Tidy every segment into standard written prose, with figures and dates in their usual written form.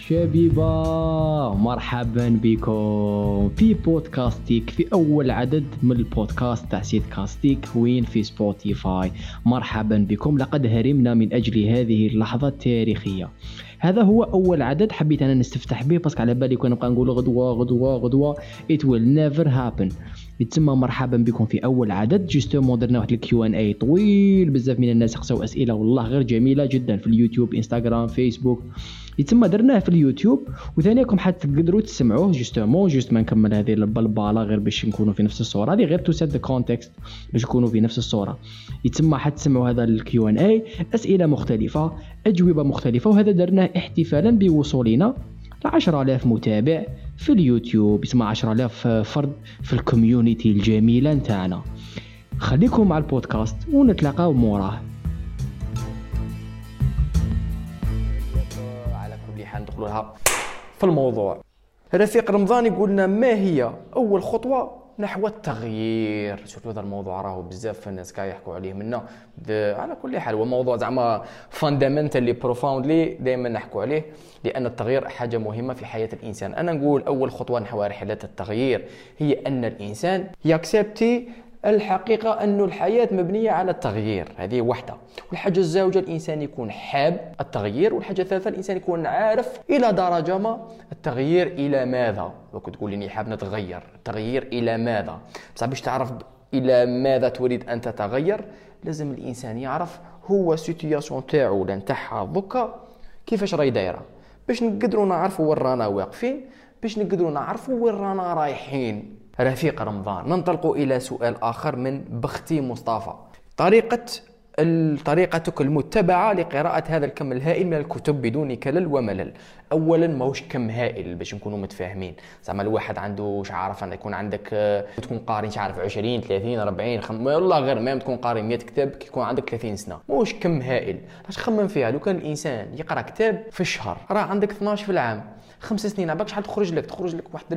شبيبة، مرحبا بكم في بودكاستيك، في أول عدد من البودكاست تاع سيت كاستيك وين في سبوتيفاي. مرحبا بكم، لقد هرمنا من أجل هذه اللحظة التاريخية. هذا هو أول عدد حبيت أنا نستفتح به، بس على بالي كنا نبقى نقول غدوة it will never happen. يتسمى مرحبا بكم في أول عدد. جوستومون درنا واحد الQ&A طويل، بزاف من الناس يقصوا أسئلة والله غير جميلة جدا في اليوتيوب، انستغرام، فيسبوك. يتسمى درناه في اليوتيوب وثانيكم حتقدروا تسمعوه جوستومون ما نكمل هذه البلبالة غير باش نكونوا في نفس الصورة هذه، غير تو سيت ذا كونتكست باش نكونوا في نفس الصورة. يتسمى حتسمعوا هذا الQ&A، أسئلة مختلفة، أجوبة مختلفة، وهذا درناه احتفالا بوصولنا 10,000 متابع في اليوتيوب. يسمى 10,000 فرد في الكوميونيتي الجميلة نتاعنا. خليكم مع البودكاست ونتلاقاو موراه. على كل حال ندخلوا لها في الموضوع. رفيق رمضان يقولنا ما هي أول خطوة نحو التغيير. شوفوا هذا الموضوع راهو بزاف الناس كاع يحكوا عليه منا. على كل حال هو موضوع زعما فاندامنتالي بروفاوندلي دائما نحكوا عليه، لأن التغيير حاجة مهمة في حياة الإنسان. أنا نقول أول خطوة نحو رحلة التغيير هي أن الإنسان يكسبتي الحقيقة أن الحياة مبنية على التغيير، هذه واحدة. والحاجة الزوجة الإنسان يكون حاب التغيير، والحاجة الثالثة الإنسان يكون عارف إلى درجة ما التغيير إلى ماذا. وكنت تقول لي حاب نتغير، التغيير إلى ماذا؟ بس باش تعرف إلى ماذا تريد أن تتغير لازم الإنسان يعرف هو سيتياسيون تاعو لنتاعها ضكا كيفاش راهي دايرة، باش نقدروا نعرفوا وين رانا واقفين، باش نقدروا نعرفوا وين رانا رايحين. رفيق رمضان، ننطلق إلى سؤال آخر من بختي مصطفى. طريقتك المتبعة لقراءة هذا الكم الهائل من الكتب بدون كلل وملل. أولا ماهوش كم هائل باش نكونوا متفاهمين. زعما الواحد عنده عارف أن يكون عندك تكون قاري عارف 20 30 40 والله غير ما تكون قاري 100 كتاب كي يكون عندك 30 سنة. ماهوش كم هائل باش خمم فيها. لو كان الإنسان يقرأ كتاب في الشهر، راه عندك 12 في العام، 5 سنين عباك شحال تخرج لك واحد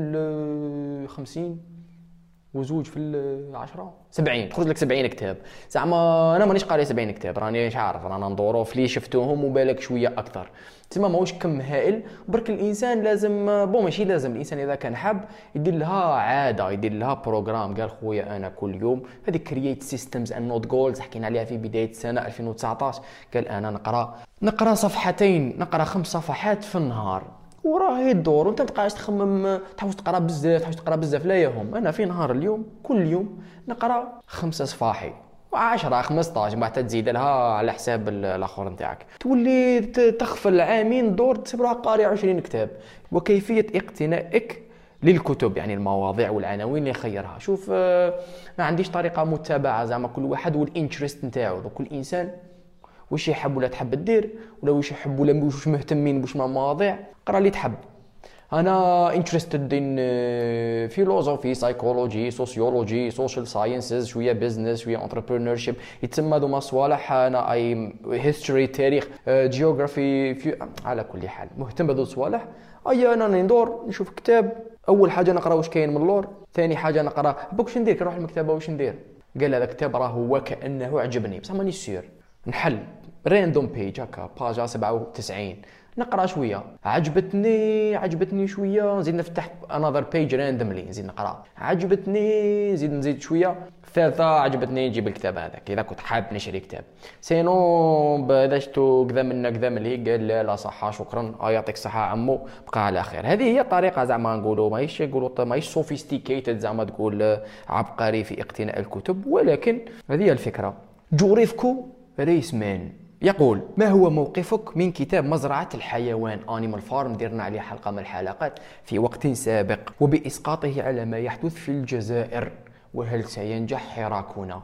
50 وزوج في 10 70 تخرج لك 70 كتاب. زعما انا مانيش قاري 70 كتاب، راني مش عارف، رانا ندورو في اللي شفتوهم وبالك شويه اكثر. تسمى ماهوش كم هائل. برك الانسان لازم ماشي لازم، الانسان اذا كان حاب يدير لها عاده، يدير لها بروغرام. قال خويا انا كل يوم هذه كرييت سيستمز اند نوت جولز حكينا عليها في بدايه السنه 2019. قال انا نقرا صفحتين، نقرا 5 صفحات في النهار، وراهي الدور. وانت متبقاش تخمم تحوس تقرا بزاف لا يهم. انا في نهار اليوم كل يوم نقرا 5 صفاحي 10 15 بعد تزيد لها على حساب الاخر نتاعك، تولي تغفل عامين دور تسبرها قاري 20 كتاب. وكيفيه اقتنائك للكتب، يعني المواضيع والعناوين اللي خيرها. شوف ما عنديش طريقه متبعه، زعما كل واحد والانترست نتاعو. كل انسان وش يحب ولا تحب تدير، ولا وش يحب ولا وش مهتمين بوش مواضيع. قرا اللي تحب. انا interested in philosophy, psychology, sociology, social sciences، شويه business، شويه entrepreneurship. يتسمى ذوما صوالح. انا history تاريخ، geography. على كل حال مهتم بهذو الصوالح. انا ندور نشوف كتاب. اول حاجه نقرا واش كاين من اللور، ثاني حاجه نقرا واش ندير كي نروح للمكتبه واش ندير. قال هذا الكتاب راه هو كانه عجبني بصح ماني سير. نحل راندوم بيج هكا باجا 97 نقرا شويه، عجبتني شويه، نزيد نفتح انذر بيج راندوملي نزيد نقرا، عجبتني نزيد شويه، ثالثه عجبتني نجيب الكتاب هذاك اذا كنت حاب نشري كتاب. سينو بدا شتو كذا من اللي قال لا صحه شكرا يعطيك الصحه عمو بقى على خير. هذه هي الطريقه زعما نقولوا ماهيش سوفيستيكيتد زعما تقول عبقري في اقتناء الكتب، ولكن هذه هي الفكره. جوريفكو ريسمان يقول: ما هو موقفك من كتاب مزرعة الحيوان Animal Farm؟ درنا عليه حلقة من الحلقات في وقت سابق، وبإسقاطه على ما يحدث في الجزائر، وهل سينجح حراكنا؟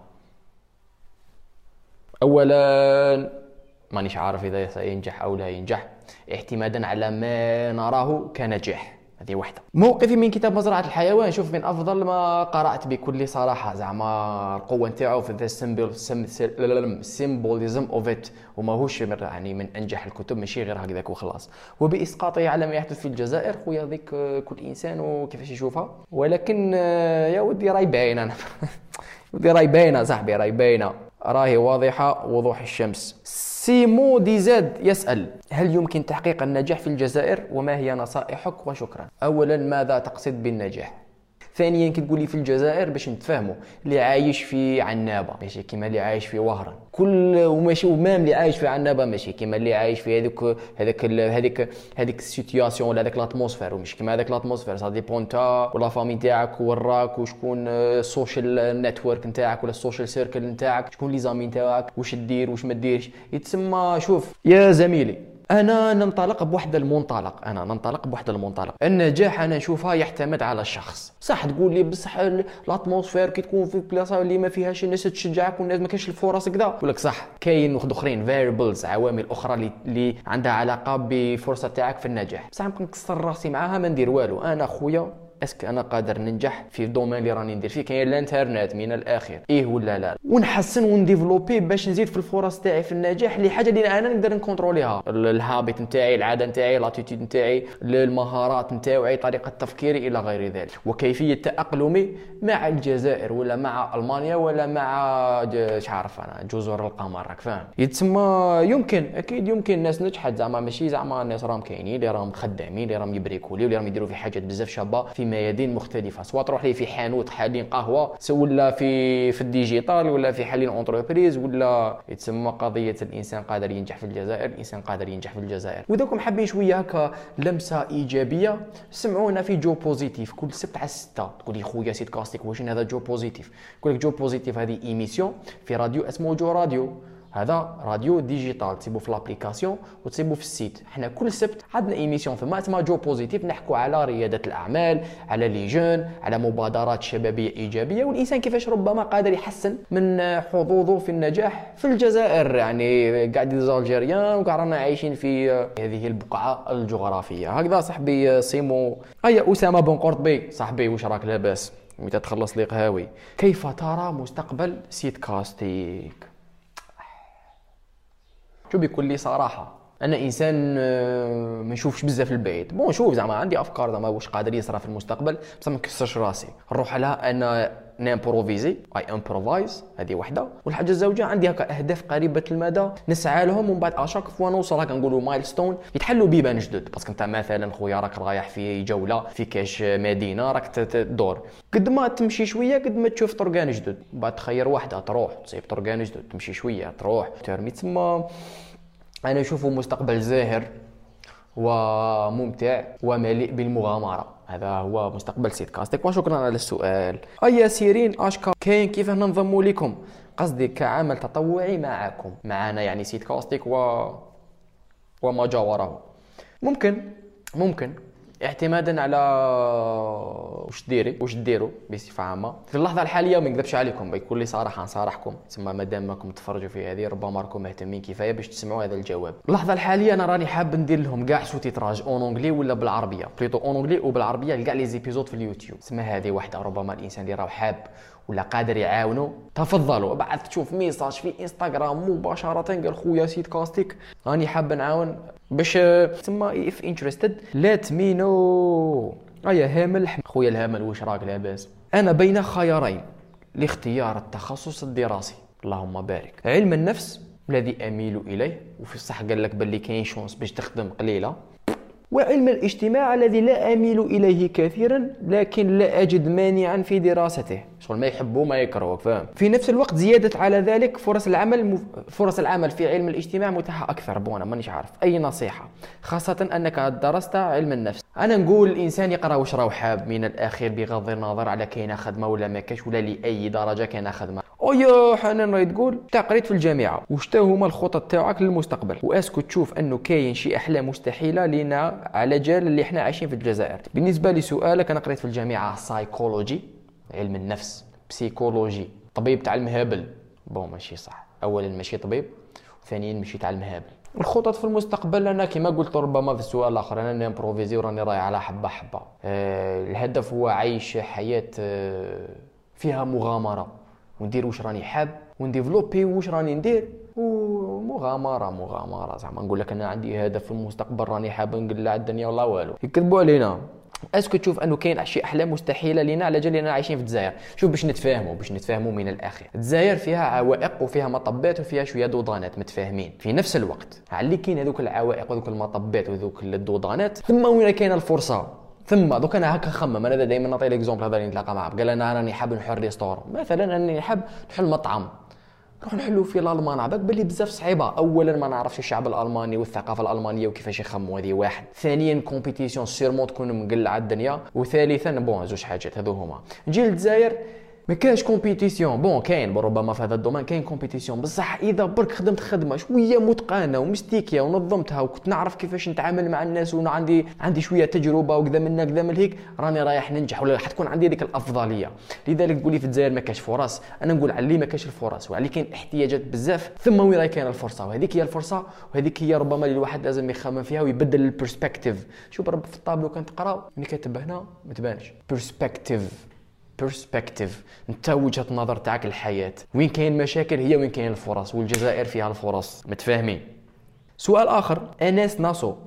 أولا مانيش عارف إذا سينجح أو لا ينجح، اعتمادا على ما نراه كنجاح. هذه واحدة. موقفي من كتاب مزرعة الحيوان، شوف من أفضل ما قرأت بكل صراحة. زعما القوة نتاعو في the symbolism of it، وما هوش يعني من أنجح الكتب، ماشي غير هكذاك وخلاص. وبإسقاطه على ما يحدث في الجزائر، خويا ذيك كل إنسان وكيفاش يشوفها. ولكن يا ودي راي باينة أنا ودي راي باينة صاحبي، راي باينة، راهي واضحة وضوح الشمس. سيمو دي زاد يسأل: هل يمكن تحقيق النجاح في الجزائر وما هي نصائحك؟ وشكرا. أولا، ماذا تقصد بالنجاح؟ ثانيا، كي تقولي في الجزائر باش نتفاهموا، اللي عايش في عنابه ماشي كيما اللي عايش في وهران، كل وماشي ومام اللي عايش في عنابه ماشي كيما اللي عايش في هذيك السيتوياسيون ولا هذاك لاتموسفير، ومش كيما هذاك لاتموسفير. سا ديبون نتا ولا فامي نتاعك وراك وشكون السوشيال نتورك نتاعك ولا السوشيال سيركل نتاعك، شكون لي زامي نتاعك، واش دير واش ما ديرش. يتسمى شوف يا زميلي، انا ننطلق بواحد المنطلق. النجاح انا نشوفها يعتمد على الشخص. صح تقول لي بصح الاتموسفير كي تكون في بلاصه اللي ما فيهاش الناس تشجعك والناس ما كاينش الفرص كذا، نقول لك صح. كاين واحد اخرين فاريبلز، عوامل اخرى اللي عندها علاقه بفرصه تاعك في النجاح. بصح ممكن نكسر راسي معاها ما ندير والو. انا خويا اسك انا قادر ننجح في الدومين اللي راني ندير فيه؟ كاين الانترنت من الاخر، ايه ولا لا؟ ونحسن ونديفلوبي باش نزيد في الفرص تاعي في النجاح اللي حاجه اللي انا نقدر نكونتروليها. الهابيت نتاعي، العاده نتاعي، لاتيتود نتاعي، المهارات نتاعي، طريقه تفكيري الى غير ذلك. وكيفيه تاقلمي مع الجزائر ولا مع المانيا ولا مع مش عارف انا جزر القمر، راك فاهم؟ يتسمى يمكن، اكيد يمكن الناس نجحت، زعما ماشي زعما الناس راهم كاينين اللي راهم خدامين اللي راهم يبريكولي واللي راهم يديروا في حاجات بزاف شابه في ميادين مختلفه، سواء تروح لي في حانوت حالين قهوه ولا في الديجيتال ولا في حالين اونتربريز، ولا يتسمى قضيه الانسان قادر ينجح في الجزائر. الانسان قادر ينجح في الجزائر. واذاكم حابين شويه هكا لمسه ايجابيه، سمعونا في جو بوزيتيف كل سبت على 6. تقول لي خويا سيت كاستيك واش هذا جو بوزيتيف؟ نقول لك جو بوزيتيف هذه ايميسيون في راديو اسمه جو راديو. هذا راديو ديجيتال، تسيبو في لابليكاسيون وتسيبو في السيت. حنا كل سبت عندنا ايميسيون فما اسمها جو بوزيتيف، نحكوا على رياده الاعمال، على لي جون، على مبادرات شبابيه ايجابيه، والانسان كيفاش ربما قادر يحسن من حظوظه في النجاح في الجزائر. يعني قاعد الجزائريين وقاعد رانا عايشين في هذه البقعه الجغرافيه. هكذا صاحبي سيمو. ايا اسامه بن قرطبي صاحبي، واش راك لاباس؟ متى تخلص لي قهاوي؟ كيف ترى مستقبل سيت كاستيك؟ شو بكل صراحه، انا انسان ما نشوفش بزاف البعيد. بون شوف زعما عندي افكار زعما واش قادر يصرى في المستقبل، بصح ما نكسرش راسي. نروح لها انا نامبروفيزي، اي امبروفايز، هذه وحده. والحاجه الزوجه عندي هكا اهداف قريبه المدى نسعى لهم، ومن بعد اشاك فوا نوصل هكا نقولوا مايلستون يتحلوا بيبان جدد. باسكو انت مثلا خويا راك رايح في جوله في كاش مدينه راك تدور، قد ما تمشي شويه قد ما تشوف طرقان جدد. بعد تخير واحده تروح تصيب طرقان جدد، تمشي شويه تروح ترمي. تسمى انا اشوفه مستقبل زاهر وممتع ومليء بالمغامره. هذا هو مستقبل سيت كاستيك. وشكرا على السؤال. ايا سيرين اشكا كاين كيف ننضم لكم؟ قصدي كعمل تطوعي معكم، معنا يعني سيت كاستيك وما جاوره. ممكن اعتمادا على واش ديروا بصفه عامه في اللحظه الحاليه. ما نكذبش عليكم بكل صراحه نصارحكم، تسمى مادام راكم تفرجوا في هذه ربما راكم مهتمين كفايه باش تسمعوا هذا الجواب. اللحظه الحاليه انا راني حاب ندير لهم كاع سوتيتراج اون اونغلي ولا بالعربيه، بليطو اون اونغلي وبالعربيه لكاع لي زيبيزود في اليوتيوب. تسمى هذه واحده ربما الانسان اللي راه حاب ولا قادر يعاونوا تفضلوا. بعد تشوف ميساج في انستغرام مباشره قال خويا سيت كاستيك راني حاب نعاون باش تسمى if interested let me know. ايا هامل خويا الهامل واش راك لاباس؟ انا بين خيارين لاختيار التخصص الدراسي، اللهم بارك. علم النفس الذي اميل اليه، وفي الصح قال لك باللي كاين شونس باش تخدم قليله، وعلم الاجتماع الذي لا اميل اليه كثيرا لكن لا اجد مانعا في دراسته. شغل ما يحبوا ما يكرهوا، فاهم؟ في نفس الوقت زياده على ذلك فرص العمل في علم الاجتماع متاحه اكثر. بونا مانيش عارف اي نصيحه، خاصه انك درست علم النفس. انا نقول الانسان يقرا واش راهو حاب من الاخير، بغض النظر على كاينه خدمه ولا ما كاش ولا لاي درجه كاينه خدمه. يا حنان راهي تقول قريت في الجامعه، واش تا هما الخطط تاعك للمستقبل؟ واسكو تشوف انه كاين شي احلام مستحيله لنا على جال اللي احنا عايشين في الجزائر؟ بالنسبه لسؤالك، انا قريت في الجامعه سايكولوجي، علم النفس، بسيكولوجي، طبيب تاع المهابل. بون ماشي صح، اولا ماشي طبيب، وثانيا ماشي تاع المهابل. الخطط في المستقبل انا كما قلت ربما في السؤال الاخر انا نامبروفيزي وراني رايح على حبه حبه. الهدف هو عيش حياه فيها مغامره، وندير واش راني حاب ونديفلوبي واش راني ندير، ومغامره زعما نقول لك انا عندي هدف في المستقبل راني حاب نقلع الدنيا ولا والو. يكذبوا علينا. اسكو تشوف انه كاين شي احلام مستحيله لينا على جال اننا عايشين في الجزائر؟ شوف باش نتفاهموا من الاخر، الجزائر فيها عوائق وفيها مطبات وفيها شويه دودانات متفاهمين. في نفس الوقت على كاين هذوك العوائق وذوك المطبات وذوك الدودانات، ثم وين كاينه الفرصه. ثم دوك انا هكا نخمم، انا دائما نعطي ليكزومبل هذا اللي نتلاقى معاه، قال انا راني حاب نحل ريستورون مثلا، راني حاب نحل مطعم، نروح نحلو في الالمان. عباك باللي بزاف صعيبه. اولا ما نعرفش الشعب الالماني والثقافه الالمانيه وكيفاش يخموا، هذه واحد. ثانيا كومبيتيسيون سيرمون تكون مقلعه الدنيا. وثالثا بون زوج حاجات هذو هما. نجي للجزائر ما كاينش كومبيتيسيون، بون كاين ربما في هذا الدومين كاين كومبيتيسيون، بصح اذا برك خدمت خدمه شويه متقانه ومستيكيه ونظمتها وكنت نعرف كيفاش نتعامل مع الناس وعندي شويه تجربه وكذا من كذا من هيك، راني رايح ننجح ولا حتكون عندي ديك الافضليه. لذلك تقولي في الجزائر ما كاش فرص، انا نقول على اللي ما كاش الفرص وعلى كاين احتياجات بزاف، ثم وين راهي كاينه الفرصه. وهذيك هي الفرصه، وهذيك هي ربما اللي الواحد لازم يخمم فيها ويبدل البرسبكتيف. شوف رب في الطابلو كنت تقرا ملي كاتب هنا ما تبانش برسبكتيف، انت وجهه النظر تاعك الحياه، وين كاين مشاكل هي وين كاين الفرص، والجزائر فيها الفرص. متفاهمين؟ سؤال اخر، انس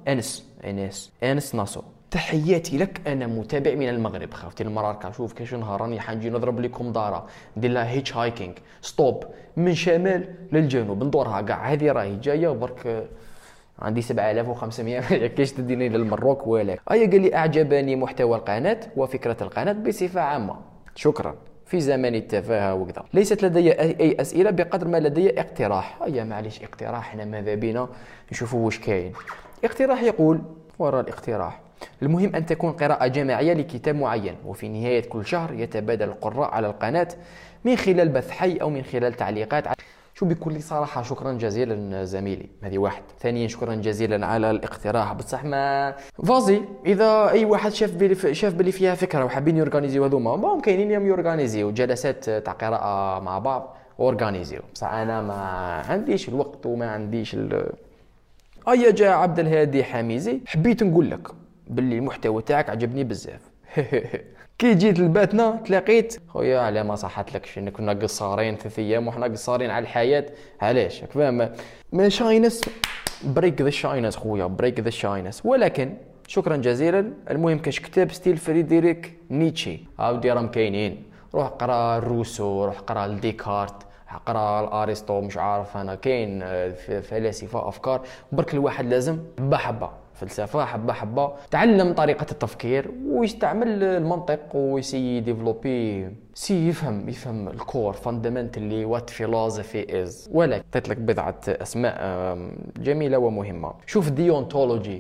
ناصو، تحياتي لك، انا متابع من المغرب، خافتي المراكش، شوف كاش نهار راني حنجي نضرب لكم داره ندير لها هيتش هايكينغ ستوب من شمال للجنوب، ندورها كاع. هذه راهي جايه برك عندي 7500 ما يكاش تديني للمروك ولا. قال لي اعجبني محتوى القناه وفكره القناه بصفه عامه، شكرا. في زمن التفاهه وكذا ليست لدي اي اسئله بقدر ما لدي اقتراح. معليش اقتراح، احنا ماذا بينا نشوفوا واش كاين. اقتراح يقول وراء الاقتراح، المهم أن تكون قراءة جماعية لكتاب معين، وفي نهاية كل شهر يتبادل القراء على القناة من خلال بث حي أو من خلال تعليقات. شو بكل صراحة شكرا جزيلا زميلي، هذه واحد. ثانيا شكرا جزيلا على الاقتراح، بصح ما فازي إذا أي واحد شاف بلي فيها فكرة وحابين يورغانيزيو هذوما، كاينين يوم يورغانيزيو جلسات تاع قراءة مع بعض اورغانيزيو. بصح أنا ما عنديش الوقت وما عنديش جاء عبد الهادي حميزي، حبيت نقول لك باللي المحتوى تاعك عجبني بزاف. كي جيت لباتنا تلاقيت خويا على ما صحت لكش ان كنا قصارين 3 ايام وحنا قصارين على الحياه. علاش فاهم؟ ما شاينس بريك ذا شاينس خويا، بريك ذا شاينس. ولكن شكرا جزيلا. المهم كاش كتاب ستيل فريدريك نيتشي عاودي راهم كاينين، روح قرا روسو، روح قرا ديكارت، قرا الارسطو، مش عارف انا كاين فلاسفه افكار. برك الواحد لازم حبه فلسفه حبه تعلم طريقه التفكير ويستعمل المنطق ويسي ديفلوبي، يفهم الكور فاندامنتالي وات فيلوسفي از. ولكن قلت لك بضعه اسماء جميله ومهمه. شوف ديونتولوجي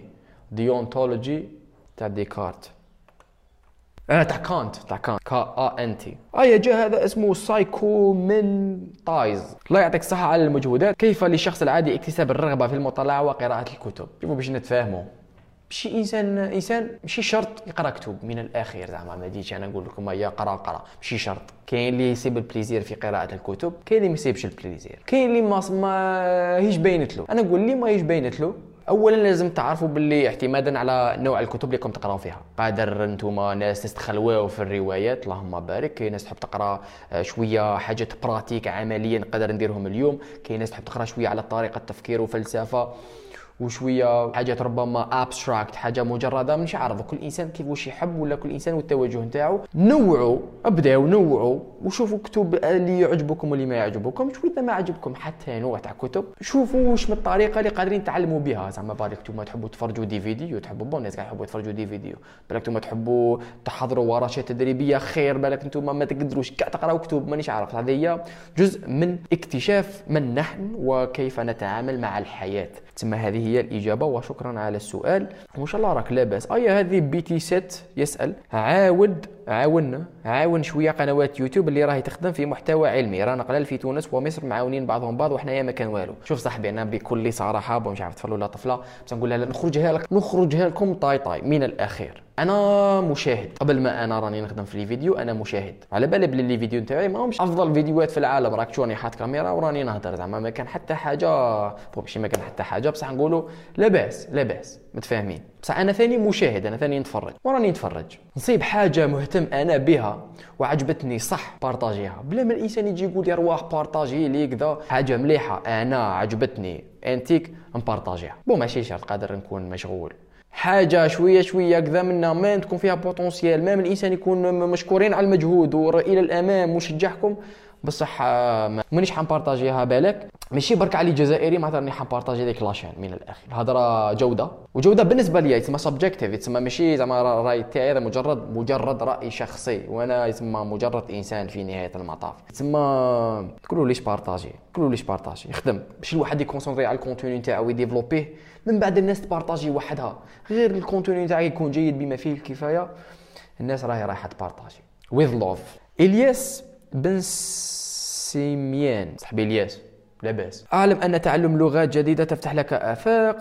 تاع ديكارت، تاع كانت KANT. جاء هذا اسمه سايكومنتايز. الله يعطيك الصحة على المجهودات. كيف للشخص العادي اكتساب الرغبة في المطالعة وقراءة الكتب؟ شوفوا باش نتفاهموا، ماشي انسان ماشي شرط يقرا كتب من الاخير، زعما ما جيتش انا نقول لكم قرا ماشي شرط. كاين اللي يسيب البليزير في قراءة الكتب، كاين اللي ما يسيبش البليزير، كاين اللي ما هيش باينت له. انا نقول لي ما هيش باينت له. اولا لازم تعرفوا باللي اعتمادا على نوع الكتب اللي راكم تقراو فيها، قادر انتوما ناس تستخلواو في الروايات اللهم بارك، كاين ناس تحب تقرا شويه حاجات براتيك عمليا نقدر نديرهم اليوم، كاين ناس تحب تقرا شويه على طريقه التفكير وفلسفه، وشويه حاجات ربما ابستراكت، حاجه مجرده. مش عارف كل انسان كيف واش يحب ولا كل انسان والتوجه نتاعو. ابداو نوعوا وشوفوا كتب اللي يعجبكم واللي ما يعجبكمش، واذا ما عجبكم حتى نوع تاع كتب شوفوا واش من الطريقه اللي قادرين تعلموا بها. زعما بالك نتوما تحبوا تفرجوا DVD وتحبوا بون الناس يحبوا يتفرجوا DVD، بالك نتوما تحبوا تحضروا ورشات تدريبيه خير، بالك نتوما ما تقدروش كاع تقراو كتب مانيش عارف. هذه هي جزء من اكتشاف من نحن وكيف نتعامل مع الحياه. تسمى هذه هي الإجابة. وشكرا على السؤال وإن شاء الله راك لاباس. هذه BT Set يسأل، عاون شوية قنوات يوتيوب اللي راهي تخدم في محتوى علمي، رانا قلال في تونس ومصر معاونين بعضهم بعض وحنايا ما كان والو. شوف صاحبي أنا بكل صراحة مش عارف طفل ولا طفلة بس نقول لها نخرجها لكم طاي من الأخير. انا مشاهد قبل ما انا راني نخدم في الفيديو، انا مشاهد على بالي بلي الفيديو نتاعي ماهمش افضل فيديوهات في العالم، راك تشوفني حاط كاميرا وراني نهضر، زعما ما كان حتى حاجه ماشي ما كان حتى حاجه بصح نقولوا لاباس متفاهمين. بصح انا ثاني مشاهد، انا ثاني نتفرج وراني نتفرج، نصيب حاجه مهتم انا بها وعجبتني صح بارطاجيها، بلا ما الانسان يجي يقول لي رواح بارطاجي لي كذا حاجه مليحه انا عجبتني انتيك نبارطاجيها. ماشي شرط قادر نكون مشغول حاجه شويه شويه كذا منا ما تكون فيها بوتونسيال، ما من الانسان يكون مشكورين على المجهود والى الامام ونشجعكم. بصح مانيش حنبارطاجيها بالك، ماشي برك على الجزائري معناتها راني حنبارطاجي ديك لاشين. من الاخر الهضره جوده، وجوده بالنسبه لي يسمى سبجكتيف، يسمى ماشي زعما راي تاعي، هذا مجرد راي شخصي، وانا يسمى مجرد انسان في نهايه المطاف. يسمى تقولوا ليش بارطاجي يخدم باش الواحد يكونسونطري على الكونتوني نتاعو ويديفلوبيه، من بعد الناس تبارطاجي وحدها. غير الكونتوني نتاعك يكون جيد بما فيه الكفايه، الناس راهي رايحه تبارطاجي. with love. الياس بن سيميان، صاحبي الياس لاباس. أعلم أن تعلم لغات جديدة تفتح لك آفاق،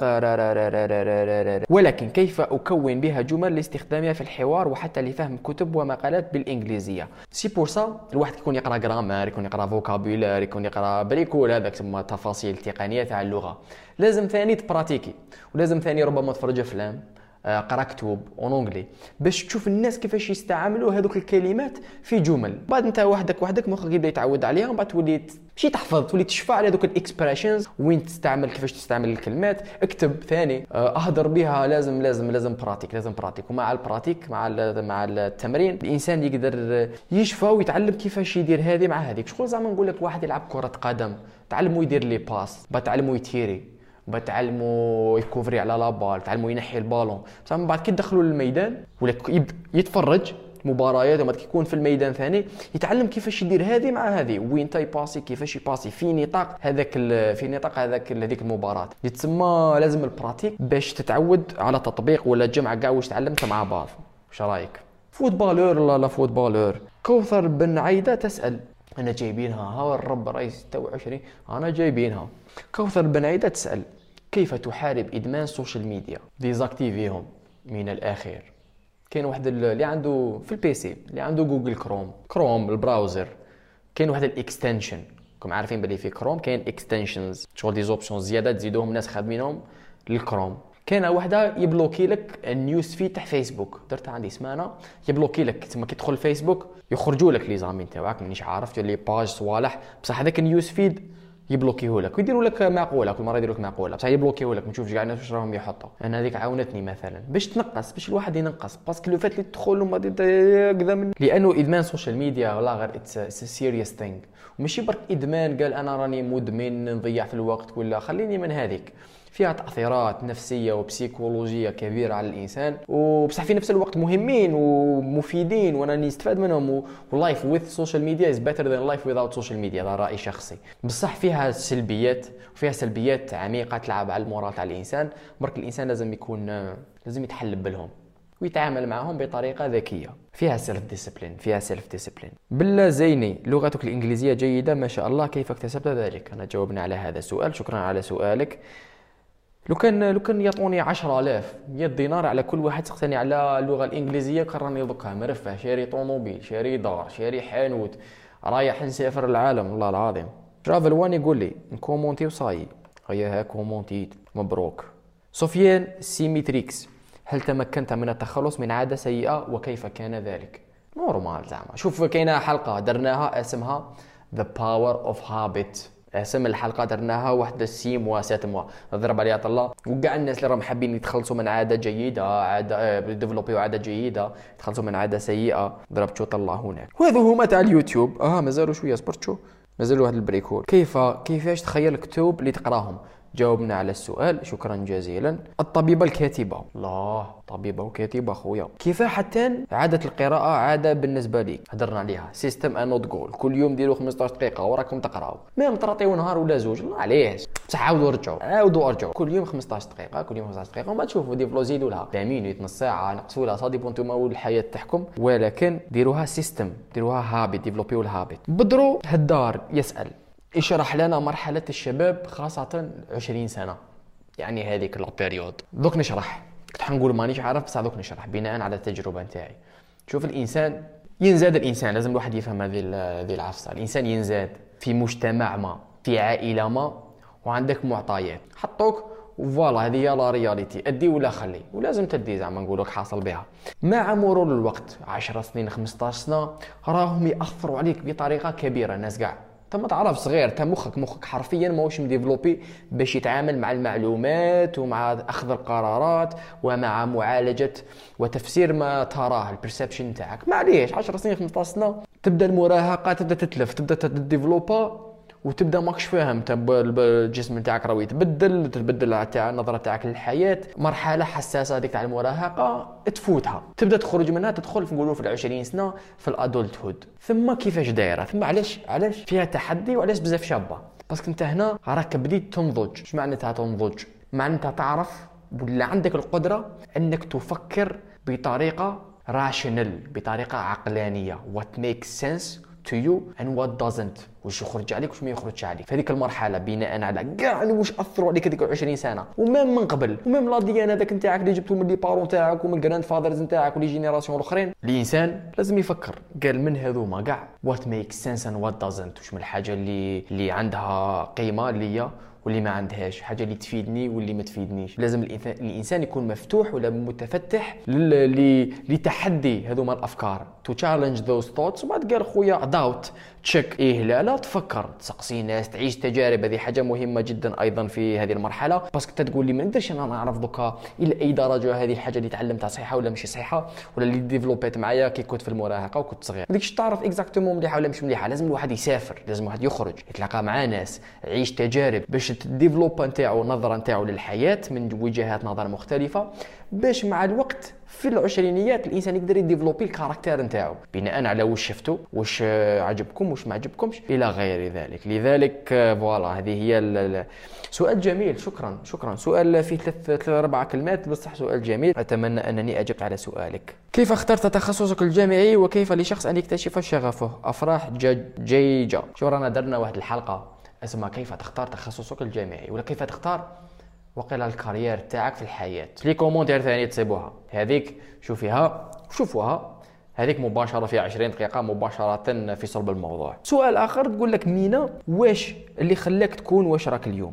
ولكن كيف أكون بها جمل لاستخدامها في الحوار وحتى لفهم كتب ومقالات بالإنجليزية؟ سي بور سا الواحد يكون يقرأ جرامر، يكون يقرأ فوكابولار، يكون يقرأ بريكول، هذاك تسمى تفاصيل تقنية تاع اللغة. لازم ثاني تبراتيكي، ولازم ثاني ربما تفرج أفلام، قرا كتب اونجلي باش تشوف الناس كيفاش يستعملوا هذوك الكلمات في جمل. بعد انت وحدك مخك يبدا يتعود عليها، وبعد تولي ماشي تحفظ، تولي تشفى على هذوك الاكسبريشنز وين تستعمل، كيفاش تستعمل الكلمات. اكتب ثاني، اهدر بها. لازم براتيك ومع البراتيك مع التمرين الانسان يقدر يشفى ويتعلم كيفاش يدير هذه مع هذيك. شغل زعما نقول لك واحد يلعب كرة قدم، تعلموا يدير لي باس، تعلموا يتيري، بتعلموا يكوفري على لابال، تعلموا ينحي البالون. بصح من بعد كي تدخلوا للميدان ولا يتفرج مباريات، وما يكون في الميدان ثاني يتعلم كيفاش يدير هذه مع هذه، وين يباسي، كيفاش يباسي في نطاق هذاك هذيك المباراه. يتسمى لازم البراتيك باش تتعود على تطبيق ولا جمع كاع واش تعلمت مع بعض. واش رايك؟ فوتبالور لا فوتبالور. كوثر بن عايده تسال، انا جايبينها ها الرب راي 26 انا جايبينها. كوثر بن عايده تسال كيف تحارب ادمان السوشيال ميديا؟ ديزاكتيفيهم من الاخر. كاين واحد اللي عنده في البيسي اللي عنده جوجل كروم البراوزر، كاين واحد الاكستنشن، كم عارفين بلي في كروم كاين اكستنشنز، شغل دي زوبشن زياده تزيدوهم الناس خادمينهم للكروم. كاين واحده يبلوكي لك النيوز فيد تاع فيسبوك، درتها عندي سمانه، يبلوكي لك تما كي تدخل فيسبوك يخرجوا لك لي زامين تاعك، مانيش عارف تولي باج صوالح، بصح هذاك النيوز فيد يبلوكيه لك ويديروا لك معقوله، كل مره يديروا لك معقوله، بصح يبلوكيه لك ما تشوفش كاع الناس واش راهم يحطوا. انا هذيك عاونتني مثلا باش تنقص، باش الواحد ينقص، باسكو لو فات اللي تدخل وما كذا من، لانه ادمان السوشيال ميديا ولا غير اتس سيريس ثينج، وماشي برك ادمان قال انا راني مدمن نضيع في الوقت ولا خليني من هذيك. فيها تأثيرات نفسية وبسيكولوجية كبيرة على الإنسان، وبصح في نفس الوقت مهمين ومفيدين وانا نستفاد منهم. ولايف with social media is better than life without social media، هذا رأي شخصي. بصح فيها سلبيات، وفيها سلبيات عميقة تلعب على المورال تاع الإنسان. برك الإنسان لازم يتحلب بالهم ويتعامل معهم بطريقة ذكية. فيها سيلف ديسيبلين. بالله زيني، لغتك الإنجليزية جيدة ما شاء الله، كيف اكتسبت ذلك؟ أنا جاوبنا على هذا السؤال، شكرا على سؤالك. لو كان يعطوني 10,000 100 دينار على كل واحد سقساني على اللغه الانجليزيه، كان راني دوكا مرفه، شاري طوموبيل، شاري دار، شاري حانوت، رايح نسافر العالم والله العظيم. ترافل وان يقول لي نكومونتي وصاي، هيا كومونتيت، مبروك. سفيان سيميتريكس، هل تمكنت من التخلص من عاده سيئه وكيف كان ذلك؟ نورمال زعما. شوف كاينه حلقه درناها اسمها The Power of Habit، اسم الحلقه درناها واحد 6 موا 7 موا، نضرب عليها طله. وكاع الناس اللي راهم حابين يتخلصوا من عاده جيده، عاده ديفلوبيو عاده جيده، يتخلصوا من عاده سيئه، ضربت طله هناك. وهذو هما تاع اليوتيوب. مازالوا شويه صبرتوا، مازالوا واحد البريكول. كيفاش تخيل الكتب اللي تقراهم؟ جاوبنا على السؤال، شكرا جزيلا. الطبيبة الكاتبة، الله طبيبة وكاتبة خويا. كيف حتى عادة القراءة عادة بالنسبة ليك؟ هدرنا عليها سيستم انوت جول، كل يوم ديروا 15 دقيقة وراكم تقراو، ما مترطيو نهار ولا زوج، الله علاش؟ بصح عاودوا رجعوا كل يوم 15 دقيقة، وما تشوفوا ديفلو زيدوا لها 40 مينوت، نص ساعة، نقصوا لها، صادي بونتو مول الحياة تاعكم، ولكن ديروها سيستم، ديروها هابيت، ديفلوبيو الهابيت. بدرو هدار يسأل اشرح لنا مرحلة الشباب خاصة 20 سنة، يعني هذيك البيريود. دوك نشرح، كنت حنقول مانيش عارف بصح دوك نشرح بناء على التجربة نتاعي. شوف الإنسان ينزاد، الإنسان لازم الواحد يفهم هذه العفصة. الإنسان ينزاد في مجتمع ما، في عائلة ما، وعندك معطيات حطوك وفوالا هذه هي لا رياليتي، ادي ولا خلي، ولازم تدي زعما نقولك حاصل بها. مع مرور الوقت 10 سنين 15 سنة راهم يأثروا عليك بطريقة كبيرة. الناس كاع انت ما تعرف صغير، انت مخك حرفيا ماهوش مديفلوبي باش يتعامل مع المعلومات ومع اخذ القرارات ومع معالجه وتفسير ما تراه، البرسبشن تاعك. معليش 10 سنين 15 سنه تبدا المراهقه، تبدا تتلف، تبدا تديفلوبا، وتبدا ماكش فاهم. الجسم تاعك راهو تبدل تاع النظره تاعك للحياه. مرحله حساسه هذيك تاع المراهقه تفوتها، تبدا تخرج منها، تدخل نقولوا في 20 سنه في الادولت هود. ثم كيفاش دايره، ثم علاش فيها تحدي وعلاش بزاف شابه؟ باسكو انت هنا راك بديت تنضج. اش معناتها تنضج؟ معناتها تعرف ولا عندك القدره انك تفكر بطريقه راشنال، بطريقه عقلانيه. what makes sense to you and what doesn't، واش يخرج عليك واش ما يخرجش عليك. في هذيك المرحله بناء على كاع واش اثروا عليك هذيك 20 سنه ومام من قبل، ومام لا ديان هذاك نتاعك اللي جبتو من لي بارون تاعك ومن الجراند فادرز نتاعك ولي جينيراسيون الاخرين. الانسان لازم يفكر، قال من هذوما كاع what makes sense and what doesn't، واش من الحاجه اللي عندها قيمه ليا واللي ما عندهاش، حاجه اللي تفيدني واللي ما تفيدنيش. لازم الانسان يكون مفتوح ولا متفتح لتحدي هذوما الافكار، to challenge those thoughts. وبعد قال خويا doubt تشك، لا تفكر، تسقسي ناس، تعيش تجارب. هذه حاجه مهمه جدا ايضا في هذه المرحله، باسكو انت تقول لي ما نديرش انا نعرف دوكا الى اي درجه هذه الحاجه اللي تعلمتها صحيحه ولا ماشي صحيحه، ولا اللي ديفلوبيت معايا كي كنت في المراهقه وكنت صغير. ما ديكش تعرف اكزاكتومون مليحه ولا مش مليحه. لازم الواحد يسافر، لازم الواحد يخرج، يتلاقى مع ناس، يعيش تجارب باش الديفلوبا نتاعو، النظره نتاعو للحياه من وجهات نظر مختلفه، باش مع الوقت في العشرينيات الانسان يقدر يديفلوبي الكاركتير نتاعو بناء على واش شفتوا، واش عجبكم، واش ما عجبكمش، الى غير ذلك. لذلك فوالا هذه هي سؤال جميل. شكرا. سؤال فيه ثلاث 4 كلمات بصح سؤال جميل. اتمنى انني اجبت على سؤالك. كيف اخترت تخصصك الجامعي وكيف لشخص ان يكتشف شغفه؟ افراح جيجا. شو رانا درنا واحد الحلقه اسمها كيف تختار تخصصك الجامعي، ولا كيف تختار وقيل الكارير تاعك في الحياه. في لي كومونتير ثاني تصيبوها هذيك، شوفوها هذيك مباشره في 20 دقيقه مباشره في صلب الموضوع. سؤال اخر تقول لك مينا، واش اللي خلاك تكون واش راك اليوم؟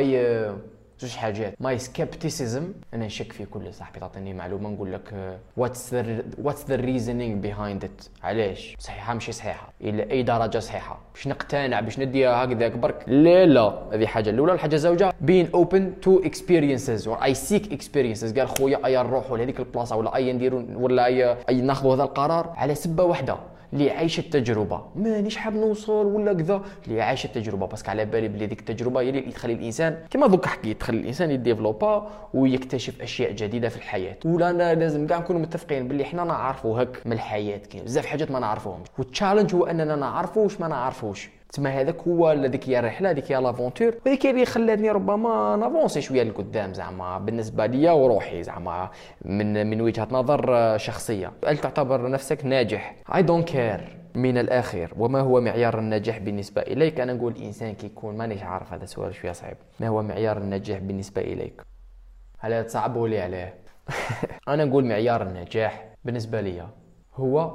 زوج حاجات. ماي سكيبتيسيزم، انا نشك في كل صاحبي تعطيني معلومه نقول لك واتس ذا ريزونينغ بيهايند ات، علاش صحيحه ماشي صحيحه، الى اي درجه صحيحه، باش نقتنع باش نديها هكذاك برك. لا هذه حاجه الاولى. الحاجه الزوجه being open to experiences or I seek experiences. قال خويا ايا نروحوا لهذيك البلاصه ولا ايا نديروا ولا اي ناخذوا هذا القرار على سبه واحده، اللي عايش التجربه، مانيش حاب نوصل ولا كذا، اللي عايش التجربه باسكو على بالي بلي ديك التجربه هي اللي تخلي الانسان كما دوك حكيت، تخلي الانسان يديفلوبا ويكتشف اشياء جديده في الحياه. ولا لازم كاع نكونوا متفقين باللي حنا نعرفوا هك من الحياه، كاين بزاف حاجات ما نعرفوهمش، والتشالنج هو اننا نعرفوا واش ما نعرفوش. تما هذاك هو هذيك هي الرحله، هذيك هي لافونتور، وهذيك اللي خلاتني ربما نافونسي شويه لقدام زعما بالنسبه ليا وروحي، زعما من وجهه نظر شخصيه. هل تعتبر نفسك ناجح؟ اي دونت كير من الاخر. وما هو معيار النجاح بالنسبه اليك؟ انا نقول الانسان كيكون مانيش عارف، هذا سؤال شويه صعيب. ما هو معيار النجاح بالنسبه اليك؟ هل تصعبوا لي عليه؟ انا نقول معيار النجاح بالنسبه لي هو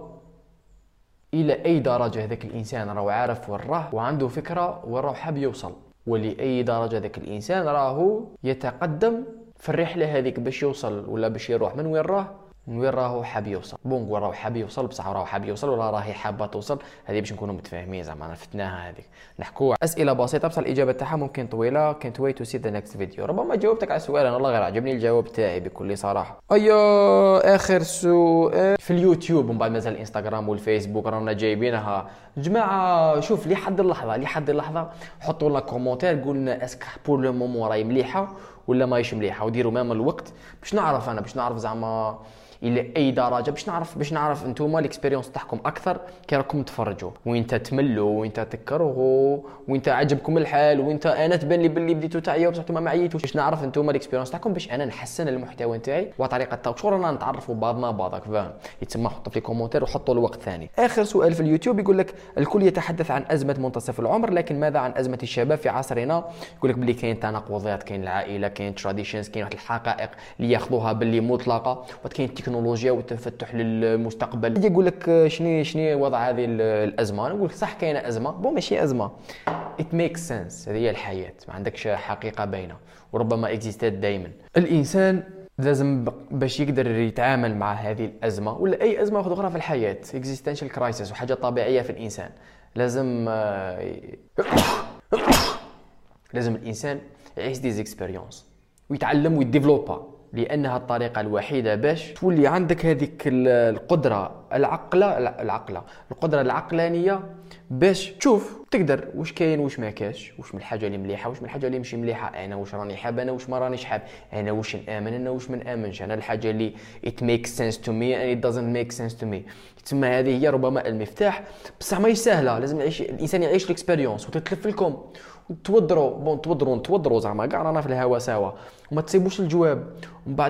الى اي درجه هذاك الانسان راهو عارف وين راه وعنده فكره وين راه حاب يوصل، ولاي درجه ذاك الانسان راهو يتقدم في الرحله هذيك باش يوصل ولا باش يروح من وين راهو حاب يوصل. وين راهو حاب يوصل بصح راهو حاب يوصل ولا راهي حابه توصل، هذه باش نكونوا متفاهمين زعما فتناها هذيك. نحكوا اسئله بسيطه بصح الاجابه تاعها ممكن طويله. كنت ويت تو سي ذا نيكست فيديو. ربما جاوبتك على السؤال، انا والله غير عجبني الجواب تاعي بكل صراحه. اخر سؤال في اليوتيوب ومن بعد مازال الانستغرام والفيسبوك رانا جايبينها جماعه. شوف لحد اللحظه حطوا لنا كومونتير قولنا اسك بور لو مومون راهي مليحه ولا ماهيش مليحه، وديروا مام الوقت باش نعرف زعما الى اي درجه، باش نعرف انتوما الاكسبيريونس تاعكم اكثر كي راكم تفرجوا، وين تتملوا وين تكرهوا وين عجبكم الحال وين انا تبان لي باللي بديتوا تعيوا بصح نتوما ما عييتوش. باش نعرف انتوما الاكسبيريونس تاعكم باش انا نحسن المحتوى نتاعي وطريقه التوك شو رانا نتعرفوا بعضنا بعضك فاهم. يتسمى حطوا في كومونتير وحطوا الوقت ثاني. اخر سؤال في اليوتيوب يقول لك الكل يتحدث عن ازمه منتصف العمر، لكن ماذا عن ازمه الشباب في عصرنا؟ يقول لك بلي كاين تناقضات، كاين العائله، كاين تراديشنز، كاين واحد الحقائق اللي ياخذوها باللي مطلقه، وكاين التكنولوجيا والتفتح للمستقبل. يقول لك شنو وضع هذه الازمه؟ نقول صح كاينه ازمه، ماشي ازمه، it makes sense. هذه هي الحياه، ما عندكش حقيقه باينه وربما اكزيستات دائما. الانسان لازم باش يقدر يتعامل مع هذه الازمه ولا اي ازمه اخرى في الحياه، existential crisis وحاجه طبيعيه في الانسان، لازم لازم الانسان يعيش دي زيكسبيريونس ويتعلم ويديفلوبا، لانها الطريقه الوحيده باش تولي عندك هذيك القدره القدره العقلانيه باش تشوف تقدر واش كاين واش ما كاش، واش من الحاجه اللي مليحه واش من الحاجه اللي ماشي مليحه، انا واش راني حاب انا واش ما رانيش حاب، انا واش نامن انا واش ما نامنش، انا الحاجه اللي it makes sense to me and it doesn't make sense to me. تسمى هذه هي ربما المفتاح، بصح ماهيش سهله. لازم يعيش الانسان يعيش الاكسبيريونس وتتلف لكم توضروا زعما كاع رانا في الهوا سوا وما تصيبوش الجواب، ومن بعد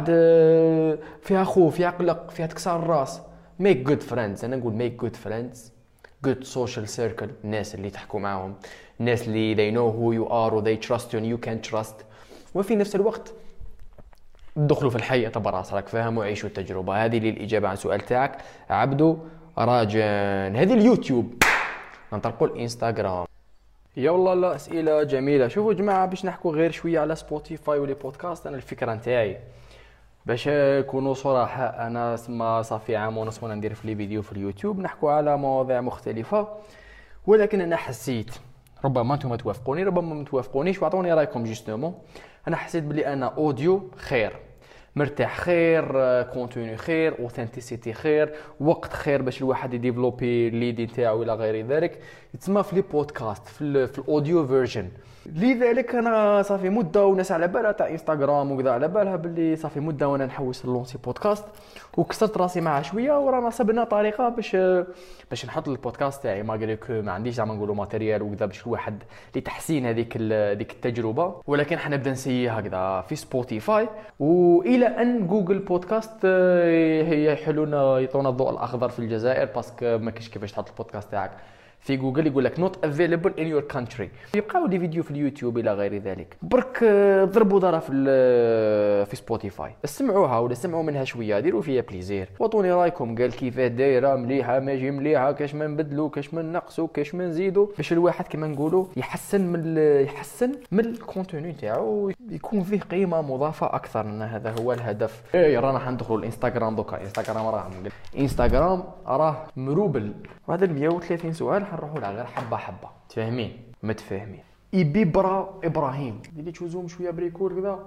فيها خوف فيها قلق فيها تكسر الراس. make good friends، انا نقول make good friends، good social circle، الناس اللي تحكوا معاهم، الناس اللي they know who you are و they trust you and you can trust، وفي نفس الوقت دخلوا في الحياة براس راك فاهم وعيشوا التجربة. هذه اللي الإجابة عن سؤال تاعك عبدو راجن. هذه اليوتيوب، ننطلقوا الانستغرام. يا والله لا أسئلة جميلة. شوفوا جماعة باش نحكوا غير شوية على سبوتيفاي ولي بودكاست. أنا الفكرة نتاعي باش نكونوا صراحة، أنا صافي عام ونص وانا ندير في لي فيديو في اليوتيوب نحكوا على مواضيع مختلفة، ولكن أنا حسيت ربما انتم توافقوني ربما ما توافقونيش واعطوني رايكم. جوستومون انا حسيت بلي انا اوديو خير، مرتاح خير، كونتوني خير، اوثنتيسيتي خير، وقت خير باش الواحد يديفلوبي ليدي نتاعو الى غير ذلك. يتسمى في لي بودكاست في الاوديو فيرجن. لذلك انا صافي مده وناس على بالها تاع انستغرام وكذا على بالها باللي صافي مده وانا نحوس لونسي بودكاست، وكسرت راسي معها شويه ورانا صبنا طريقه باش نحط البودكاست تاعي ماغري كو ما عنديش زعما نقولوا ماتيريال وكذا باش الواحد لتحسين هذيك التجربه. ولكن حنبدا نسيي هكذا في سبوتيفاي، والى ان جوجل بودكاست هي يحلونا يعطونا الضوء الاخضر في الجزائر، باسكو ما كاينش كيفاش تحط البودكاست تاعك في جوجل يقول لك not available in your country. يبقاو لي فيديو في اليوتيوب الى غير ذلك. برك ضربوا ضرب في سبوتيفاي، اسمعوها ولا سمعوا منها شويه، ديروا فيها بليزير وعطوني رايكم. قال كيفاه دايره، مليحه ماشي مليحه، كاش ما نبدلوا كاش ما نقصوا كاش ما نزيدوا، باش الواحد كما نقولوا يحسن من الكونتوني تاعو، يكون فيه قيمه مضافه اكثر. هذا هو الهدف. رانا حندخلوا الانستغرام دوكا. انستغرام راه مروبل، وهذا 130 سؤال حنروحوا لها غير حبه حبه. تفاهمين متفاهمين؟ إبرا إبراهيم اللي تشوزوهم شويه بريكول كذا.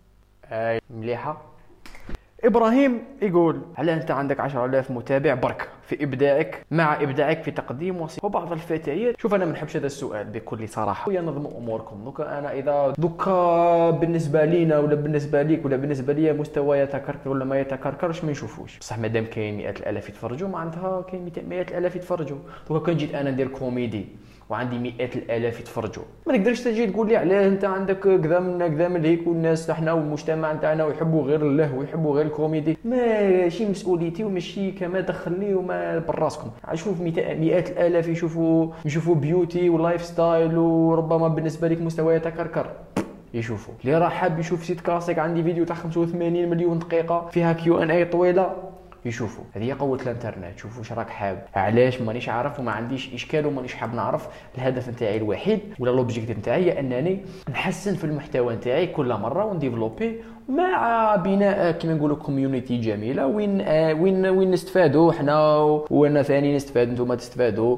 مليحه. إبراهيم يقول على أنت عندك 10,000 متابع برك في إبداعك، مع إبداعك في تقديم وبعض الفتيات. شوف أنا ما نحبش هذا السؤال بكل صراحة. ينظموا أموركم دوكا. أنا إذا دوكا بالنسبة لينا ولا بالنسبة ليك ولا بالنسبة لي مستوى يتكركر ولا ما يتكركرش ما نشوفوش، بصح مادام كاين 100,000 يتفرجوا معناتها كاين 100,000 يتفرجوا. دوكا كان جيت أنا ندير كوميدي وعندي 100,000 يتفرجوا، ما تقدرش تجي تقول لي علاه انت عندك كذا من هيك، والناس احنا والمجتمع نتاعنا ويحبوا غير اللهو ويحبوا غير الكوميدي. ماشي مسؤوليتي وماشي كما دخلني وما براسكم. اشوف 100,000 يشوفوا بيوتي ولايف ستايل، وربما بالنسبه لك مستوى يتكركر يشوفوا. اللي راه حاب يشوف سيت كلاسيك عندي فيديو تاع 85 مليون دقيقه فيها Q&A طويله يشوفوا. هذه قوه الانترنت. شوفوا واش راك حاب. علاش مانيش عارف وما عنديش اشكال ومانيش حاب نعرف. الهدف نتاعي الوحيد ولا لوبجيكتيف نتاعي هي انني نحسن في المحتوى نتاعي كل مره ونديفلوبي مع بناء كما نقولوا كوميونيتي جميله وين نستفادوا احنا وانا ثاني نستفاد نتوما تستفادوا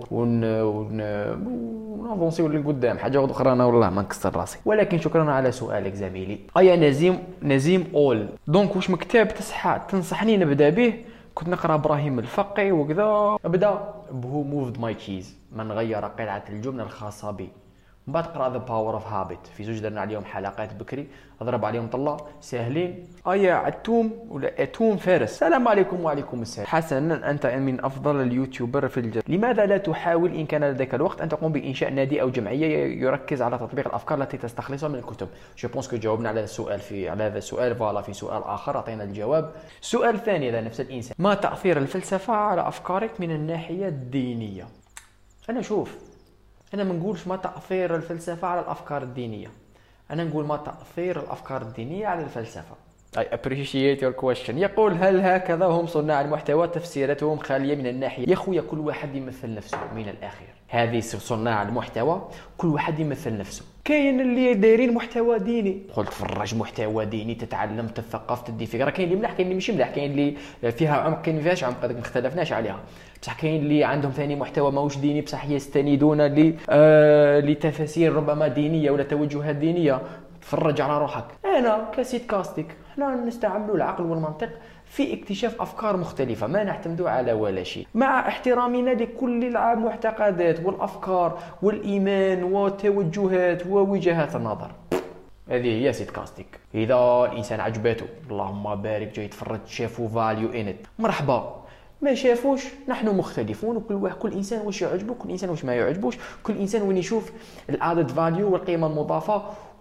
ونافونسيو للقدام. حاجه اخرى انا والله ما نكسر راسي. ولكن شكرا على سؤالك زميلي. نزيم اول. دونك واش مكتاب تنصحني نبدا به؟ كنت نقرا ابراهيم الفقي وكذا. ابدا بهو موفد ماي تشيز، من غير قطعه الجبن الخاصه بي. من بعد قرا ذا باور اوف هابت، في زوج درنا عليهم حلقات بكري، اضرب عليهم طله ساهلين. عتوم ولا اتوم فارس. السلام عليكم. وعليكم السلام. حسنا، انت من افضل اليوتيوبر في الجزائر، لماذا لا تحاول ان كان لديك الوقت ان تقوم بانشاء نادي او جمعيه يركز على تطبيق الافكار التي تستخلصها من الكتب؟ جو بونس كو جاوبنا على السؤال على هذا السؤال. فوالا في سؤال اخر اعطينا الجواب. سؤال ثاني لنفس الانسان، ما تاثير الفلسفه على افكارك من الناحيه الدينيه؟ أنا ما نقولش ما تأثير الفلسفة على الأفكار الدينية، أنا نقول ما تأثير الأفكار الدينية على الفلسفة. I appreciate your question. يقول هل هكذا هم صناع المحتوى تفسيراتهم خالية من الناحية؟ يا خويا كل واحد يمثل نفسه من الأخير. هذه صناع المحتوى كل واحد يمثل نفسه. كاين اللي دايرين محتوى ديني، تدخل تفرج محتوى ديني، تتعلم، تثقف، تدي فكره. كاين اللي ملاح، كاين اللي ماشي ملاح، كاين اللي فيها عمق، كاين اللي فيهاش عمق، هذاك ما اختلفناش عليها. بصح كاين اللي عندهم ثاني محتوى ماهوش ديني بصح يستندون لتفاسير ربما دينيه ولا توجهات دينيه. تفرج على روحك. انا كسيت كاستيك احنا نستعملوا العقل والمنطق في اكتشاف افكار مختلفه، ما نعتمد على ولا شيء، مع احترامنا لكل المعتقدات والافكار والايمان والتوجهات ووجهات النظر. هذه هي سيت كاستيك. اذا الانسان عجبته اللهم بارك جاي يتفرج شافوا فاليو انت، مرحبا. ما شافوش نحن مختلفون، كل انسان واش يعجبه، كل انسان واش ما يعجبوش، كل انسان وين يشوف الادد فاليو والقيمه المضافه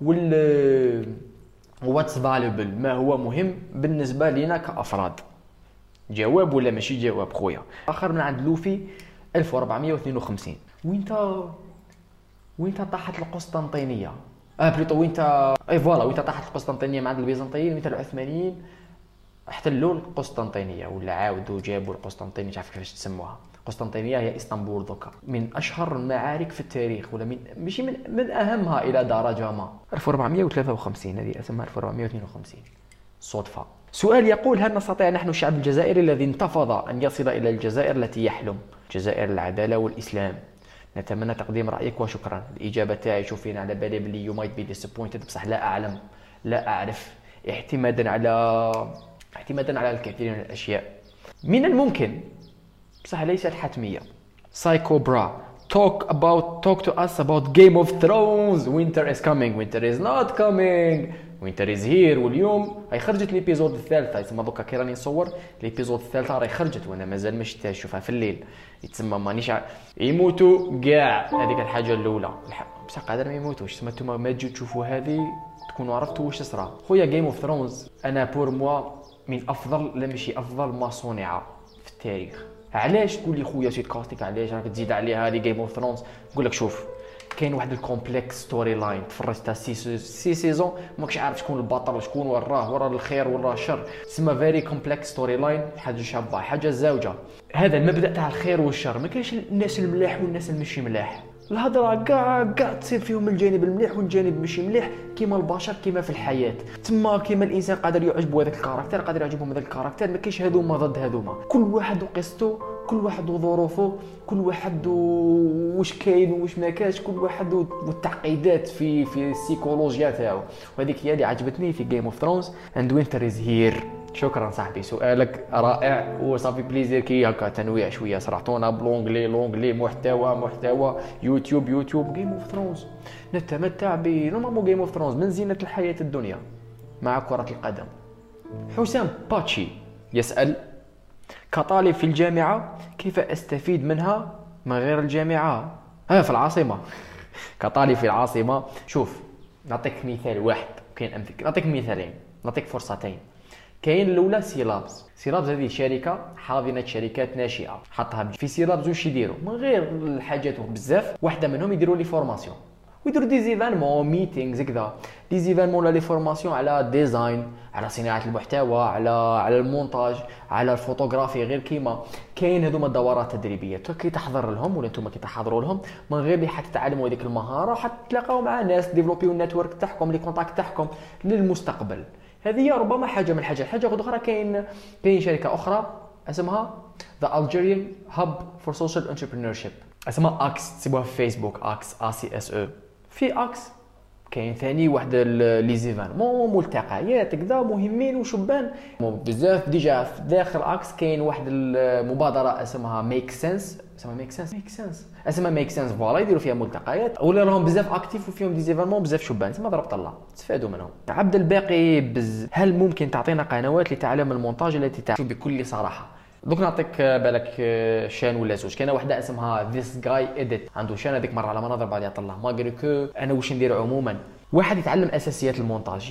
واتس فاليبل، ما هو مهم بالنسبه لنا كافراد. جواب ولا ماشي جواب خويا؟ اخر من عند لوفي 1452. وين طاحت القسطنطينيه؟ بلوتو وين طاحت القسطنطينيه مع البيزنطيين، وين العثمانيين احتلوا القسطنطينيه ولا عاودوا جابوا القسطنطينيه، مش عارف كيفاش تسموها. القسطنطينيه هي اسطنبول دوكا. من اشهر المعارك في التاريخ، ولا ماشي من اهمها الى درجه ما. 1453 هذه اسمها 1452 صدفه. سؤال يقول: هل نستطيع نحن الشعب الجزائري الذي انتفض ان يصل الى الجزائر التي يحلم، جزائر العداله والاسلام؟ نتمنى تقديم رايك وشكرا. الاجابه تاعي شوفين على بالي بلي يو مايت بي ديسابوينتد، بصح لا اعلم، لا اعرف، اعتمادا على الكثير من الاشياء. من الممكن بصح ليست حتميه. سايكو برا talk to us about Game of Thrones. Winter is coming, winter is not coming, winter is here. واليوم هي خرجت الابيزود الثالثه، يتسمى دوكا كي راني نصور الابيزود الثالثه راهي خرجت وانا مازال ما شفتهاش، شوفها في الليل. يتسمى مانيش يموتوا كاع، هذيك الحاجه الاولى. بصح قادر ما يموتوش، تسمى نتوما ما تجيو تشوفوا هذه تكونوا عرفتوا واش صرا. خويا جيم اوف ثرونز انا بور موا من افضل، لا ماشي افضل، ما صنع في التاريخ. علاش تقول لي خويا سيت كاستيك علاش راك تزيد عليها هذه جيم اوف ثرونز؟ نقول لك شوف، كاين واحد الكومبلكس ستوري لاين. تفرجت سي سيزون ماكش عارف شكون البطل وشكون وراه الخير وراه الشر. تسمى فيري كومبلكس ستوري لاين، حاجه شابه، حاجه زاوجه. هذا المبدا تاع الخير والشر، ما كاينش الناس الملاح والناس المشي ملاح. الهضره كاع تصير فيهم الجانب المليح والجانب ماشي مليح، كيما البشر كيما في الحياه. تما كيما الانسان قادر يعجبو هذاك الكاركتر، قادر يعجبهم هذاك الكاركتر، ما كاينش هذوما ضد هذوما. كل واحد وقصته، كل واحد وظروفه، كل واحد واش كاين وواش ما كاينش، كل واحد والتعقيدات في السيكولوجيا تاعو. وهذيك هي اللي عجبتني في جيم اوف ثرونز. اند وينتر از هير. شكرا صاحبي، سؤالك رائع وصافي بليزير كي هكا تنويع شويه صراحتونا بلونغلي محتوى يوتيوب جيم اوف ثرونز. نتمتع بنورمال جيم اوف ثرونز من زينه الحياه الدنيا مع كره القدم. حسام باتشي يسال: كطالب في الجامعه كيف استفيد منها من غير الجامعه؟ في العاصمه. كطالب في العاصمه، شوف نعطيك مثال واحد، كاين نعطيك مثالين، نعطيك فرصتين. كاين الاولى سيلابز هذه شركه حاضنه شركات ناشئه، حطها في سيلابز. واش يديروا من غير الحاجات بزاف؟ واحده منهم يديروا لي فورماسيون ويديروا دي زيفانمون ميتينغز كذا، دي زيفانمون ولا لي فورماسيون على ديزاين، على صناعه المحتوى، على المونتاج، على الفوتوغرافي. غير كيما كاين هذوما الدورات التدريبيه كي تحضر لهم ولا نتوما كي تحضروا لهم، من غير اللي حتتعلموا هذيك المهاره حتتلاقاو مع ناس ديفلوبيو النتورك تاعكم، لي كونتاكت تاعكم للمستقبل. هذه ربما حاجه من الحاجات. حاجه اخرى، كاين شركه اخرى اسمها The Algerian Hub for Social Entrepreneurship، اسمها اكس، تسيبوها في فيسبوك، اكس ACSE. في اكس كاين ثاني واحد لي زيفانمون ملتقيات كذا مهمين وشبان بزاف. ديجا داخل اكس كاين واحد المبادره اسمها ميك سنس، اسمها ميك سنس فوالا، يديروا فيها ملتقيات ولا راهم بزاف اكتيف وفيهم دي زيفانمون بزاف شبان. تما ضربت الله تستفادوا منهم. عبد الباقي هل ممكن تعطينا قنوات لتعلم المونتاج التي تعمل بكل صراحه؟ دوك نعطيك بالك شان ولا زوج. كاينه واحده اسمها This Guy Edit، عنده شان هذيك مره على ما نضرب عليها طلع. ما قالك انا واش ندير عموما، واحد يتعلم اساسيات المونتاج،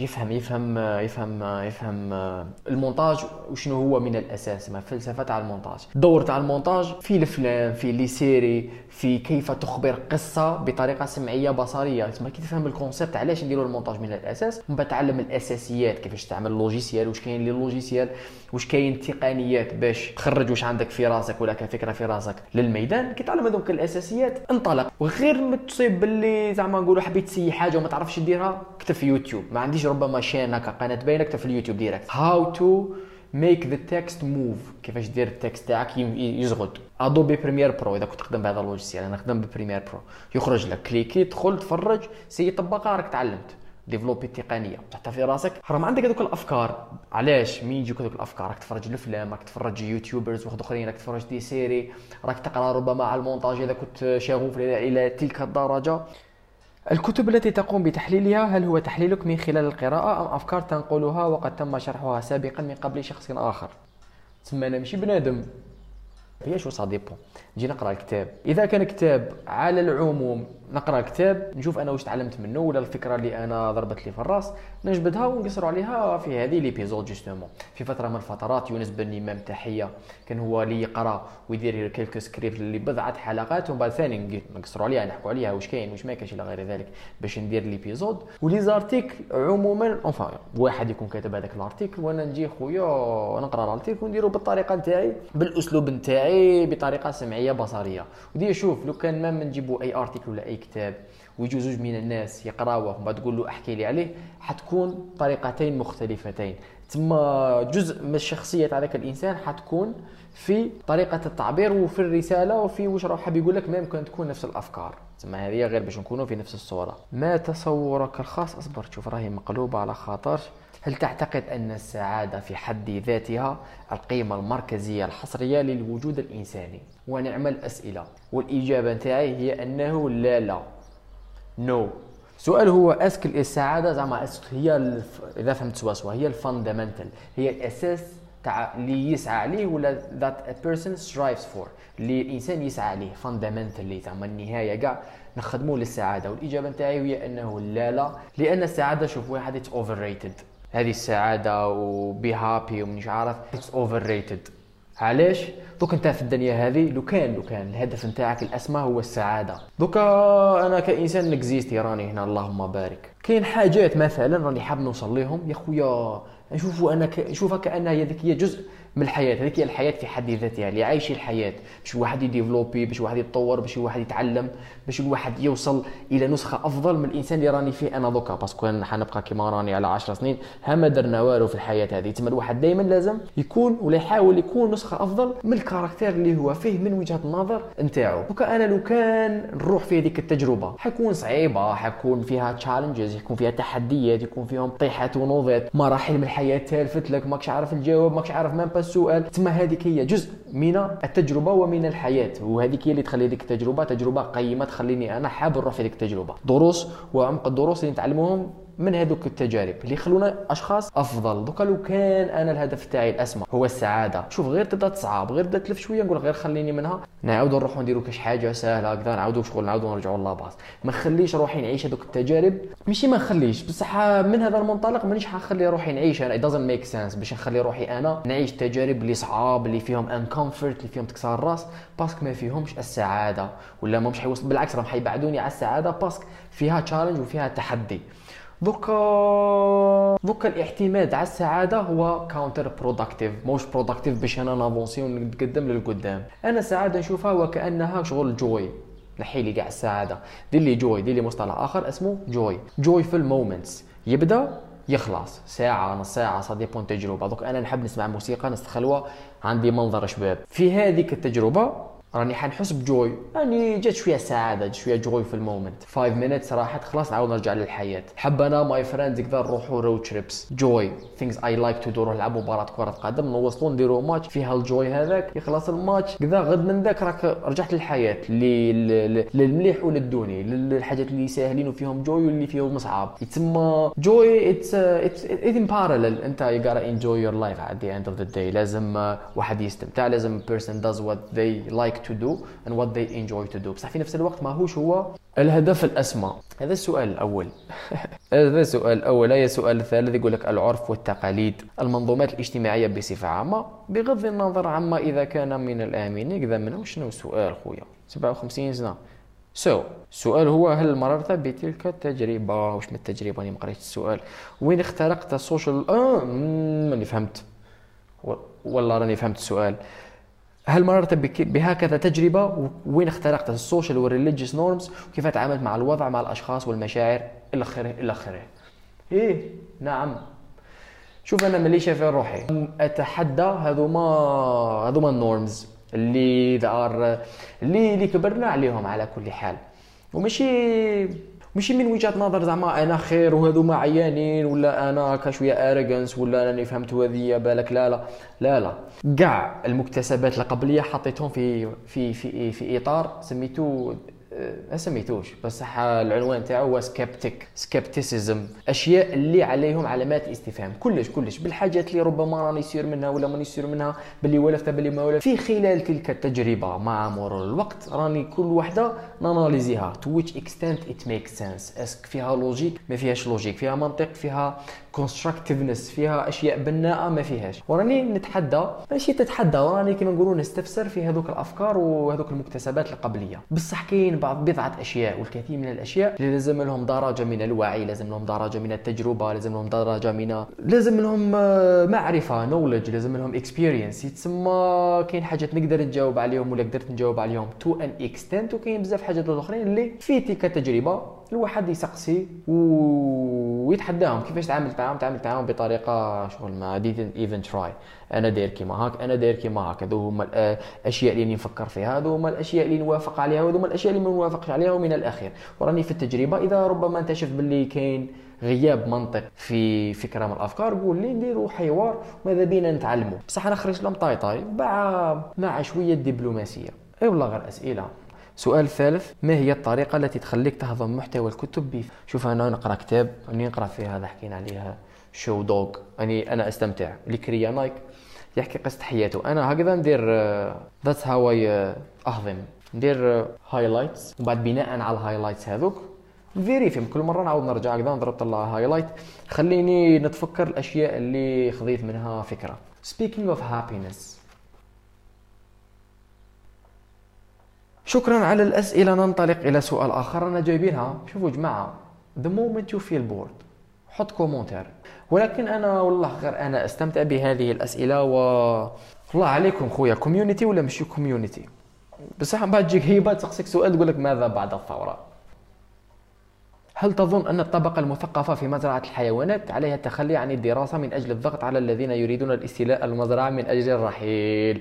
يفهم المونتاج وشنو هو من الاساس، ما فلسفه تاع المونتاج، الدور تاع المونتاج في الافلام، في لي سيري، في كيف تخبر قصه بطريقه سمعيه بصريه. تسمى كي تفهم الكونسيبت علاش نديروا المونتاج من الاساس، من بعد تعلم الاساسيات كيفاش تعمل اللوجيسيال، واش كاين لي لوجيسيال، واش كاين تقنيات باش تخرج واش عندك في راسك ولا كفكره في راسك للميدان. كي تعلم هذوك الاساسيات انطلق، وغير ما تصيب باللي زعما نقولوا حبيت تسيي حاجه وما تعرفش ديرها، اكتب في يوتيوب. ما عنديش ربما شان هكا قناه باينه، اكتب في اليوتيوب ديريكت هاو تو ميك ذا تكست موف، كيفاش دير التكست تاعك يزغد. ادوبي بريمير برو اذا كنت تخدم بهذا اللوجيسيال، انا نخدم ببريمير برو، يخرج لك كليكي دخل تفرج سي طبقها راك تعلمت ديفلوبي التقنيه تحطها في راسك. حرام عندك هذوك الافكار. علاش مين يجيك هذوك الافكار؟ راك تفرج الافلام، راك تفرج يوتيوبرز واحد اخرين، راك تفرج دي سيري، راك تقرا ربما على المونتاج اذا كنت شغوف الى تلك الدرجه. الكتب التي تقوم بتحليلها، هل هو تحليلك من خلال القراءة أم أفكار تنقلها وقد تم شرحها سابقا من قبل شخص آخر؟ تسمى أنا ماشي بنادم، هي شو صاديبون نجي نقرا الكتاب. اذا كان كتاب على العموم نقرا الكتاب نشوف انا واش تعلمت منه، ولا الفكره اللي انا ضربت لي في الراس نجبدها ونقصروا عليها في هذه ليبيزود. جوستومون في فتره من الفترات يونس بن امام تحيه كان هو اللي يقرا ويدير كيلكو سكريبت اللي بضعه حلقات، ومن بعد ثاني نقصروا عليها نحكوا عليها واش كاين واش ما كاينش الى غير ذلك باش ندير ليبيزود. ولي زارتيكل عموما اونفا واحد يكون كاتب هذاك الارتيكل وانا نجي خويا نقرا الارتيكل ونديرو بالطريقه نتاعي بالاسلوب نتاعي بطريقه سمعيه بصريه. ودي شوف لو كان ما نجيبوا اي ارتيكل ولا اي كتاب ويجوا زوج من الناس يقراوه وبعد تقول له احكي لي عليه، حتكون طريقتين مختلفتين. تما جزء من الشخصيه تاع ذاك الانسان حتكون في طريقه التعبير وفي الرساله وفي واش راه حاب يقول لك، ما يمكن تكون نفس الافكار. تما هذه غير باش نكونوا في نفس الصوره. ما تصورك الخاص؟ اصبر تشوف راهي مقلوبه على خاطر. هل تعتقد أن السعادة في حد ذاتها القيمة المركزية الحصرية للوجود الإنساني؟ ونعمل أسئلة، والإجابة تاعي هي أنه لا نو. سؤال هو اسك السعادة زعما اسك هي إذا فهمت سوا هي الفاندامنتال، هي الأساس تاع اللي يسعى عليه ولا that a person strives for، اللي الإنسان يسعى عليه fundamentally زعما النهاية كاع نخدمه للسعادة. والإجابة تاعي هي أنه لا، لأن السعادة شوف واحد it's overrated. هذه السعادة وبي هابي ومنيش عارف it's overrated. علاش؟ دوك انت في الدنيا هذه لو كان الهدف نتاعك الاسمى هو السعادة، دوكا انا كإنسان نكزيستي راني هنا اللهم بارك، كاين حاجات مثلا راني حاب نوصل لهم يا خويا نشوفوا انا نشوفها كأنها هي جزء من الحياة. هذيك هي الحياة في حد ذاتها اللي عايش الحياة، باش واحد يديفلوبي، باش واحد يتطور، باش واحد يتعلم، باش الواحد يوصل الى نسخة افضل من الانسان اللي راني فيه انا دوكا. باسكو انا حنبقى كيما راني على 10 سنين ما درنا والو في الحياة هذه. تما الواحد دائما لازم يكون ولا يحاول يكون نسخة افضل من الكاركتير اللي هو فيه من وجهة النظر نتاعو. دوكا انا لو كان نروح في هذيك التجربة حيكون صعيبة، حيكون فيها تشالنجز، يكون فيها تحديات، يكون فيهم طيحات ونوضات، مراحل من الحياة تالفت لك ماكش عارف الجواب، ماكش عارف مام السؤال. تما هذيك هي جزء من التجربه ومن الحياه، وهذيك هي اللي تخلي ديك التجربه تجربه قيمه، تخليني انا حاب نروح في ديك التجربه. دروس وعمق الدروس اللي نتعلموهم من هذوك التجارب اللي يخلونا اشخاص افضل. دوكا لو كان انا الهدف تاعي الاسمى هو السعاده، شوف غير تبدا تصعب، غير تبدا تلف شويه، نقول غير خليني منها، نعاودوا نروحوا نديروا كاش حاجه سهله هكذا، نعاودوا شغل، نعاودوا نرجعوا لاباس. ما نخليش روحي نعيش هذوك التجارب، ماشي ما نخليش بصح من هذا المنطلق مانيش حنخلي روحي نعيش انا. it doesn't make sense باش نخلي روحي انا نعيش تجارب اللي صعاب، اللي فيهم انكمفورت، اللي فيهم تكسر الراس، باسكو ما فيهمش السعاده، ولا ما مش حيوصل، بالعكس راهم حيبعدوني على السعاده باسكو فيها تشالنج وفيها تحدي. دوكا الاعتماد على السعاده هو كاونتر برودكتيف، موش برودكتيف باش انا نافونسي ونتقدم للقدام. انا السعاده نشوفها وكانها شغل جوي، نحيلي كاع السعاده، دير لي جوي، دير لي مصطلح اخر اسمه جوي في المومنتس، يبدا يخلص ساعه نص ساعه صديقون تجربه. دوك انا نحب نسمع موسيقى نستخلوه، عندي منظر شباب في هذيك التجربه راني حنحس بجوي، يعني جات شويه سعاده، جات شويه جوي في المومنت. 5 minutes راحت خلاص نعاود نرجع للحياه. حب انا ماي فريندز كذا نروحوا رود تريبس، جوي ثينكس اي لايك تو دو، نروح نلعبوا مباراه كره قدم، نوصلوا نديروا ماتش فيها الجوي هذاك، يخلص الماتش كذا غد من ذاك راك رجعت للحياه، للمليح وللدوني، للحاجات اللي ساهلين وفيهم جوي واللي فيهم صعاب. يتسمى جوي اتس ان بارالل، انت يو غاتا انجوي يور لايف ات ذا اند اوف ذا داي. لازم واحد يستمتع، لازم بيرسون داز وات ذي لايك like to do and what they enjoy to do. بصح في نفس الوقت ماهوش هو الهدف الأسمى. هذا السؤال الأول. هذا السؤال الأول. هي السؤال الثالث يقول لك العرف والتقاليد، المنظومات الاجتماعية بصفة عامة بغض النظر عما إذا كان من الآمن إذا منه. شنو السؤال خويا؟ 57 سنة. السؤال هو هل مررت بتلك التجربة؟ واش من التجربة؟ أنا ما قريتش السؤال. وين اخترقت السوشيال؟ ماني فهمت والله راني فهمت السؤال. هل مررت بهكذا تجربة؟ وين اخترقت السوشيال والريليجيوس نورمز؟ وكيف تعاملت مع الوضع مع الأشخاص والمشاعر إلى آخره إلى آخره. إيه نعم. شوف أنا ملي شايف روحي أتحدى هذوما النورمز اللي كبرنا عليهم على كل حال، ومشي من وجهة نظر زعما انا خير وهذوما عيانين ولا انا كشويه اريغانس ولا راني فهمت هذيا بالك. لا كاع المكتسبات القبليه حطيتهم في اطار سميتوش بصح العنوان تاعو هو سكيبتيسيزم. اشياء اللي عليهم علامات استفهام كلش بالحاجات اللي ربما راني يصير منها ولا ماني يصير منها، باللي ولفت باللي ما ولفت. في خلال تلك التجربه مع مرور الوقت راني كل وحده ناناليزيها to which extent it makes sense. اسك فيها لوجيك ما فيهاش لوجيك، فيها منطق، فيها constructiveness، فيها اشياء بناءه ما فيهاش. وراني نتحدى وراني كما نقولوا نستفسر في هذوك الافكار وهذوك المكتسبات القبليه. بصح كاين بضعه اشياء والكثير من الاشياء اللي لازم لهم درجه من الوعي، لازم لهم درجه من التجربه، لازم لهم معرفه knowledge، لازم لهم experience. يتسمى كاين حاجات نقدر نجاوب عليهم ولا قدرت نجاوب عليهم to an extent، وكاين بزاف حاجات اخرين اللي في تلك التجربه الواحد يسقسي ويتحداهم كيفاش تعاملت معاهم بطريقه شغل ما didn't even try. انا داير كيما هاك هذو هما الاشياء اللي نفكر فيها، هذو هما الاشياء اللي نوافق عليها، وهذو هما الاشياء اللي ما نوافقش عليها. ومن الاخير وراني في التجربه اذا ربما انت شفت باللي كاين غياب منطق في فكره من الافكار قول لي نديروا حوار ماذا بينا نتعلموا. بصح انا خرجت لهم طاي مع شويه دبلوماسيه. اي والله غير اسئله. سؤال ثالث: ما هي الطريقة التي تخليك تهضم محتوى الكتب شوف أنا نقرأ كتاب أني نقرأ فيه هذا حكينا عليها شو دوغ، أنا أستمتع. لكريا نايك يحكي قصة حياته، أنا هكذا ندير ذاتس هاو أهضم، ندير هايلايتس وبعد بناء على الهايلايتس هذوك فيريفيم كل مرة نعاود نرجع هكذا نضرب طلع هايلايت خليني نتفكر الأشياء اللي خذيت منها فكرة. Speaking of happiness، شكرا على الأسئلة. ننطلق إلى سؤال آخر أنا جايبينها. شوفوا جماعة، the moment you feel bored حط كومنتير. ولكن أنا والله غير أنا أستمتع بهذه الأسئلة والله عليكم خويا كوميونيتي ولا مش كوميونيتي. بصح بعد تجيك هيبة تسقسيك سؤال تقول لك ماذا بعد الثورة؟ هل تظن أن الطبقة المثقفة في مزرعة الحيوانات عليها التخلي عن الدراسة من أجل الضغط على الذين يريدون الاستيلاء المزرعة من أجل الرحيل؟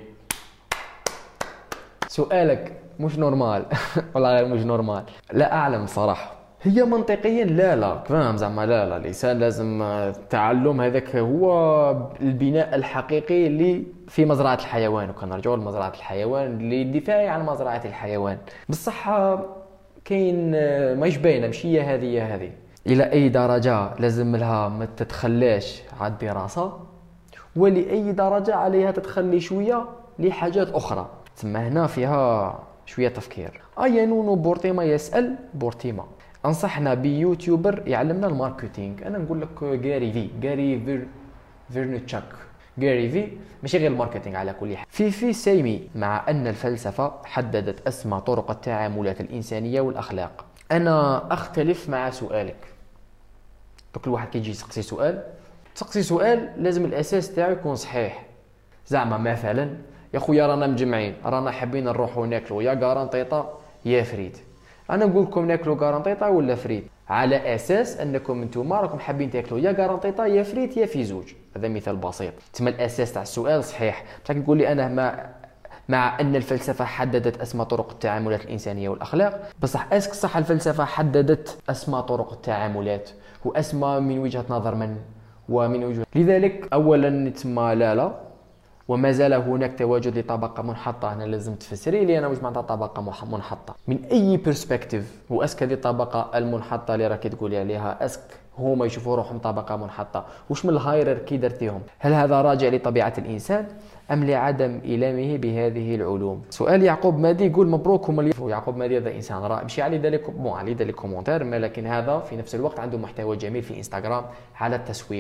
سؤالك مش نورمال والله غير مش نورمال. لا أعلم صراحة. هي منطقيا لا فاهم زعما لا الإنسان لازم التعلم هذاك هو البناء الحقيقي اللي في مزرعة الحيوان، وكنرجعوا لمزرعة الحيوان للدفاع عن مزرعة الحيوان. بصح كاين ماهيش باينه ماشي هذه الى اي درجه لازم لها ما تتخلاش على الدراسه، ولاي درجه عليها تتخلي شويه لحاجات اخرى. تسمى هنا فيها شويه تفكير. نونو بورتيما يسال بورتيما: انصحنا بيوتيوبر يعلمنا الماركتينغ. انا نقول لك غاري فيرنتشاك. غاري في ماشي غير الماركتينغ على كل حال. في سيمي: مع ان الفلسفه حددت اسمى طرق التعاملات الانسانيه والاخلاق. انا اختلف مع سؤالك. كل واحد كيجي تسقسي سؤال لازم الاساس تاعو يكون صحيح. زعما مثلا يا خويا رانا مجمعين رانا حابين نروحوا ناكلوا يا قرنطيطه يا فريد، انا نقول لكم ناكلوا قرنطيطه ولا فريد على اساس انكم انتوما راكم حابين تاكلوا يا قرنطيطه يا فريد يا في زوج. هذا مثال بسيط. تسمى الاساس تاع السؤال صحيح. بصح تقول لي انا مع ان الفلسفه حددت اسمى طرق التعاملات الانسانيه والاخلاق، بصح اسك صح الفلسفه حددت اسمى طرق التعاملات واسمى من وجهه نظر من ومن وجهه. لذلك اولا تسمى لا وما زال هناك تواجد لطبقة منحطة. هنا لازم تفسري لي أنا واش معناتها طبقة منحطة من أي برسبكتيف، وأسك هذه الطبقة المنحطة اللي راكي تقولي عليها أسك هما يشوفوا روحهم طبقة منحطة، وش من الهايراركي درتيهم؟ هل هذا راجع لطبيعة الإنسان أم لعدم إيلامه بهذه العلوم؟ سؤال يعقوب مادي يقول مبروك هم اللي يعقوب مادي هذا إنسان رائع، مشي عليه ذلك كومنتار، لكن هذا في نفس الوقت عنده محتوى جميل في انستغرام على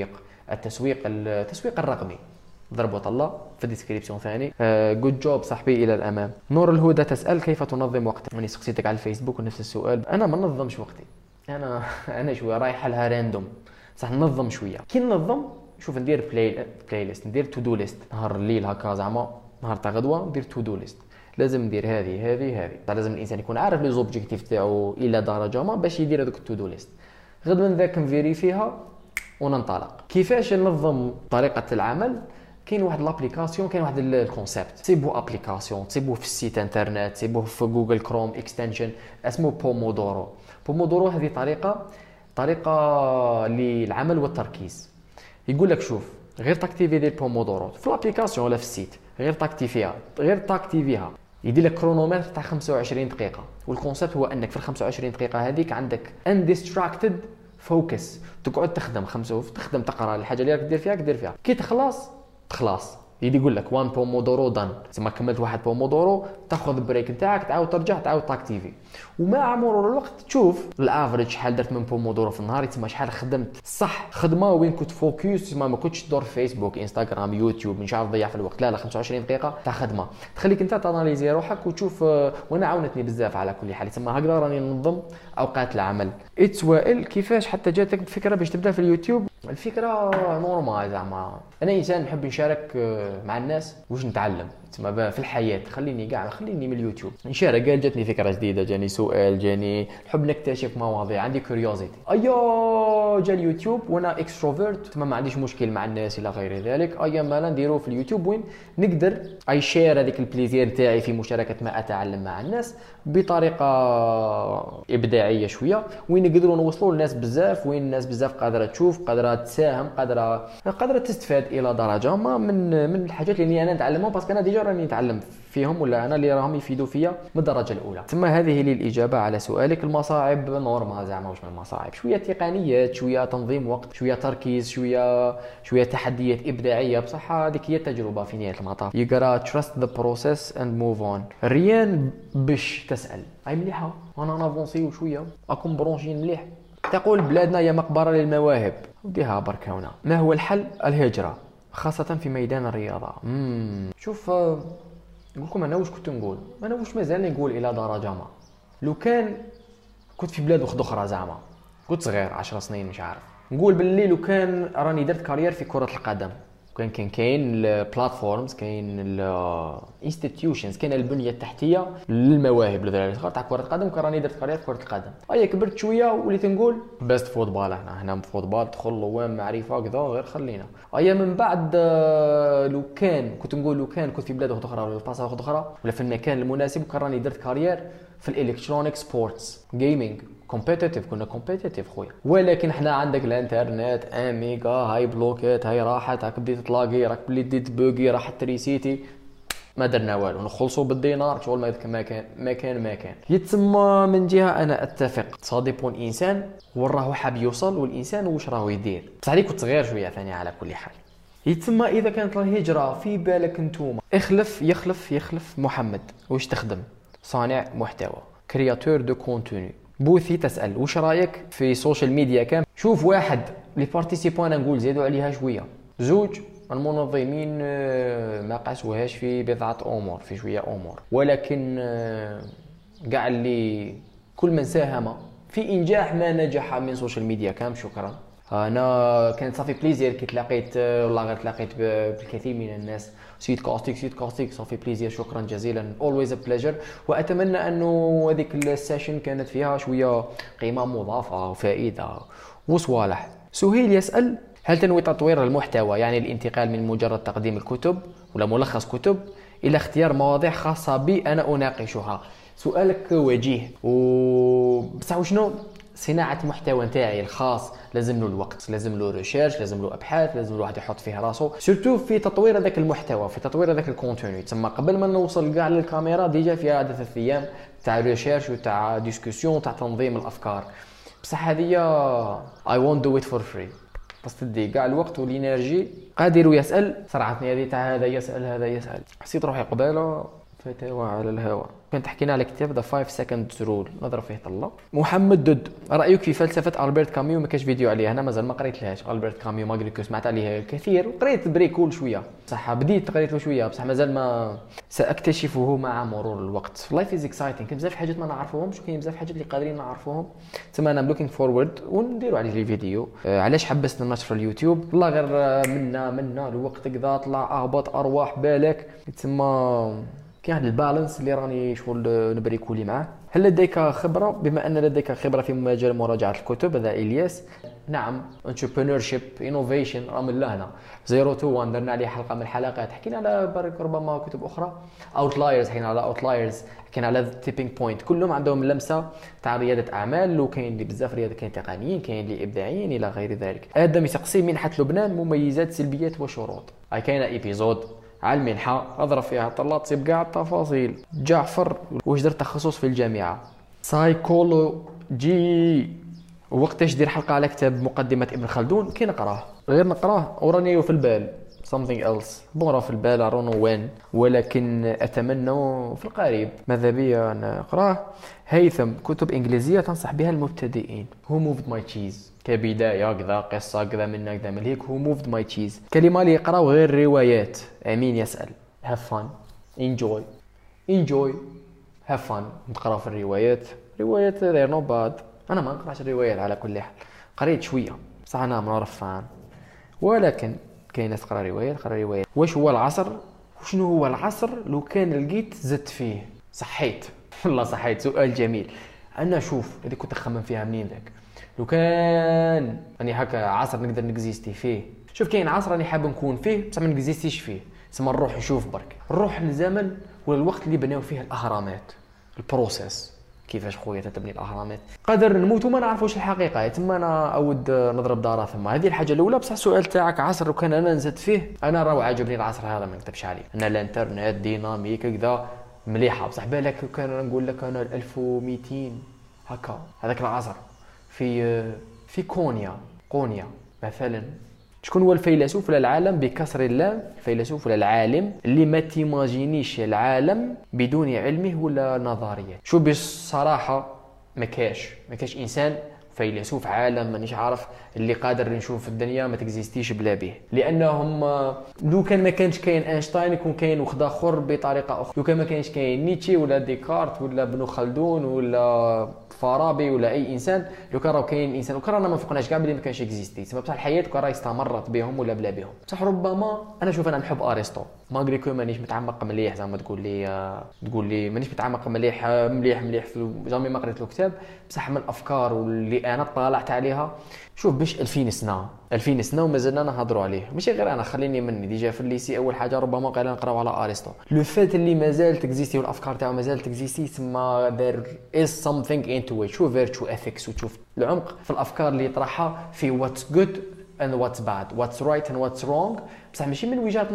التسويق الرقمي. ضربة الله في الديسكريبسيون ثاني. جود جوب صاحبي الى الامام. نور الهدى تسال كيف تنظم وقتك؟ يعني سقسيتك على الفيسبوك ونفس السؤال. انا ما ننظمش وقتي، انا شويه رايحه لها راندوم، صح ننظم شويه. كي ننظم شوف ندير بلاي ليست، ندير تو دو ليست. نهار الليل هكا زعما نهار تاع غدوه ندير تو دو ليست، لازم ندير هذه لازم الانسان يكون عارف لي زوبجيكتيف تاعو الى درجه ما باش يدير هذوك التو دو ليست. غد من ذاك نفيري فيها وننطلق. كيفاش ننظم طريقه العمل؟ كاين واحد لابليكاسيون، كاين واحد الكونسيبت تسيبو ابليكاسيون، تسيبوه في السيت انترنت، تسيبوه في جوجل كروم اكستنشن اسمه بومودورو. هذه طريقه للعمل والتركيز. يقول لك شوف غير تاكتيفي ديال بومودورو في الابليكاسيون ولا في السيت، غير تاكتيفيها يدير لك كرونومتر تاع 25 دقيقه. والكونسيبت هو انك في ال 25 دقيقه هذيك عندك اندستراكتد فوكس، تقعد تخدم تقرا الحاجه اللي راك دير فيها. كي تخلص يقول لك 1 بومودورو دان، تسمى كملت واحد بومودورو، تاخذ بريك نتاعك، تعاود ترجع تعاود تاكتيفي. ومع مرور الوقت تشوف الافريج شحال درت من بومودورو في النهار، تسمى شحال خدمت صح خدمه وين كنت فوكس، تسمى ما كنتش تدور فيسبوك انستغرام يوتيوب مش عارف تضيع في الوقت. لا 25 دقيقه تاع خدمه تخليك انت تاناليزي روحك وتشوف. وانا عاونتني بزاف على كل حال، تسمى هكذا راني ننظم اوقات العمل. وائل كيفاش حتى جاتك الفكره باش تبدا في اليوتيوب؟ الفكره نورمال زعما انا انسان نحب نشارك مع الناس واش نتعلم، تسمى في الحياه خليني من اليوتيوب نشارك. قال جاتني فكره جديده، جاني سؤال، جاني نحب نكتشف مواضيع، عندي كوريوزيتي. جا اليوتيوب وانا اكستروفيرت، تسمى ما عنديش مشكل مع الناس الى غير ذلك. مالا نديرو في اليوتيوب وين نقدر شير هذيك البليزير تاعي في مشاركه ما اتعلم مع الناس بطريقه ابداعيه شويه، وين نقدروا نوصلوا للناس بزاف، وين الناس بزاف قادره تشوف، قادره تساهم، قادره تستفاد الى درجه ما من الحاجات اللي انا نتعلمها، باسكو انا ديجا راني نتعلم فيهم، ولا انا اللي راهم يفيدوا فيا من الدرجه الاولى. ثم هذه للاجابه على سؤالك. المصاعب نورمال زعما واش من المصاعب؟ شويه تقنيات، شويه تنظيم وقت، شويه تركيز، شويه تحديات ابداعيه، بصح هذيك هي التجربه في نهايه المطاف. يقرا trust the process and move on. ريان باش تسال هاي مليحه، انا نافونسي وشويه اكون برونشين مليح. تقول بلادنا هي مقبره للمواهب، وديها برك هنا. ما هو الحل؟ الهجره، خاصه في ميدان الرياضه. شوف نقول لكم انا واش كنت نقول، انا واش مازال نقول الى درجه ما. لو كان كنت في بلاد اخرى زعما كنت صغير 10 سنين مش عارف، نقول باللي لو كان راني درت كارير في كره القدم، كاين البلاتفورمز، كاين الانستيتيوشنز، كاين البنيه التحتيه للمواهب للذراري الصغار تاع كره القدم. كان راني درت كارير في كره القدم. كبرت شويه وليت نقول بست فوتبال، هنا فوتبال دخل لوام معرفه كذا غير خلينا. من بعد لو كان كنت نقول لو كان كنت في بلاد اخرى ولا في بلاصه اخرى ولا في المكان المناسب، كان راني درت كارير في الالكترونيك سبورتس جيمنج كومبيتيتيف. كنا كومبيتيتيف خويا، ولكن حنا عندك الانترنت ميجا هاي بلوكيت، هاي راحت، راك بديت تلاقي، راك بديت تبوغي، راحت تريسيتي، ما درنا والو، نخلصوا بالدينار شغل ما كان يتسمى. من جهه انا اتفق، صادبون الانسان وين راهو حاب يوصل، والانسان واش راهو يدير. بصح عليك كنت صغير شويه ثاني على كل حال. يتسمى اذا كانت الهجره في بالك نتوما، يخلف محمد واش تخدم؟ صانع محتوى، كرياتور دو كونتوني. بوثي تسال واش رايك في السوشيال ميديا كام؟ شوف، واحد لي بارتيسيبون نقول زيدوا عليها شويه، زوج المنظمين ما قاسوهاش في بضعه امور، في شويه امور، ولكن كاع اللي كل من ساهم في انجاح ما نجح من سوشيال ميديا كام. شكرا. انا كانت صافي بليزير كي تلاقيت، والله غير تلاقيت بالكثير من الناس. سيد كاستيك صافي بليزير، شكرا جزيلا، always a pleasure. واتمنى انه هذيك السيشن كانت فيها شويه قيمه مضافه وفائده وصوالح. سهيل يسال هل تنوي تطوير المحتوى، يعني الانتقال من مجرد تقديم الكتب ولا ملخص كتب الى اختيار مواضيع خاصه بي انا اناقشها؟ سؤالك وجيه بصح وشنو صناعه المحتوى نتاعي الخاص لازم له الوقت، لازم له ريشيرش، لازم له ابحاث، لازم الواحد يحط فيه راسه سورتو في تطوير هذاك المحتوى، في تطوير هذاك الكونتوني. تسمى قبل ما نوصل كاع للكاميرا ديجا فيها 3 ايام تاع ريشيرش وتاع ديسكوسيون تاع تنظيم الافكار. بصح هذه I won't do it for free، بس تدي كاع الوقت والانرجي. قادر يسال صرعتني هذه تاع هذا يسال هذا يسال، حسيت روحي قباله فتاوى على الهواء. كنت حكينا على كتاب ذا 5 سكند رول نضرب فيه طله. محمد دد، رايك في فلسفه البرت كاميو؟ ما كاش فيديو عليها، انا مازال ما قريتلهاش. البرت كاميو ما قريت، سمعت عليه الكثير وقريت بريكول شويه، صح بديت قريت له شويه بصح مازال ما ساكتشفه مع مرور الوقت. لايف از اكسايتينغ، كاين بزاف حاجات ما نعرفوهمش وكاين بزاف حاجات اللي قادرين نعرفوهم. تما انا لوكينغ فورورد ونديروا عليه لي فيديو. علاش حبست النشر في اليوتيوب؟ والله غير منا الوقت كذا طلع اهبط ارواح بالك. تما كاين هذا البالانس اللي راني شغل نبريكولي معاه. هل لديك خبرة؟ بما أن لديك خبرة في مجال مراجعة الكتب، هذا إلياس. نعم، entrepreneurship innovation راه من لهنا 021 درنا عليه حلقة من الحلقات، حكينا على ربما كتب أخرى. outliers حكينا على outliers، حكينا على tipping point، كلهم عندهم لمسة تاع ريادة أعمال، وكاين اللي بزاف ريادة، كاين تقنيين، كاين اللي إبداعيين إلى غير ذلك. آدم يسقسي منحة لبنان مميزات سلبيات وشروط. هاي كاينة إيبيزود على المنحة اضرب فيها طلات تصيب كاع التفاصيل. جعفر، واش درت تخصص في الجامعة؟ سايكولوجي. وقتاش دير حلقة على كتاب مقدمة ابن خلدون؟ كي نقراه غير نقراه وراني في البال something else راه في البال رانو وين، ولكن اتمنى في القريب ماذا بي نقراه. هيثم، كتب انجليزية تنصح بها المبتدئين؟ Who moved my cheese، كبداية كذا قصة كذا من كذا من هيك. Who moved my cheese كلمة اللي يقراو غير روايات. امين يسأل، have fun enjoy have fun. نقراو في الروايات، روايات they're not bad. انا ما نقراش الروايات على كل حال، قريت شوية بصح انا من رفان، ولكن كاين ناس تقرا روايات. واش هو العصر؟ وشنو هو العصر لو كان لقيت زدت فيه؟ صحيت والله صحيت، سؤال جميل. انا شوف هذيك كنت نخمم فيها منين ذاك، لو كان راني هكا عصر نقدر نكزيستي فيه. شوف كاين عصر راني حاب نكون فيه بصح ما نكزيستيش فيه، تسمى نروح نشوف برك، نروح للزمن ولا الوقت اللي بناو فيه الاهرامات، البروسيس كيفاش خويا تبني الاهرامات. قدر نموت وما نعرفوش الحقيقه، تما انا اود نضرب دارة ثم. هذه الحاجه الاولى. بصح السؤال تاعك عصر لو كان انا نزدت فيه، انا راه عجبني العصر هذا ما نكتبش عليه، انا الانترنت ديناميك كذا مليحه. بصح بالك كان نقول لك انا 1200 هكا هذاك العصر في قونيا مثلا، شكون هو الفيلسوف ولا العالم بكسر اللام، الفيلسوف ولا العالم اللي ما تيماجينيش العالم بدون علمه ولا نظريه؟ شو بصراحه ما كاش انسان فيلسوف عالم مانيش عارف اللي قادر نشوف الدنيا ما تكزيستيش بلا به، لانهم لو كان ما كانش كاين اينشتاين يكون كاين واحد اخر بطريقه اخرى، لو كان ما كانش كاين نيتشه ولا ديكارت ولا ابن خلدون ولا فارابي ولا اي انسان، لو كان راه كاين انسان وكان رانا ما فوقناش كاع بلي ما كانش اكزيستي، تسمى بصح الحياه كان راه استمرت بهم ولا بلا بهم. بصح ربما انا شوف انا نحب ارسطو، ماغري كو مانيش متعمق مليح زعما تقول لي مانيش متعمق مليح في جامي ما قريت له كتاب، بصح من الافكار واللي انا طالعت عليها شوف باش 2000 سنه ومازلنا نهضروا عليه، ماشي غير انا خليني مني ديجا في الليسي اول حاجه ربما قال نقراو على ارسطو، لو فات اللي مازال تكزيستي والافكار تاعو مازال تكزيستي تسمى there is something into it. شوف فيرتشو اثيكس وتشوف العمق في الافكار اللي يطرحها في what's good and what's bad, what's right and what's wrong، بصح ماشي من وجهه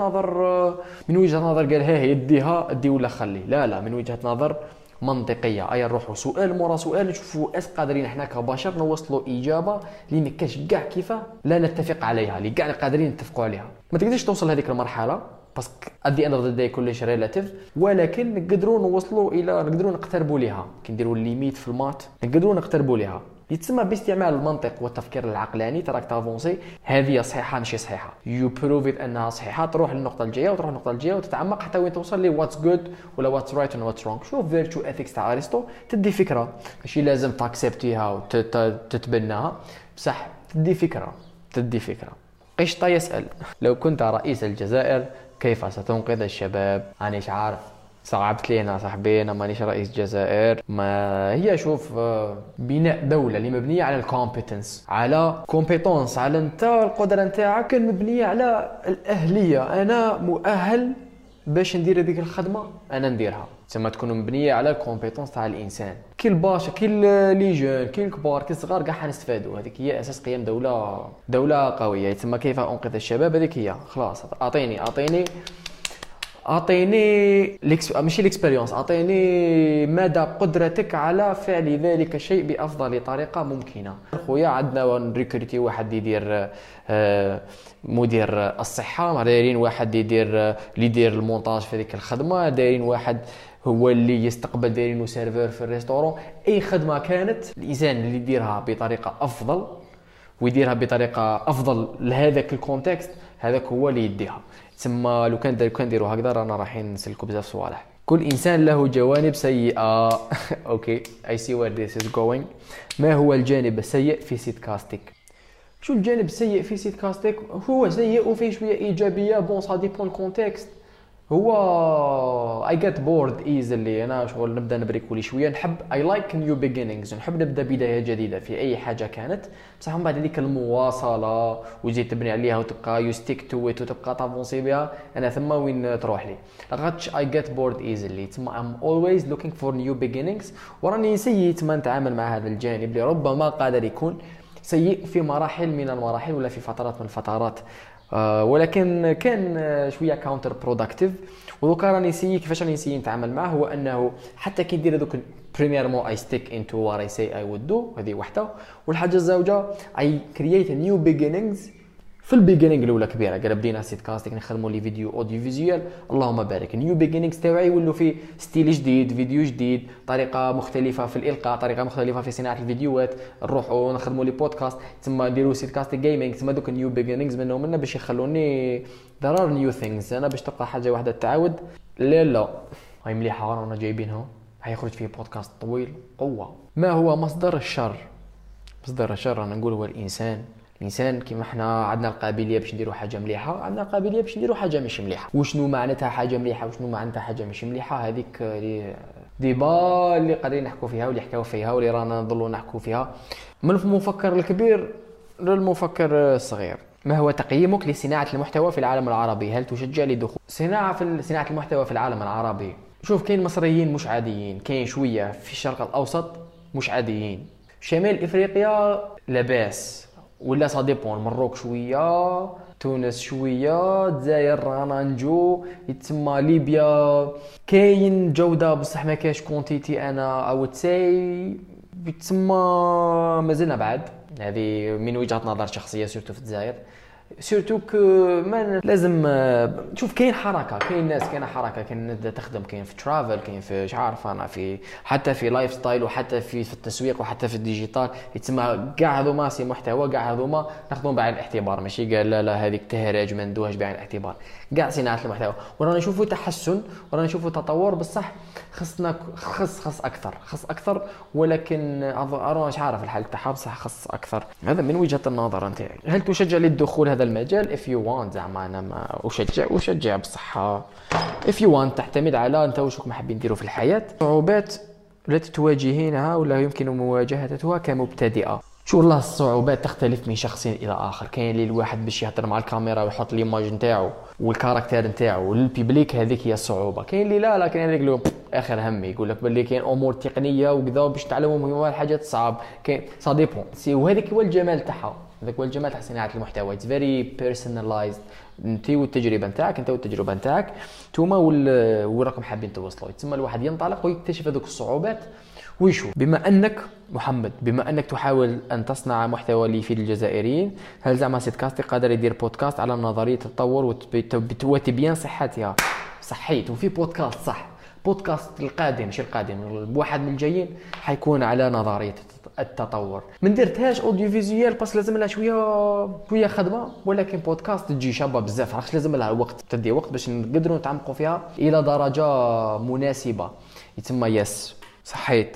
نظر قال ها يديها ادي ولا خلي، لا من وجهه نظر منطقيه. اي نروحوا سؤال مورا سؤال نشوفوا قادرين احنا كبشر نوصلوا اجابه اللي ما كاش كاع كيفاه لا نتفق عليها، اللي كاع قادرين نتفقوا عليها. ما تقدرش توصل هذيك المرحله باسكو ادي اند اوف ذا داي كلش ريلاتيف، ولكن نقدروا نقدروا نقتربوا ليها كي نديروا الليميت في المات، نقدروا نقتربوا ليها. يتسمى باستعمال المنطق والتفكير العقلاني تراك تافونسي، هذه صحيحه ماشي صحيحه، يو بروف انها صحيحه، تروح للنقطه الجايه وتروح للنقطه الجايه وتتعمق حتى وين توصل لي واتس جود ولا واتس رايت اند واتس رونغ. شوف فيرتشو اثيكس تاع ارسطو تدي فكره، ماشي لازم تاكسبتيها وتتبناها، بصح تدي فكره. قشطه يسال، لو كنت رئيس الجزائر كيف ستنقذ الشباب؟ مانيش عارف، صعبت لينا صاحبي، انا مانيش رئيس الجزائر. ما هي شوف بناء دوله اللي مبنيه على الكومبيتنس، على كومبيتونس، على انت القدره نتاعك كان مبنيه على الاهليه، انا مؤهل باش ندير هذيك الخدمه انا نديرها. تسمى تكون مبنيه على الكومبيتونس تاع الانسان. كي الباشا كي لي جون كي الكبار كي الصغار كاع حنستفادوا. هذيك هي اساس قيام دوله قويه. تسمى كيف انقذ الشباب، هذيك هي. خلاص اعطيني ماشي الاكسبيريونس، اعطيني مدى قدرتك على فعل ذلك الشيء بافضل طريقه ممكنه. خويا عندنا ريكروتي واحد يدير مدير الصحه، دايرين واحد يدير المونتاج في هذيك الخدمه، دايرين واحد هو اللي يستقبل، دايرينو سيرفور في الريستورون. اي خدمه كانت الانسان اللي يديرها بطريقه افضل ويديرها بطريقه افضل لهذاك الكونتكست، هذاك هو اللي يديها. تسمى لو كان نديروا هكذا رانا رايحين نسلكوا بزاف صوالح. كل انسان له جوانب سيئه. اوكي اي سي وير ذيس از جوينغ. ما هو الجانب السيء في سيدكاستيك؟ شو الجانب السيء في سيدكاستيك؟ هو سيء وفيه شويه ايجابيه. بون سا ديبون الكونتكست. هو I get bored easily. انا شغل نبدا نبريكولي شويه. نحب I like new beginnings. نحب نبدا بدايه جديده في اي حاجه كانت، بصح من بعد هذيك المواصله وتزيد تبني عليها وتبقى you stick to it وتبقى تافونسي بها، انا ثم وين تروح لي. لاخاطش I get bored easily. تسمى I'm always looking for new beginnings. وراني سيء ما نتعامل مع هذا الجانب اللي ربما قادر يكون سيء في مراحل من المراحل ولا في فترات من الفترات، ولكن كان شويه كاونتر برودكتيف. ودوكا راني نسيي كيفاش راني نسيي نتعامل معه. هو انه حتى كي ندير هذوك بريميرمون اي ستيك انتو وات اي سي اي وود دو، هذه وحده. والحاجه الزوجه اي كرييت نيو بيجينينغز. في البيجينينغ الاولى كبيره، قال بدينا سيدكاستيك نخدموا لي فيديو اوديو فيزيوال، اللهم بارك. نيو بيجينينغز تاعي يولوا في ستيل جديد، فيديو جديد، طريقه مختلفه في الالقاء، طريقه مختلفه في صناعه الفيديوهات. نروحوا نخدموا لي بودكاست، ثم نديروا سيدكاستيك جيمنج. ثم دوك نيو بيجينينغز منهم باش يخلوني there are new things. انا باش تبقى حاجه واحده تعاود لا هاي مليحه رانا جايبينها. حيخرج فيه بودكاست طويل قوه. ما هو مصدر الشر؟ مصدر الشر انا نقول هو الانسان كيما احنا عندنا القابليه باش نديروا حاجه مليحه، عندنا القابليه باش نديروا حاجه مش مليحه. وشنو معناتها حاجه مليحه وشنو معناتها حاجه مش مليحه؟ هذيك ديبا اللي قادرين نحكوا فيها واللي حكاو فيها واللي رانا نضلوا نحكوا فيها من المفكر الكبير للمفكر الصغير. ما هو تقييمك لصناعه المحتوى في العالم العربي؟ هل تشجع لدخول صناعه المحتوى في العالم العربي؟ شوف، كاين مصريين مش عاديين، كاين شويه في الشرق الاوسط مش عاديين، شمال افريقيا لاباس ولا سا ديبون، مروك شويه، تونس شويه، الجزائر رانا نجو، يتسمى ليبيا كاين جوده بصح ما كاش كونتيتي. انا او تساي يتسمى مازلنا بعد. هذه من وجهه نظر شخصيه سورتو في الجزائر. سورتو ما لازم تشوف كاين حركه، كاين ناس، كاين حركه، كاين ناس تخدم، كاين في ترافل، كاين في مش عارف انا في حتى في لايف ستايل وحتى في التسويق وحتى في الديجيتال. يتسمى كاع هذوما سي محتوى، كاع هذوما ناخذهم بعين الاعتبار. ماشي قال لا هذيك تهراج ما ندوهاش بعين الاعتبار. كاع صناعه المحتوى ورانا نشوفوا تحسن ورانا نشوفوا تطور، بصح خصنا خص اكثر. ولكن انا مش عارف الحل تاعها، بصح خص اكثر. هذا من وجهه النظر نتاعي. هل تشجع للدخول هذا المجال؟ if you want. زعما انا ما اشجع بصح if you want. تعتمد على انت واش راكم حابين ديروا في الحياه. صعوبات التي تواجهينها ولا يمكن مواجهتها كمبتدئه؟ شو الله الصعوبات تختلف من شخص الى اخر. كاين اللي الواحد باش يهضر مع الكاميرا ويحط ليماج نتاعو والكاركتير نتاعو والبيبليك، هذيك هي الصعوبه. كاين اللي لا كاين هذيك لو اخر همي يقول لك باللي كاين امور تقنيه وكذا باش تعلمهم هو الحاجات الصعاب. كاين سا ديبون وهذيك هو الجمال تاعها. هذاك هو الجمال تاع صناعه المحتوى. اتس فيري بيرسوناليزد. انت والتجربه نتاعك نتوما وراكم حابين توصلوا. تسمى الواحد ينطلق ويكتشف هذوك الصعوبات ويشوف. بما انك محمد، بما انك تحاول ان تصنع محتوى اللي يفيد الجزائريين، هل زعما سيدكاست قادر يدير بودكاست على نظريه التطور وتبيان صحتها؟ صحيت. وفي بودكاست صح، بودكاست القادم ماشي القادم، واحد من الجايين حيكون على نظريه التطور. ما درتهاش اوديو فيزيوال بس لازم لها شويه خدمه، ولكن بودكاست تجي شابه بزاف. راكش لازم لها وقت، تدي وقت باش نقدروا نتعمقوا فيها الى درجه مناسبه. يتسمى يس صحيت.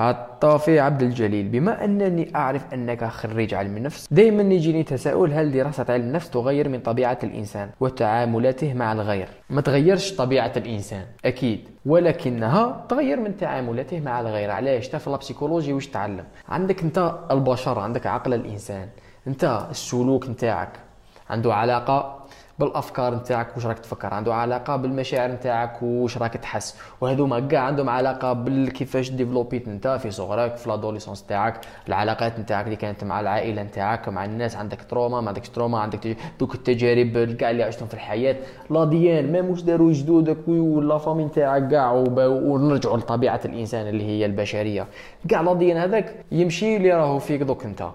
عطافي عبد الجليل، بما أنني أعرف أنك خريج علم النفس، دائما يجيني تساؤل: هل دراسة علم النفس تغير من طبيعة الإنسان وتعاملاته مع الغير؟ ما تغيرش طبيعة الإنسان أكيد، ولكنها تغير من تعاملاته مع الغير. علاش؟ في البسيكولوجي واش تعلم؟ عندك أنت البشر، عندك عقل الإنسان، أنت السلوك نتاعك عنده علاقة بالافكار نتاعك، واش راك تفكر، عنده علاقه بالمشاعر نتاعك واش راك تحس، وهذوما كاع عندهم علاقه بالكيفاش ديفلوبيت انت في صغرك في لادوليسونس تاعك، العلاقات نتاعك اللي كانت مع العائله نتاعك مع الناس، عندك تروما ما عندكش تروما، عندك دوك التجارب كاع اللي عشتهم في الحياه، لا ديان ما واش داروا جدودك ولا فامي نتاعك كاع، ونرجعوا لطبيعه الانسان اللي هي البشريه كاع، لا ديان هذاك يمشي اللي راهو فيك دوك انت.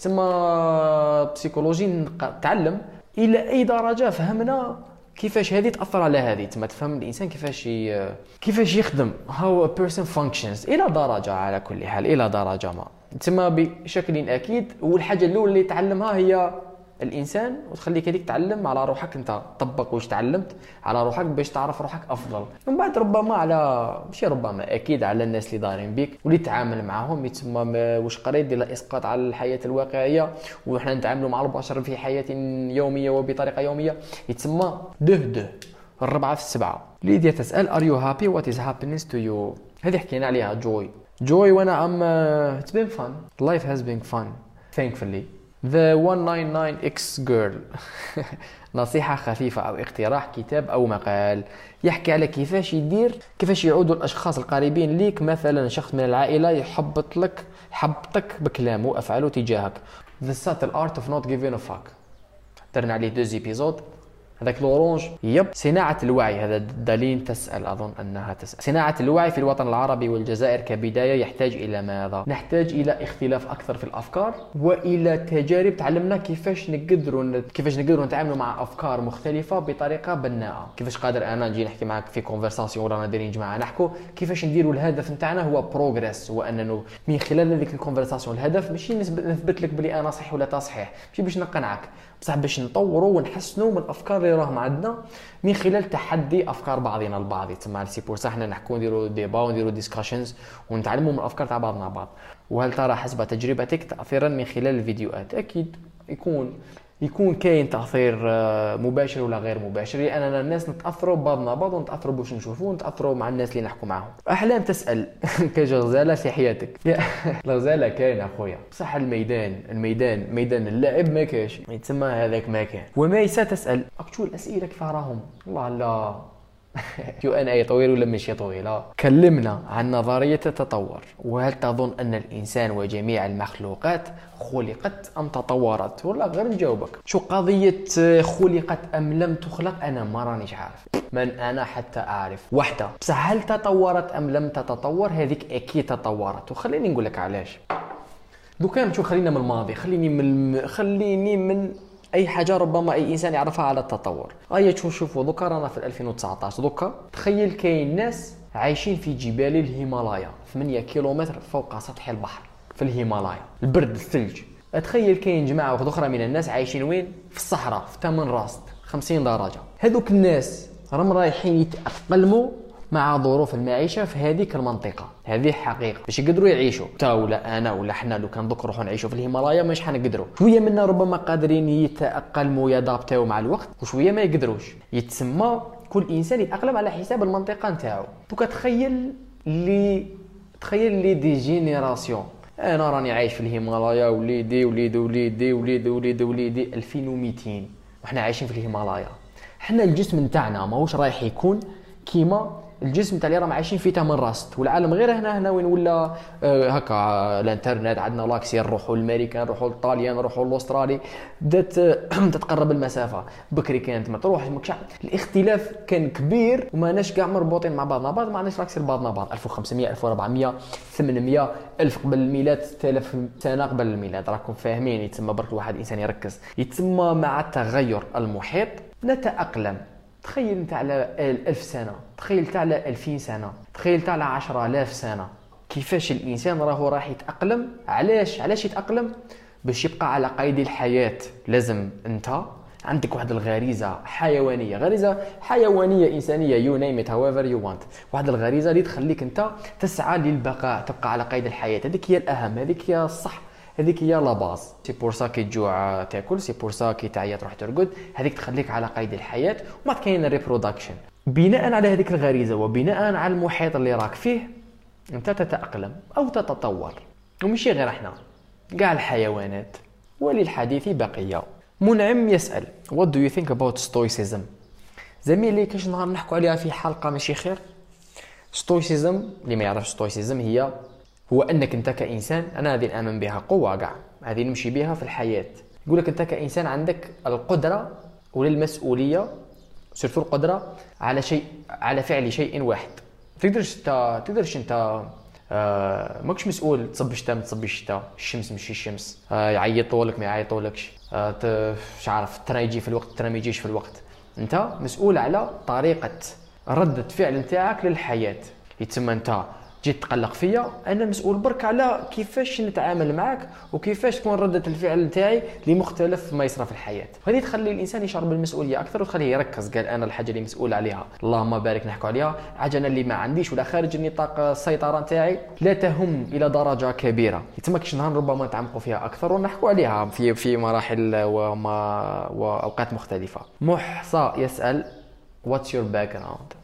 تسمى بسيكولوجي تعلم الى اي درجه فهمنا كيفاش هذه تاثر على هذه، تما تفهم الانسان كيفاش يخدم how a person functions الى درجه، على كل حال الى درجه ما. تما بشكل اكيد والحاجه الاولى اللي تعلمها هي الانسان، وتخليك هذيك تعلم على روحك انت، طبق واش تعلمت على روحك باش تعرف روحك افضل، ومن بعد ربما على ماشي ربما اكيد على الناس اللي دايرين بك واللي تتعامل معهم، يتسمى واش قريت ديال الاسقاط على الحياه الواقعيه، وحنا نتعاملوا مع البشر في حياه يوميه وبطريقه يوميه، يتسمى ده الربعه في السبعه. ليديا تسال are you happy what is happiness to you، هذه حكينا عليها joy ونعم it's been fun life has been fun thankfully. The 199X Girl نصيحة خفيفة أو اقتراح كتاب أو مقال يحكي على كيفاش يعودوا الأشخاص القريبين ليك، مثلا شخص من العائلة يحبطك بكلامه وأفعاله تجاهك. The Subtle Art of Not Giving a Fuck، درنا عليه 2 إبيزود. هذاك لورونج صناعة الوعي، هذا دالين تسأل، أظن أنها تسأل. صناعة الوعي في الوطن العربي والجزائر كبداية يحتاج إلى ماذا؟ نحتاج إلى اختلاف أكثر في الأفكار وإلى تجارب تعلمنا كيفاش نقدروا نتعاملوا مع أفكار مختلفة بطريقة بناءة. كيفاش قادر أنا نجي نحكي معك في كونفرساسيون ولا دايرين جماعة نحكوا كيفاش نديروا الهدف نتاعنا هو بروغريس، هو أننا من خلال هذيك الكونفرساسيون الهدف ماشي نثبت لك بلي أنا صحيح ولا تصحيح، ماشي باش نقنعك، بصح باش نطوروا ونحسنوا من الافكار اللي راهم عندنا من خلال تحدي افكار بعضنا البعض. تما سي بور صح حنا نحكوا نديروا ديبا ونديروا ديسكشنز ونتعلموا من الافكار تاع بعضنا بعض. وهل ترى حسب تجربتك تاثيرا من خلال الفيديوهات؟ اكيد يكون كاين تاثير مباشر ولا غير مباشر، لاننا الناس نتاثروا ببعضنا بعض ونتاثروا باش نشوفوا ونتاثروا مع الناس اللي نحكوا معاهم. احلام تسال كغزاله في حياتك؟ الغزاله كاين اخويا، بصح ميدان اللعب ما كاش، يتسمى هذاك ما كان. وميسا تسال اكتشو الاسئله كيف راهم؟ والله لا Q&A طويل ولا ماشي طويله. كلمنا عن نظريه التطور، وهل تظن ان الانسان وجميع المخلوقات خلقت ام تطورت؟ والله غير نجاوبك، شو قضيه خلقت ام لم تخلق؟ انا ما رانيش عارف، من انا حتى اعرف واحده، بصح هل تطورت ام لم تتطور؟ هذيك اكيد تطورت، وخليني نقول لك علاش. دوكا نشوف، خلينا من الماضي، خليني من اي حاجه ربما اي انسان يعرفها على التطور. شوفوا دوكا رانا في 2019، دوكا تخيل كاين ناس عايشين في جبال الهيمالايا 8 كيلومتر فوق سطح البحر في الهيمالايا، البرد الثلج. تخيل كاين جماعه اخرى من الناس عايشين وين؟ في الصحراء في تمن راس 50 درجه. هذوك الناس راهم رايحين يتاقلموا مع ظروف المعيشه في هذيك المنطقه، هذه حقيقه باش يقدروا يعيشوا. تا ولا انا ولا حنا لو كان دوك نروحوا نعيشوا في الهيمالايا مش حنقدروا. شويه منا ربما قادرين يتاقلموا يادابتاو مع الوقت، وشويه ما يقدروش. يتسمى كل انسان يتاقلم على حساب المنطقه نتاعو. دوكا تخيل لي دي جينيراسيون، انا راني عايش في الهيمالايا، وليدي 2200 وحنا عايشين في الهيمالايا. حنا الجسم نتاعنا ماهوش رايح يكون كيما الجسم تاع اللي راهم عايشين في تمن راست، والعالم غير هنا وين ولا هكا الانترنت عندنا لاكسي، نروحوا للامريكان، نروحوا للطاليان، نروحوا للاسترالي، بدات تتقرب المسافه. بكري كانت ما تروح الاختلاف كان كبير وما ناش كاع مربوطين مع بعضنا بعض، ما عندناش لاكسي لبعضنا بعض. 1500 1400 800 1000 قبل الميلاد، 6000 سنه قبل الميلاد، راكم فاهمين. يتسمى برك الواحد انسان يركز. يتسمى مع تغير المحيط نتأقلم. تخيل انت على 1000 سنة، تخيل انت على 2000 سنة، تخيل انت على 10000 سنة، كيفاش الانسان راهو راح يتأقلم. علاش يتأقلم؟ باش يبقى على قيد الحياة. لازم انت عندك واحد الغريزة حيوانية، إنسانية، you name it however you want، واحد الغريزة اللي تخليك انت تسعى للبقاء، تبقى على قيد الحياة. هذيك هي الأهم، هذيك هي الصح، هذيك هي لا باز. سي بور سا كي تجوع تاكل، سي بور سا كي تعيا تروح ترقد، هذيك تخليك على قيد الحياه. وما كاين الريبرودكشن. بناء على هذيك الغريزه وبناء على المحيط اللي راك فيه انت تتاقلم او تتطور. ومشي غير احنا، كاع الحيوانات وللحديث بقيه. منعم يسأل What do you think about stoicism؟ زميلي كاش نهار نحكوا عليها في حلقة ماشي خير. stoicism اللي ما يعرفش stoicism هو أنك أنت كإنسان، أنا هذه نآمن بها قوة قاع، هذه نمشي بها في الحياة. يقول لك أنت كإنسان عندك القدرة وللمسؤولية، سيرتو القدرة على فعل شيء واحد. تقدرش انت ماكش مسؤول تصب الشتاء ما تصبش الشتاء، الشمس ماشي الشمس، يعيطولك ما يعيطولكش، مش عارف الترا يجي في الوقت الترا ما يجيش في الوقت. انت مسؤول على طريقة ردة فعل نتاعك للحياة. يتسمى انت جيت تقلق فيا، انا مسؤول برك على كيفاش نتعامل معك وكيفاش تكون ردة الفعل نتاعي لمختلف ما يصرى في الحياة. هذه تخلي الانسان يشعر بالمسؤولية اكثر وتخليه يركز، قال انا الحاجة اللي مسؤول عليها اللهم بارك نحكوا عليها، حاجة انا اللي ما عنديش ولا خارج نطاق السيطرة نتاعي لا تهم الى درجة كبيرة. يتم كش نهار ربما نتعمقوا فيها اكثر ونحكوا عليها في مراحل واوقات مختلفة. محصى يسأل What's your background؟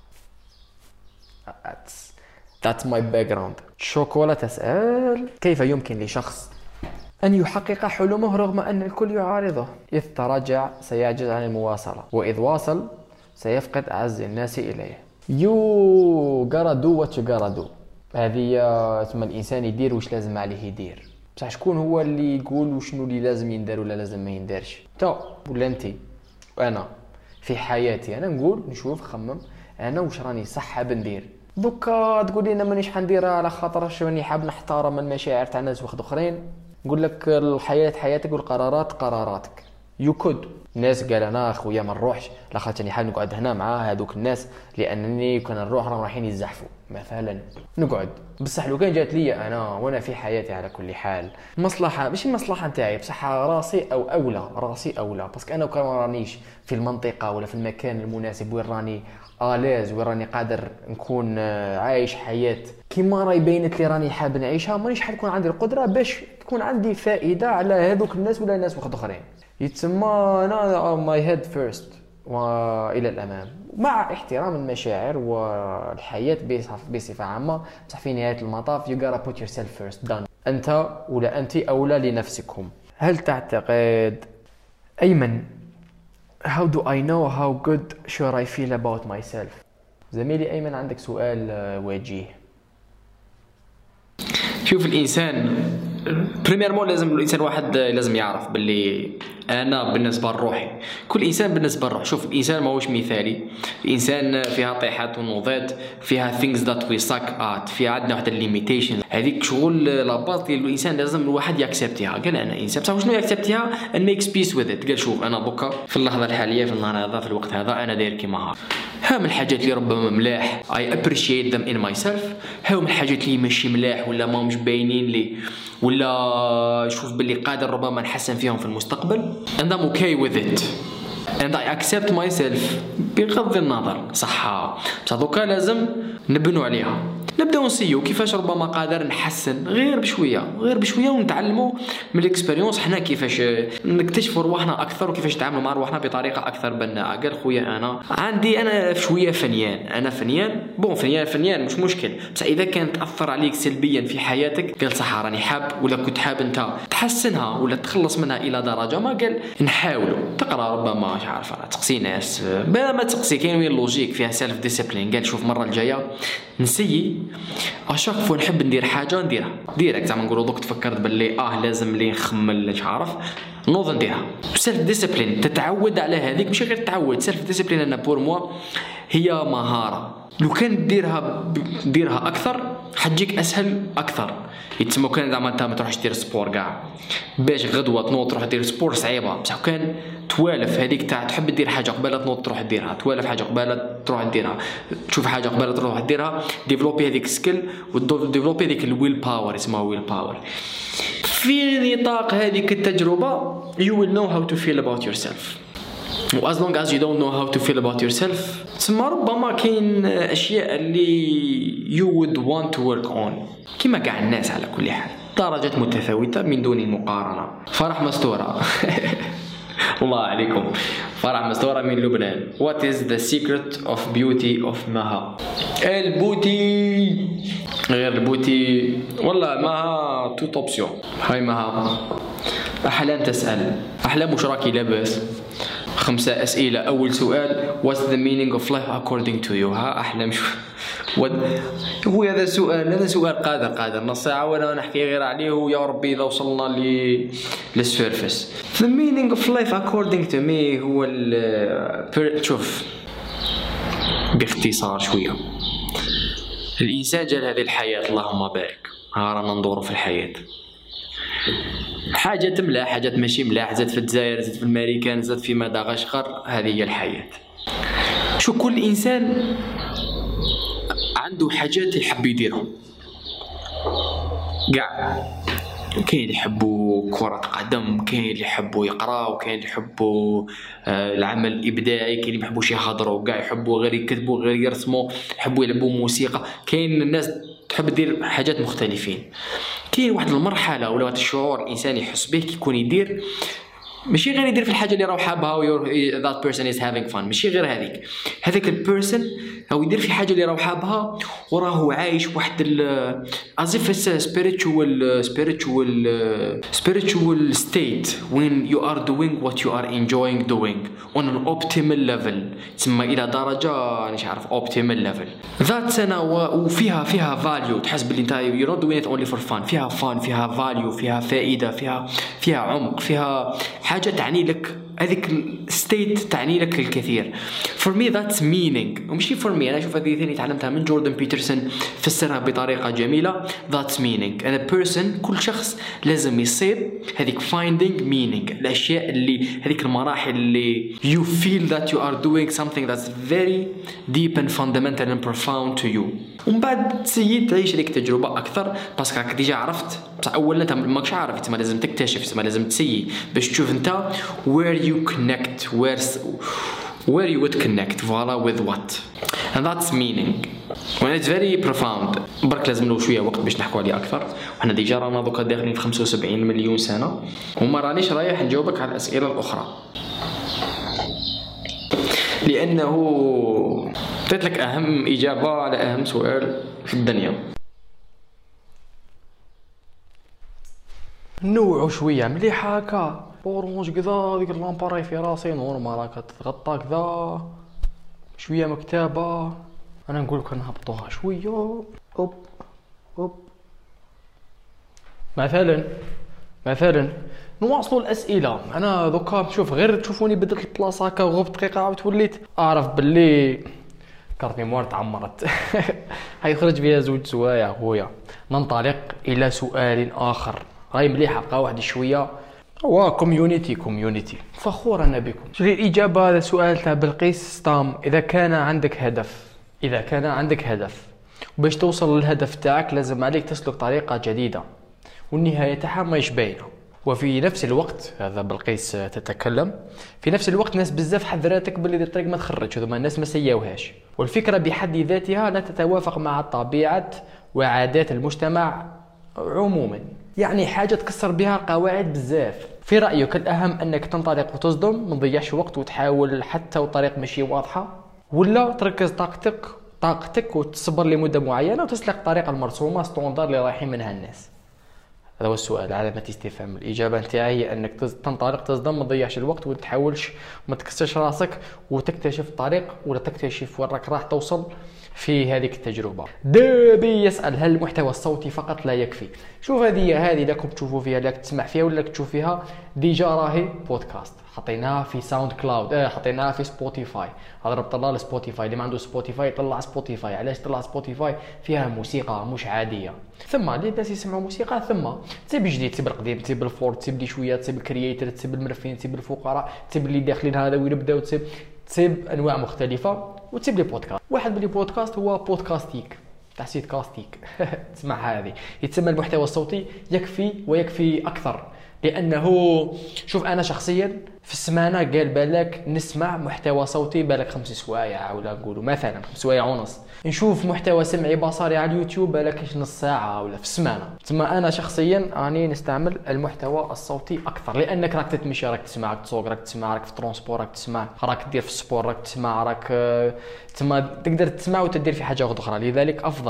That's my background. شوكولا تسأل كيف يمكن لشخص أن يحقق حلمه رغم أن الكل يعارضه؟ إذ تراجع سيعجز عن المواصلة، وإذ واصل سيفقد أعز الناس إليه. You gotta do what you gotta do. هذه ثم الإنسان يدير وش لازم عليه يدير. بصح شكون هو اللي يقول وشنو اللي لازم يندار ولا لازم ما يندارش؟ تا ولا أنت وأنا في حياتي أنا نقول نشوف خمم أنا وش راني صح حاب ندير. دوكا تقول لي انا مانيش حنديرها على خاطر راني حاب نحترم المشاعر تاع ناس واحد اخرين. نقول لك الحياه حياتك والقرارات قراراتك. يو كود الناس قال انا اخويا ما نروحش لاخاطر راني حاب نقعد هنا مع هذوك الناس لانني كان نروح رايحين يزحفوا مثلا نقعد. بصح لو كان جات لي انا وانا في حياتي على كل حال مصلحه ماشي المصلحه نتاعي بصح راسي اولى باسكو انا كان رانيش في المنطقه ولا في المكان المناسب وين راني آلاز وراني قادر نكون عايش حياة كيما راهي بينت لي راني حاب نعيشها، مانيش حتكون عندي القدرة باش تكون عندي فائدة على هذوك الناس ولا ناس واحد اخرين. يتسمى انا ماي هيد فيرست والى الامام مع احترام المشاعر والحياة بصفة عامة. بصح في نهاية المطاف you gotta put yourself first. done. انت ولا انت اولى لنفسكم. هل تعتقد ايمن How do I know how good should I feel about myself؟ زميلي أيمن عندك سؤال وجيه. شوف الإنسان بريميرمون لازم الإنسان واحد لازم يعرف باللي أنا بالنسبة لروحي كل إنسان بالنسبة لروح. شوف الإنسان ما هوش مثالي، الإنسان فيها طيحات ونوضات، فيها things that we suck at، في عندنا واحد الليميتيشن هذيك شغل لاباز اللي الإنسان لازم الواحد ياكسبتيها. قال أنا إنسان بصح شنو ياكسبتيها and makes peace with it. قال شوف أنا بكا في اللحظة الحالية في النهار هذا في الوقت هذا أنا داير كيما ها. ها من الحاجات اللي ربما ملاح I appreciate them in myself، ها من الحاجات اللي ماشي ملاح ولا ما مش باينين لي ولا شوف باللي قادر ربما نحسن فيهم في المستقبل and I'm okay with it and I accept myself بغض النظر صح. بصح دوكا لازم نبنوا عليها، نبداو نسيو كيفاش ربما قادر نحسن غير بشويه ونتعلموا من الاكسبيريونس حنا كيفاش نكتشفوا رواحنا اكثر وكيفاش نتعاملوا مع رواحنا بطريقه اكثر بناءه. قال خويا انا عندي انا شويه فنيان مش مشكل، بس اذا كانت تاثر عليك سلبيا في حياتك قال صح راني حاب ولا كنت حاب انت تحسنها ولا تخلص منها الى درجه ما. قال نحاولوا تقرا ربما مش عارف تقصي ناس بلا ما تقصي كاين وين لوجيك فيها سيلف ديسيبلين. قال شوف المره الجايه نسيي اشاك فو نحب ندير حاجه نديرها ديريكت زعما نقولوا دوك تفكرت باللي لازم لي نخمل مش عارف نوض نديرها. سيلف ديسيبلين تتعود على هذيك مش غير تتعود. سيلف ديسيبلين انا بور موا هي مهاره لو كان ديرها اكثر حتجيك اسهل اكثر. يتسمى كان زعما انت ما تروحش دير سبور كاع باش غدوه تنوض تروح دير سبور صعيبه، بصح كان توالف هذيك تاع تحب دير حاجه قبل تنوض تروح ديرها، توالف حاجه قبل تروح ديرها، تشوف حاجه قبل تروح ديرها، ديفلوبي هذيك سكيل وديفلوبي هذيك الويل باور اسمها ويل باور. في نطاق هذيك التجربه you will know how to feel about yourself. as long as you don't know how to feel about yourself تسمى ربما كاين اشياء اللي you would want to work on كما كاع الناس على كل حال درجات متفاوتة من دون مقارنة. فرح مستورة الله عليكم. فرح مستورة من لبنان. What is the secret of beauty of مها؟ البوتي غير البوتي والله مها توت اوبسيون. هاي مها أحلام تسأل. أحلام وش راكي لاباس؟ 5 أسئلة. أول سؤال what's the meaning of life according to you؟ ها أحلام شو هو هذا سؤال قادر نص ساعة وأنا نحكي غير عليه ويا ربي إذا وصلنا للسيرفس. the meaning of life according to me هو شوف باختصار شوية، الإنسان جاء هذه الحياة اللهم بارك، رانا ندورو في الحياة، حاجات ملاح حاجات ماشي ملاح، زاد في الجزائر زاد في الأمريكان زاد في مدغشقر، هذه هي الحياة. شو كل إنسان عنده حاجات يحب يديرهم، قاع كاين اللي يحبوا كرة قدم، كاين اللي يحبوا يقراو، كاين اللي يحبوا العمل الإبداعي، كاين اللي يحبوا يهضروا، قاع يحبوا غير يكتبوا غير يرسموا، يحبوا يلعبوا موسيقى، كاين الناس تحب تدير حاجات مختلفين. كاين واحد المرحلة ولا واحد الشعور الإنسان يحس به كيكون يدير ماشي غير يدير في الحاجة اللي راهو حابها that person is having fun، ماشي غير هذاك البيرسون هو يدير في حاجة اللي راهو حابها وراهو عايش واحد as if it's a spiritual state when you are doing what you are enjoying doing on an optimal level، تسمى إلى درجة مش عارف optimal level that's أنا وفيها value، تحس باللي انت you're not doing it only for fun، فيها fun، فيها value، فيها فائدة، فيها عمق، فيها حاجة تعني لك، هذيك الستيت تعني لك الكثير. for me that's meaning، ومشي for me، أنا أشوف هذه ثاني تعلمتها من جوردن بيترسون، فسرها بطريقة جميلة that's meaning. and a person كل شخص لازم يصيب هذيك finding meaning، الأشياء اللي هذيك المراحل اللي you feel that you are doing something that's very deep and fundamental and profound to you، ومن بعد تسيي تعيش هذيك التجربة أكثر باسكو راك ديجا عرفت. بصح أولا أنت ماكش عارف، تسمى لازم تكتشف، تسمى لازم تسيي باش تشوف أنت where you connect where you would connect voilà with what and that's meaning when it's very profound. برك لازم له شويه وقت باش نحكوا عليه اكثر، وحنا ديجا رانا دوكا داخلين في 75 مليون سنه وما رانيش رايح نجاوبك على الاسئله الاخرى لانه قلت لك اهم اجابه على اهم سؤال في الدنيا. نوعو شويه مليحه هكا اورونج كذا، ديك اللامبه راهي في راسي نورمال راك تغطى كذا شويه مكتبه. انا نقول لك نهبطوها شويه اوب مثلا نواصلوا الاسئله. انا دوكا شوف غير تشوفوني بدلت البلاصه هكا غوب دقيقه عاود وليت اعرف باللي كارت ميموار تعمرت هاي خرج فيها 2 سوايع خويا. ننطلق الى سؤال اخر، راهي مليحه بقى واحد شويه. كوميونيتي فخور انا بكم. شوفي الاجابه على السؤال تاع بلقيس ستام، اذا كان عندك هدف وباش توصل للهدف تاعك لازم عليك تسلك طريقه جديده والنهايه تاعها ماهيش باينه. وفي نفس الوقت هذا بلقيس تتكلم، في نفس الوقت ناس بزاف حذراتك باللي الطريق ما تخرج، هذوما الناس ما سياوهاش، والفكره بحد ذاتها لا تتوافق مع طبيعه وعادات المجتمع عموما، يعني حاجه تكسر بها قواعد بزاف. في رايك الاهم انك تنطلق وتصدم، ما تضيعش وقت وتحاول حتى والطريق ماشي واضحه، ولا تركز طاقتك وتصبر لمده معينه وتسلك الطريقه المرسومه ستوندار اللي رايحين منها الناس؟ هذا هو السؤال، علامة استفهام. الإجابة نتاعي هي أنك تنطلق تصدم، ما تضيعش الوقت وتحاولش ما تكسرش راسك وتكتشف الطريق ولا تكتشف وين راك راح توصل في هذه التجربة. دابي يسأل هل المحتوى الصوتي فقط لا يكفي؟ شوف هذه لكم تشوفوا فيها، لك تسمع فيها ولا تشوف فيها، ديجا راهي بودكاست حطيناها في ساوند كلاود، حطيناها في سبوتيفاي. هذا ربط الله لسبوتيفاي، اللي ما عنده سبوتيفاي طلع سبوتيفاي. علاش طلع سبوتيفاي؟ فيها موسيقى مش عاديه، ثم اللي الناس يسمعوا موسيقى، ثم تسيب جديد، تسيب القديم، تسيب الفور، تسيب لي شويه، تسيب الكرييتر، تسيب المرفين، تسيب الفقراء، تسيب اللي داخلين هذا ويبداو، تسيب انواع مختلفه وتسيب لي بودكاست. واحد من البودكاست هو بودكاستيك تاع سيت كاستيك تسمع هذه، يتسمى المحتوى الصوتي يكفي ويكفي اكثر. لانه شوف انا شخصيا في السمانه قال بالك نسمع محتوى صوتي بالك 5 سوايع ولا نقولوا مثلا 5 سوايع ونص، نشوف محتوى سمعي بصري على اليوتيوب بالك نص ساعه ولا في السمانه. ثم انا شخصيا راني نستعمل المحتوى الصوتي اكثر، لانك راك تتمشى، راك تسمع، راك تسوق، راك تسمع، راك في ترونسبور، راك تسمع، راك تدير في السبور، راك تسمع، راك تما تقدر تسمع وتدير في حاجه اخرى، لذلك افضل.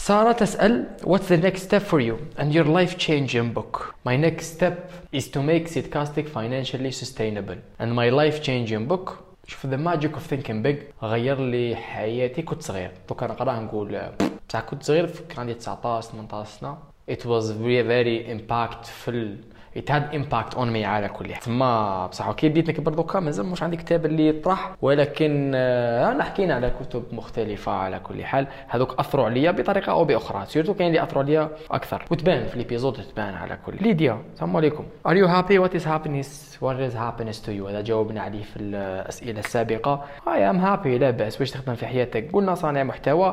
سارة تسأل What's the next step for you and your life-changing book? My next step is to make Seedcastic financially sustainable. And my life-changing book شوف The Magic of Thinking Big غير لي حياتي. كنت صغير دوكا نقراه نقول بصح كنت صغير كان عندي 19 18 سنة. It was very impactful. It had impact on me على كل حال. تما بصح كي بديت نكبر دوكا مازال مش عندي كتاب اللي يطرح، ولكن انا حكينا على كتب مختلفه على كل حال. هذوك اثروا عليا بطريقه او باخرى، سيرتو كاين اللي اثروا عليا اكثر وتبان في ليبيزود، تبان على كل. ليديا السلام عليكم. Are you happy? What is happiness to you؟ هذا جاوبنا عليه في الاسئله السابقه. I am happy. لا باس. واش تخدم في حياتك؟ قلنا صانع محتوى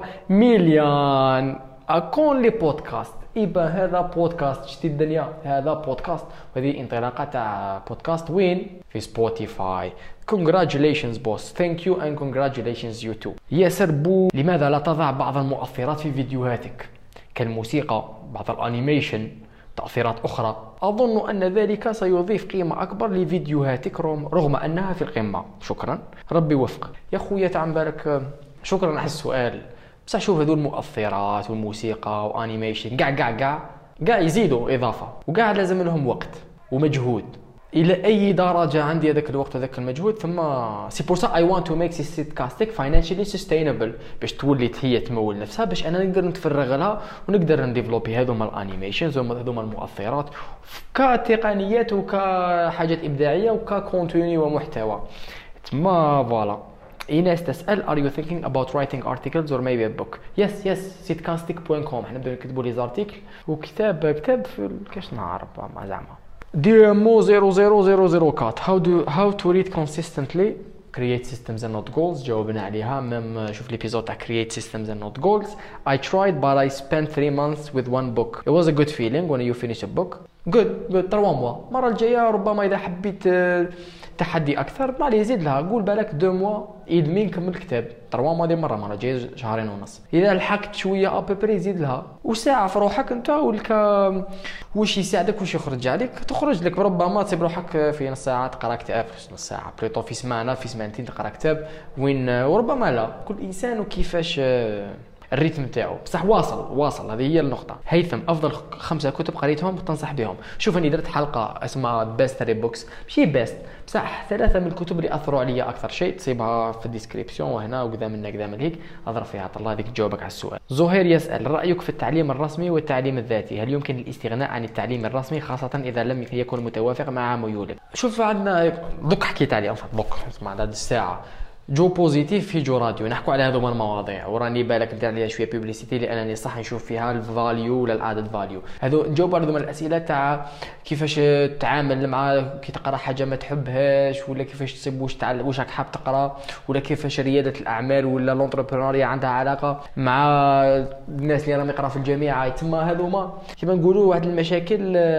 مليون. اكون لي بودكاست إبا هذا بودكاست شتي الدنيا، هذا بودكاست، وهذه انطلاقة تاع بودكاست وين؟ في سبوتيفاي. Congratulations boss. Thank you and congratulations you too. ياسر بو لماذا لا تضع بعض المؤثرات في فيديوهاتك كالموسيقى، بعض الانيميشن، تأثيرات أخرى؟ أظن أن ذلك سيضيف قيمة أكبر لفيديوهاتك رغم أنها في القمة. شكرا، ربي وفق يا خويا. تعم بالك شكرا على السؤال. بصح شوف هذول المؤثرات والموسيقى وانيميشن كاع يزيدوا اضافه، وكاع لازم لهم وقت ومجهود. الى اي درجه عندي هذاك الوقت وهذاك المجهود؟ ثم سي بور سا اي وانت تو ميك سيدكاستيك فاينانشالي سستينبل، باش تولي هي تمول نفسها، باش انا نقدر نتفرغ لها ونقدر نديفلوبي هذوما الانيميشنز وهذوما المؤثرات كتقنيات وكحاجات ابداعيه وككونتوني ومحتوى. تما فوالا. إيناس تسأل Are you thinking about writing articles or maybe a book? Yes, seedcastic.com. احنا نبداو نكتبوا لي زارتيكل وكتاب في كاش نعرف ما زعما. Dear Mo 00004 how to read consistently create systems and not goals. جاوبنا عليها مم. شوف ليبيزود تاع create systems and not goals. I tried but I spent 3 months with one book. It was a good feeling when you finish a book. Good 3 موا. المرة الجاية ربما إذا حبيت تحدي اكثر ما عليه زيد لها، قول بالك 2 موا يدمي نكمل كتاب. 3 موا دي مره جاي 2.5 شهر. اذا لحقت شويه ابري زيد لها، وساعه في روحك انت ولك واش يساعدك واش يخرج عليك تخرج لك. ربما تسيب روحك في نص ساعه تقرا كتاب، في نص ساعه بليطو في سمانه في سمانتين تقرا كتاب وين، وربما لا. كل انسان وكيفاش الريتم تاعو. بصح واصل هذه هي النقطة. هيثم أفضل 5 كتب قريتهم تنصح بهم؟ شوف أني درت حلقة اسمها بيست ريد بوكس، ماشي بيست بصح 3 من الكتب اللي أثروا عليا أكثر شيء، تصيبها في الديسكريبسيون وهنا وكذا من هيك أضرب فيها الله هذيك تجاوبك على السؤال. زهير يسأل رأيك في التعليم الرسمي والتعليم الذاتي، هل يمكن الاستغناء عن التعليم الرسمي خاصة إذا لم يكن متوافق مع ميولك؟ شوف عندنا دوك حكيت عليه دوك مع هذه الساعة جو بوزيتيف في جو راديو نحكوا على هذوما المواضيع، وراني بالك ندير عليها شويه بيبليسيتي لانني صح نشوف فيها الفاليو ولا الادد فاليو. هذو نجاوب على هذوما الاسئله تاع كيفاش تتعامل مع كي تقرا حاجه ما تحبهاش، ولا كيفاش تصيب واش راك حاب تقرا، ولا كيفاش رياده الاعمال ولا لونتربرونيا عندها علاقه مع الناس اللي راهم يقراو في الجامعه. تما هذوما كيما نقولوا واحد المشاكل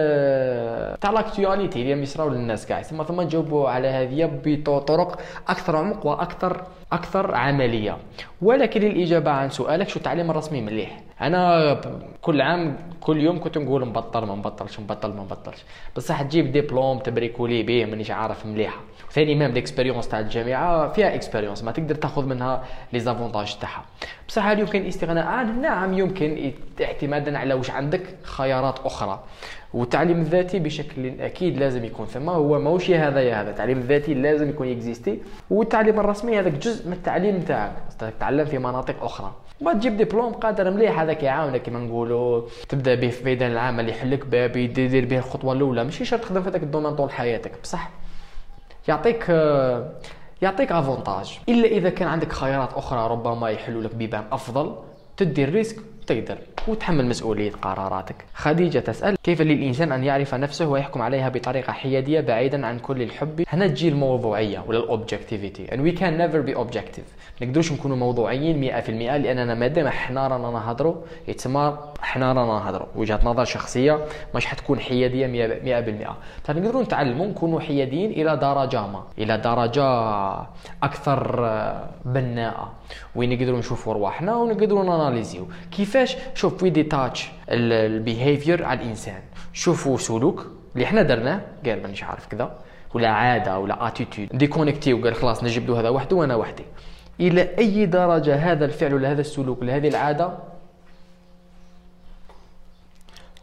تاع لاكتواليتي اللي يصراو للناس كاع. ثم نجاوبوا على هذه بطرق اكثر عمق واكثر عمليه. ولكن الاجابه عن سؤالك شو التعليم الرسمي مليح. انا كل عام كل يوم كنت نقول نبطل ما نبطلش بصح تجيب ديبلوم تبريكولي به مانيش عارف مليحه. ثاني ميم ليكسبيريونس تاع الجامعه فيها اكسبيريونس ما تقدر تاخذ منها لي زافونتاج تاعها. بصح هل يمكن الاستغناء عنه؟ نعم يمكن، اعتمادا على واش عندك خيارات اخرى. والتعليم الذاتي بشكل اكيد لازم يكون ثم، هو ماهوش يا هذا التعليم الذاتي لازم يكون اكزيستي. والتعليم الرسمي هذاك جزء من التعليم تاعك، تتعلم في مناطق اخرى. ما تجيب دبلوم قادر مليح هذاك يعاونك كما نقولوا تبدا به في ميدان العمل، يحلك باب يدير به الخطوه الاولى. ماشي شرط تخدم في هذاك الدومين طول حياتك، بصح يعطيك افونتاج. الا اذا كان عندك خيارات اخرى ربما يحلوا لك بيبان افضل، تدي الريسك تقدر وتحمل مسؤولية قراراتك. خديجة تسأل كيف للإنسان أن يعرف نفسه ويحكم عليها بطريقة حيادية بعيدا عن كل الحب؟ هنا تجي الموضوعية ولا الأوبجكتيفيتي. and we can never be objective. نقدروش نكونوا موضوعيين 100%، لأننا مادام احنا رانا نهضروا يتسمى احنا رانا نهضروا وجهة نظر شخصية، مش حتكون حيادية 100%. فنقدروا نتعلموا نكونوا حياديين إلى درجة ما، إلى درجة أكثر بناءة، وين نقدروا نشوفوا رواحنا ونقدروا ناناليزيو كيفاش. شوف وي ديتاتش البيهيفير على الانسان، شوفوا سلوك اللي احنا درناه قال مانيش عارف كذا، ولا عاده ولا اتيتود ديكونيكتي وقال خلاص نجبدوا هذا وحده وانا وحدي. الى اي درجه هذا الفعل ولا هذا السلوك ولا هذه العاده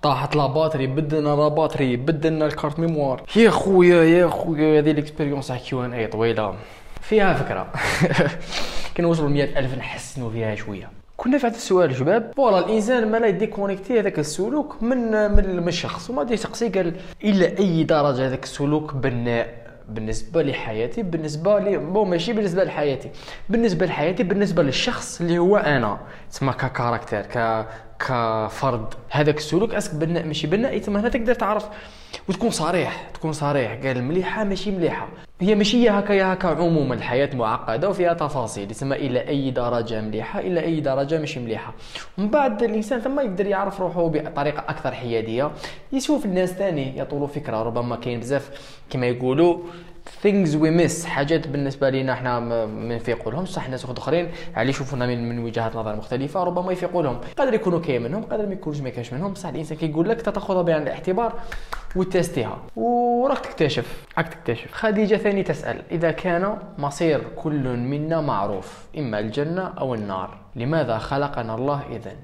طاحت لا باتري، بدلنا لا باتري، بدلنا الكارت ميموار. يا خويا هذه الاكسبيريونس تاع Q&A طويله فيها فكره. كي نوصلوا 100,000 نحسنوا فيها شويه. كنا في هذا السؤال شباب، فوالا الانسان ما لا يديكونيكتي هذاك السلوك من الشخص، وما دي شخصي قال الى اي درجه هذاك السلوك بناء بالنسبه لحياتي، بالنسبه لي ماشي بالنسبه لحياتي، بالنسبه لحياتي، بالنسبه للشخص اللي هو انا، تسمى ككاركتير كفرد. هذاك السلوك اسك بناء ماشي بناء، تما هنا تقدر تعرف وتكون صريح قال مليحه ماشي مليحه. هي ماشي هكا عموما الحياه معقده وفيها تفاصيل، تسمى الى اي درجه مليحه الى اي درجه ماشي مليحه. ومن بعد الانسان ثم يقدر يعرف روحه بطريقه اكثر حياديه، يشوف الناس ثاني يطولوا فكره. ربما كاين بزاف كما يقولوا things we miss، حاجات بالنسبه لنا احنا ما نفيقوا لهم، صح ناس اخرين على يشوفونا من وجهات نظر مختلفه ربما يفيقوا لهم، قادر يكونوا كاين منهم قادر ما يكونوش ما كاش منهم، بصح الانسان كيقول لك تاخذها بعين الاعتبار وتستيها وراك تكتشف. خديجه ثاني تسال، اذا كان مصير كل منا معروف اما الجنه او النار، لماذا خلقنا الله اذن؟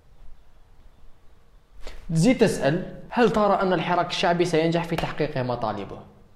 تزيد تسال، هل ترى ان الحراك الشعبي سينجح في تحقيق مطالبه؟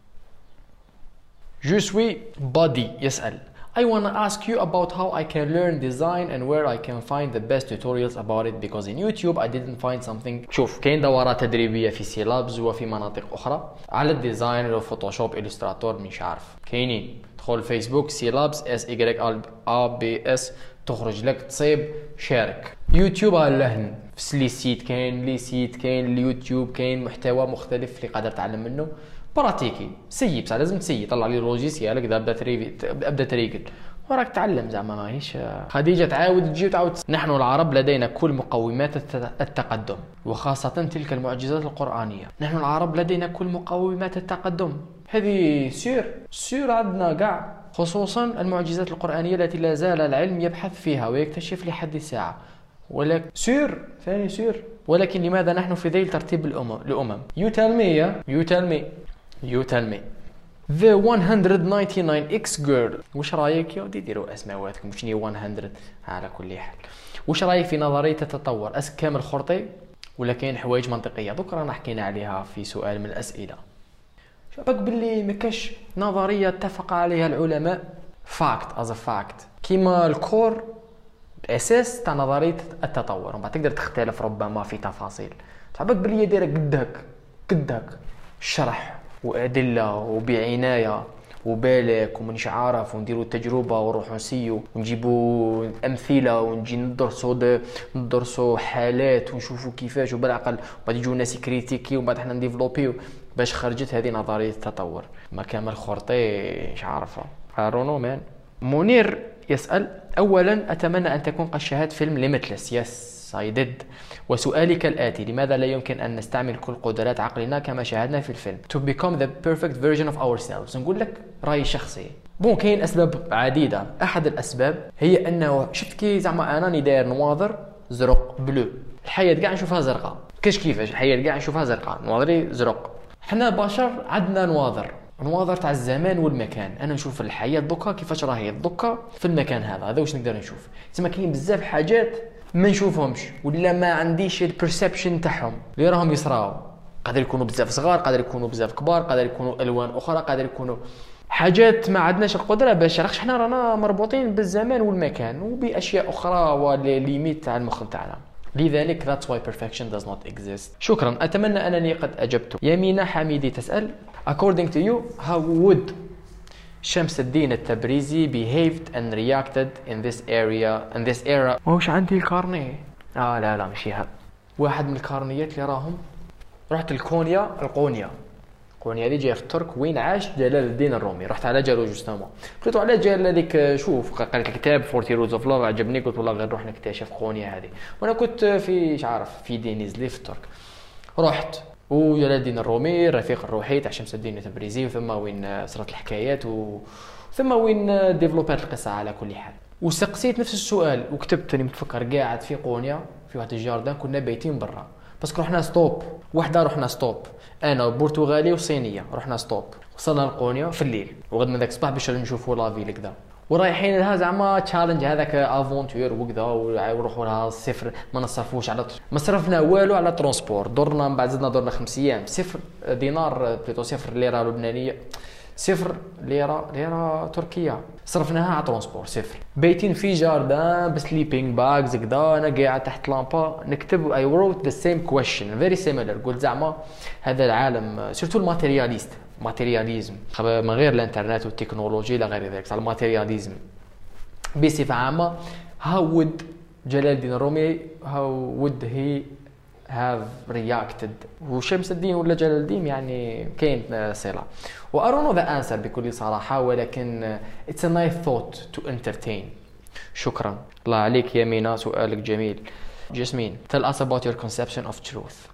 Je suis Buddy يسأل I wanna ask you about how I can learn design and where I can find the best tutorials about it because in YouTube I didn't find something. شوف كاين دورات تدريبية في سيلابز وفي مناطق أخرى على الديزاين وفوتوشوب إليستراتور مش عارف كاينين. تدخل فيسبوك سيلابز SYLABS تخرج لك تصيب شارك. يوتيوب اللهن في لي سيت كاين اليوتيوب كاين محتوى مختلف اللي قادر تعلم منه براتيكي سيء، بصح لازم تسيي طلع لي لوجيسيال هكذا ابدا تريقل وراك تعلم زعما ماهيش. خديجه تعاود تجي وتعاود. نحن العرب لدينا كل مقومات التقدم وخاصه تلك المعجزات القرانيه. نحن العرب لدينا كل مقومات التقدم، هذه سير عندنا كاع، خصوصا المعجزات القرانيه التي لا زال العلم يبحث فيها ويكتشف لحد الساعه. ولكن ولكن لماذا نحن في ذيل ترتيب الأمم؟ You tell me. The 199X girl. وش رايك يا ودي ديروا اسماواتكم شنو 100 على كل حال. وش رايك في نظرية التطور؟ اسك كامل خرطي ولا كاين حوايج منطقية؟ دوك رانا حكينا عليها في سؤال من الأسئلة. شبك باللي ما كاش نظرية اتفق عليها العلماء fact كيما الكور اساس تاع نظريه التطور، وبعد تقدر تختلف ربما في تفاصيل. تعبك بلي دايره قدك شرح وادله وبعنايه وبالك ومنش عارف، ونديروا التجربه ونروحوا نسيو ونجيبوا امثله ونجي ندرسوا حالات ونشوفوا كيفاش وبالعقل، وبعد يجوا ناس كريتيكي وبعد احنا نديفلوبيو باش خرجت هذه نظريه التطور. ما كامل خرطي مش عارفه هارونو مان. منير يسأل أولا أتمنى أن تكون قد شاهدت فيلم ليميتلس. يس I did. وسؤالي كالآتي، لماذا لا يمكن أن نستعمل كل قدرات عقلنا كما شاهدنا في الفيلم to become the perfect version of ourselves؟ نقول لك رأي شخصي. كاين أسباب عديدة. أحد الأسباب هي أنه شفت كي زعما أنا داير نواظر زرق بلو، الحياة كاع نشوفها زرقاء. كيفاش الحياة كاع نشوفها زرقاء، نواظري زرق. حنا بشر عندنا نواظر تاع الزمان والمكان. انا نشوف الحياه دوكا كيفاش راهي دوكا في المكان هذا واش نقدر نشوف. تسمى كاين بزاف حاجات ما نشوفهمش ولا ما عنديش البرسبشن تاعهم اللي راهم يصراو. قادر يكونوا بزاف صغار، قادر يكونوا بزاف كبار، قادر يكونوا الوان اخرى، قادر يكونوا حاجات ما عندناش القدره باش راكش حنا رانا مربوطين بالزمان والمكان وباشياء اخرى وليميت تاع المخ تاعنا. لذلك that's why perfection does not exist. شكرا، اتمنى انني قد اجبت. يمينة حميدي تسأل According to you, how would شمس الدين التبريزي behaved and reacted in this era؟ واش عندي الكارني؟ لا ماشي هذا. واحد من الكارنيات اللي راهم رحت القونيا هذه جايه في الترك وين عاش جلال الدين الرومي. رحت على جالو جوستومون، قلت على جال هذيك. شوف قريت الكتاب 40 Rules of Love عجبني، قلت والله غير نروح نكتشف قونيا هذه. وانا كنت في دينيزلي في الترك. رحت وجلال الدين الرومي الرفيق الروحي تاع شمس الدين التبريزي، ثم وين صارت الحكايات ثم وين ديفلوبات القصه على كل حال. وسقسيت نفس السؤال وكتبت اني متفكر قاعد في قونيا في واحد الجاردان، كنا بايتين برا بس رحنا ستوب وحده، رحنا ستوب انا وبرتغالي وصينيه، رحنا ستوب وصلنا لقونيا في الليل وغدنا ذاك الصباح باش نشوفوا لافيل كذا. ورايحين لها زعما تشالنج هذاك افونتور وكذا، ونروحوا لها الصفر، ما نصرفوش على ما صرفنا والو على ترونسبور. درنا من بعد زدنا درنا 5 ايام 0 دينار بليتو 0 ليره لبنانيه، 0 ليره تركيه صرفناها على ترونسبور 0. بايتين في جاردان بسليبينج باغز كذا، انا قاعد تحت لامبا نكتب اي وروت ذا سيم كويشن فيري سيميلر. قلت زعما هذا العالم سورتو الماتيرياليست ماتيرياليزم من غير الانترنت والتكنولوجيا لا غير ذلك، على الماتيرياليزم بصفه عامه. how would جلال الدين الرومي how would he have reacted؟ وشمس الدين ولا جلال الدين يعني كاين صله. و I don't know the answer بكل صراحه، ولكن it's a nice thought to entertain. شكرا الله عليك يا مينا، سؤالك جميل. جاسمين tell us about your conception of truth.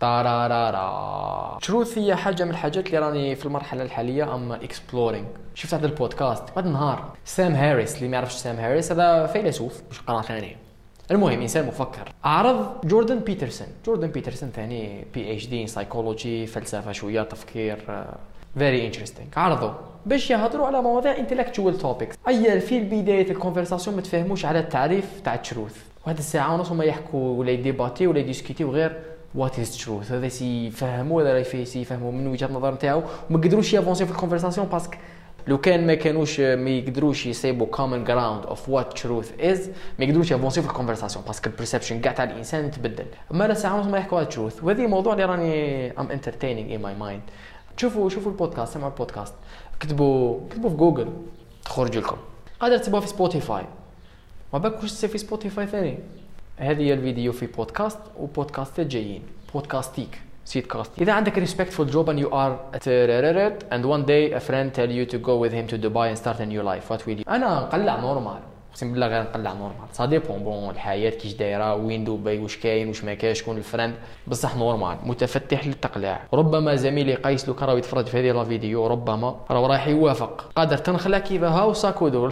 تروث هي حاجه من الحاجات اللي راني في المرحله الحاليه اما اكسبلورينغ. شفت هذا البودكاست بعد نهار سام هاريس، اللي ما يعرفش سام هاريس هذا فيلسوف مش قرات ثاني، المهم انسان مفكر. عرض جوردن بيترسون ثاني بي اتش دي سايكولوجي، فلسفه شويه تفكير فيري انتريستينغ. عرضوا باش يهضروا على مواضيع انتلكتوال توبكس. اي في بدايه الكونفرساسيون ما تفهموش على التعريف تاع تروث، وهذه الساعه ونص هما يحكوا ولا يديباتي ولا يديسكوتيو غير وات از تروث. هذا يفهموا ولا يفهموا من وجهه النظر نتاعو، وما قدروش يافونسي في الكونفرساسيون باسكو لو كان ما يقدروش يصيبوا كومن جراوند اوف وات تروث از، ما يقدروش يافونسي في الكونفرساسيون باسكو البرسبشن كاع تاع الانسان تبدل. اما لا ساعه ونص ما يحكوا على تروث، وهذه موضوع اللي راني ام انترتينينغ ان ماي مايند. شوفوا البودكاست، سمعوا البودكاست، كتبوا في جوجل تخرج لكم، قادر تسيبوها في سبوتيفاي، ما بالك واش تصير في سبوتيفاي ثاني. هذه هي الفيديو في بودكاست وبودكاستات جايين، بودكاستيك سيدكاست. اذا عندك respectful job and you are and one day a friend tell you to go with him to Dubai and start a new life, what will you؟ انا نقلع نورمال، اقسم بالله غير نقلع نورمال. صا ديبون بون الحياه كيش دايره، وين دبي، واش كاين واش ما كاينش، شكون الفرند، بصح نورمال متفتح للتقلاع. ربما زميلي قيس لو كان راه يتفرج في هذه لا فيديو ربما راه راح يوافق، قادر تنخلع كيفها وساكودول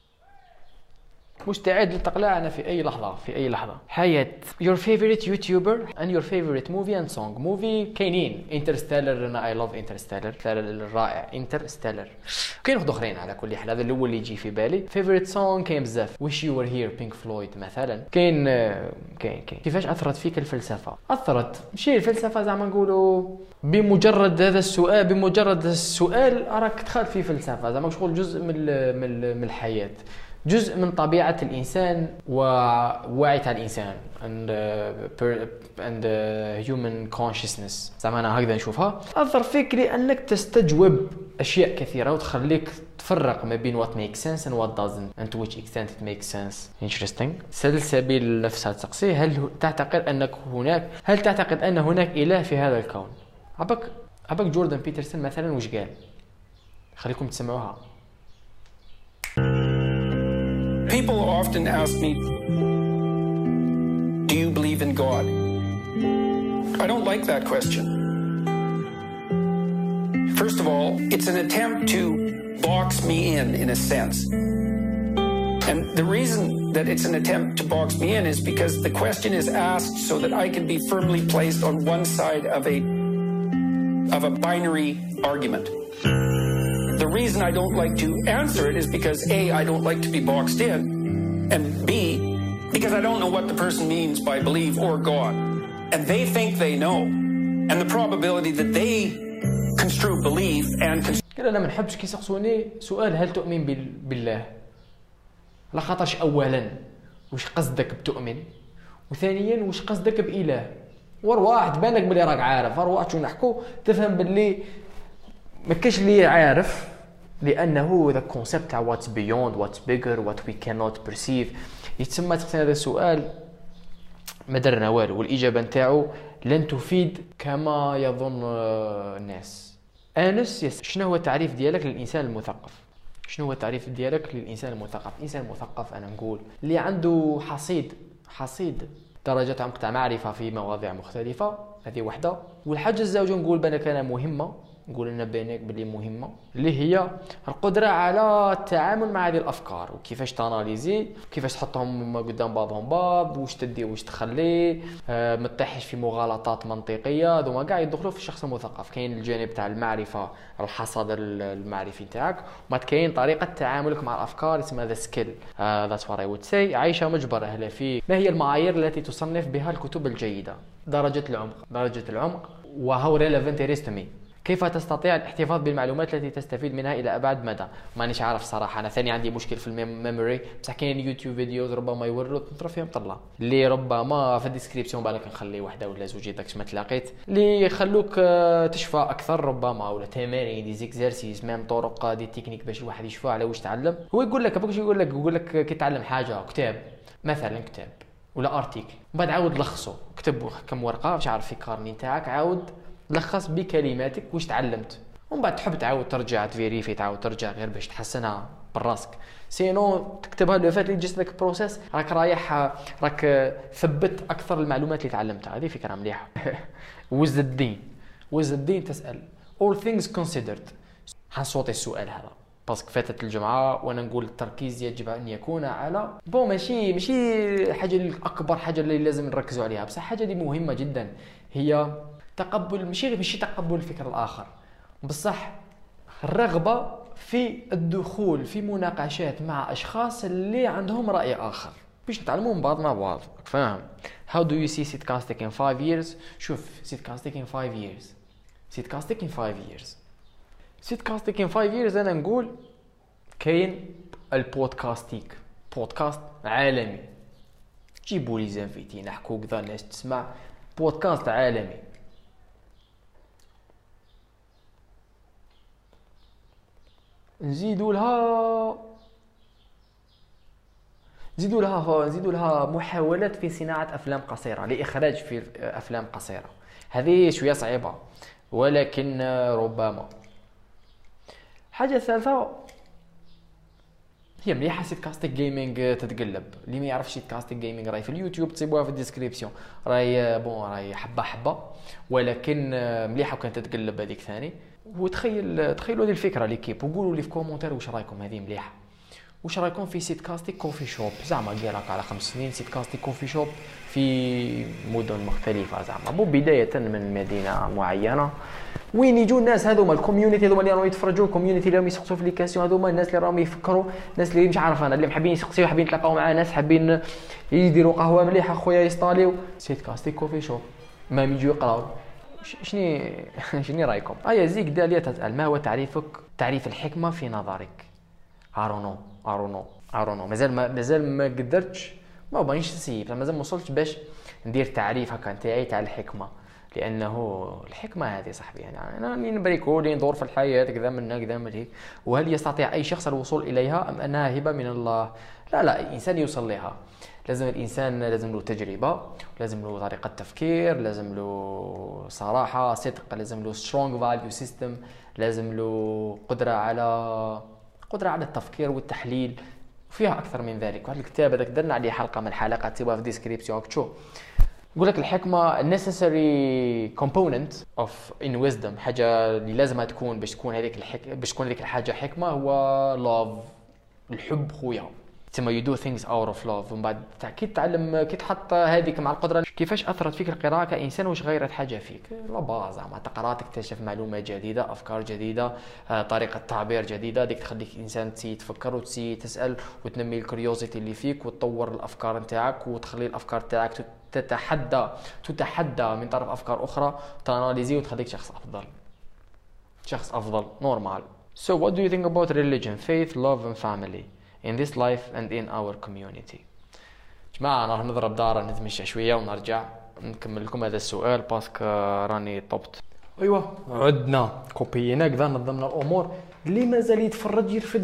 مستعد للتقلاع أنا في أي لحظة. حياة your favorite YouTuber and your favorite movie and song. movie كاينين انترستيلر، أنا I love انترستيلر الرائع انترستيلر. كاين واحد اخرين على كل حال، هذا الاول اللي يجي في بالي. favorite song كاين بزاف، wish you were here Pink Floyd مثلا. كاين كيفاش اثرت فيك الفلسفه؟ اثرت ماشي الفلسفه زعما نقولوا بمجرد السؤال راك دخلت في فلسفه، زعما شغل جزء من الحياه، جزء من طبيعة الإنسان ووعي تاع الإنسان and human consciousness. زعما أنا هكذا نشوفها. أثر فيك لأنك تستجوب أشياء كثيرة وتخليك تفرق ما بين what makes sense and what doesn't and to which extent it makes sense. Interesting. سلسبيل نفسها تسقسي، هل تعتقد أن هناك إله في هذا الكون؟ عبك جوردن بيترسون مثلا وش قال؟ خليكم تسمعوها. People often ask me, do you believe in God? I don't like that question. First of all, it's an attempt to box me in a sense. And the reason that it's an attempt to box me in is because the question is asked so that I can be firmly placed on one side of a binary argument. The reason I don't like to answer it is because A, I don't like to be boxed in, and B, because I don't know what the person means by believe or God. And they think they know. And the probability that they construe belief and قال انا ما نحبش كي يسقسوني سؤال هل تؤمن بالله، لا خاطرش اولا واش قصدك بتؤمن، وثانيا واش قصدك بإله. واحد تبان لك بلي راك عارف، واحد شو نحكوا تفهم باللي ما كاش اللي عارف، لانه ذا كونسيبت تاع واتس بيوند واتس بيجر وات وي كانوت بيرسيف يتسمى تقسيم هذا السؤال ما درنا والو، والاجابه نتاعو لن تفيد كما يظن الناس. انس شنو هو التعريف ديالك للانسان المثقف؟ الانسان المثقف انا نقول اللي عنده حصيد درجات عمق تاع معرفه في مواضيع مختلفه، هذه وحده. والحاجه الزوجه نقول بالك انا مهمه نقول لنا بينك باللي مهمه، اللي هي القدره على التعامل مع هذه الافكار وكيفاش تاناليزي، كيفاش تحطهم قدام بعض، واش تدي واش تخلي، ما تطيحش في مغالطات منطقيه. هذوما كاع يدخلوا في الشخص المثقف. كاين الجانب تاع المعرفه، الحصاد المعرفي تاعك، وما كاين طريقه تعاملك مع الافكار اسمها ذا سكيل. ذاتس وات اي وود سي. عايشه مجبر اهلا فيك. ما هي المعايير التي تصنف بها الكتب الجيده؟ درجه العمق وهو ريليفنت ريستمي. كيف تستطيع الاحتفاظ بالمعلومات التي تستفيد منها الى ابعد مدى؟ مانيش عارف صراحه. انا ثاني عندي مشكل في الميموري، بصح كاين يوتيوب فيديوز ربما يوروا نطرف فيهم طلع اللي ربما في الديسكريبسيون بالك نخلي واحده ولا زوج داكش ما تلاقيت اللي يخلوك تشفى اكثر ربما، ولا تمارين دي زيكزارسيس ميم طرق دي تكنيك باش الواحد يشفى على واش تعلم. هو يقول لك كي تعلم حاجه كتاب مثلا، كتاب ولا ارتيكل، من بعد عاود لخصه، كتب كم ورقه باش عارف في كارني تاعك، عاود لخص بكلماتك واش تعلمت، ومن بعد تحب تعاود ترجع تفيريفي، تعاود ترجع غير باش تحسنها براسك. سينو تكتبها لو فات اللي جست لك بروسيس راك ثبت اكثر المعلومات اللي تعلمتها. هذه فكره مليحه. وز الدين تسال all things considered. حنصوتي السؤال هذا باسكو فاتت الجمعه وانا نقول التركيز يجب ان يكون على ماشي حاجه الاكبر، حاجه اللي لازم نركزوا عليها، بصح حاجه دي مهمه جدا، هي تقبل ماشي تقبل الفكر الاخر، بصح الرغبه في الدخول في مناقشات مع اشخاص اللي عندهم راي اخر باش نتعلموا من بعض مع بعض. فاهم؟ How do you see Seedcasting in 5 years؟ شوف Seedcasting in 5 years Seedcasting in 5 years انا نقول كاين البودكاستيك، بودكاست عالمي، جيبوا لي زانفيتي نحكوا كذا الناس تسمع، بودكاست عالمي. نزيدوا لها محاولات في صناعة أفلام قصيرة، لإخراج في أفلام قصيرة. هذه شوية صعيبة ولكن ربما. حاجة ثالثة هي مليحة سيدكاستيك جيمنج تتقلب. اللي ما يعرفش سيدكاستيك جيمنج راهي في اليوتيوب، تصيبوها في الديسكريبسيون، راهي حبة ولكن مليحة وكانت تتقلب هذيك ثاني. تخيلوا هذه الفكره ليكيب، وقولوا لي في كومونتير واش رايكم. هذه مليحه. واش رايكم في سيدكاستيك كوفي شوب؟ زعما قالك على 5 سنين سيدكاستيك كوفي شوب في مدن مختلفه، زعما مو بدايه من مدينه معينه، وين يجوا الناس هذوما الكوميونيتي هذوما اللي راهم يتفرجوا، الكوميونيتي اللي راهم يسقسوا في لي كاسيون، هذوما الناس اللي راهم يفكروا، الناس اللي مش عارف انا اللي حابين يسقسيو، حابين يتلاقاو مع ناس، حابين يديروا قهوه مليحه خويا يستاليو. سيدكاستيك كوفي شوب ما يجوا يقراو. شني رايكم؟ زيك داليا تسأل ما هو تعريف الحكمة في نظرك؟ أرونو مازال ما قدرتش، ما بغيتش نسيب، مازال ما وصلتش باش ندير تعريف هكا نتاعي تاع الحكمة، لأنه الحكمة هذه صاحبي يعني أنا نبريكو لي ندور في الحياة كذا من هيك، وهل يستطيع أي شخص الوصول إليها أم أنها هبة من الله؟ لا الإنسان يوصل لها. الإنسان لازم له تجربة، لازم له طريقة تفكير، لازم له صراحة، صدق، لازم له strong value system، لازم له قدرة على التفكير والتحليل، وفيها أكثر من ذلك. وهذا الكتاب هذاك درنا عليه حلقة من الحلقات، تسيبوها في الديسكريبسيون تشوف. يقول لك الحكمة necessary component of in wisdom، حاجة اللي لازمها تكون باش تكون هذيك الحاجة حكمة، هو love، الحب خويا. تسمى you do things out of love. ومن بعد كي تعلم، كي تحط هذيك مع القدرة، كيفاش أثرت فيك القراءة كإنسان، واش غيرت حاجة فيك؟ لا باز، زعما تقرأ تكتشف معلومات جديدة، أفكار جديدة، طريقة تعبير جديدة، ديك تخليك إنسان تفكر وتسأل وتنمي الكريوزيتي اللي فيك، وتطور الأفكار نتاعك، وتخلي الأفكار نتاعك تتحدى من طرف أفكار أخرى، تاناليزي وتخليك شخص أفضل normal. So what do you think about religion, faith, love and family in this life and in our community؟ جماعة أنا راح نضرب دارة نتمشى شوية ونرجع نكمل لكم هذا السؤال باسكو راني طبت. أيوة عدنا كوبينا كذا، نظمنا الأمور. اللي مازال يتفرج يرفد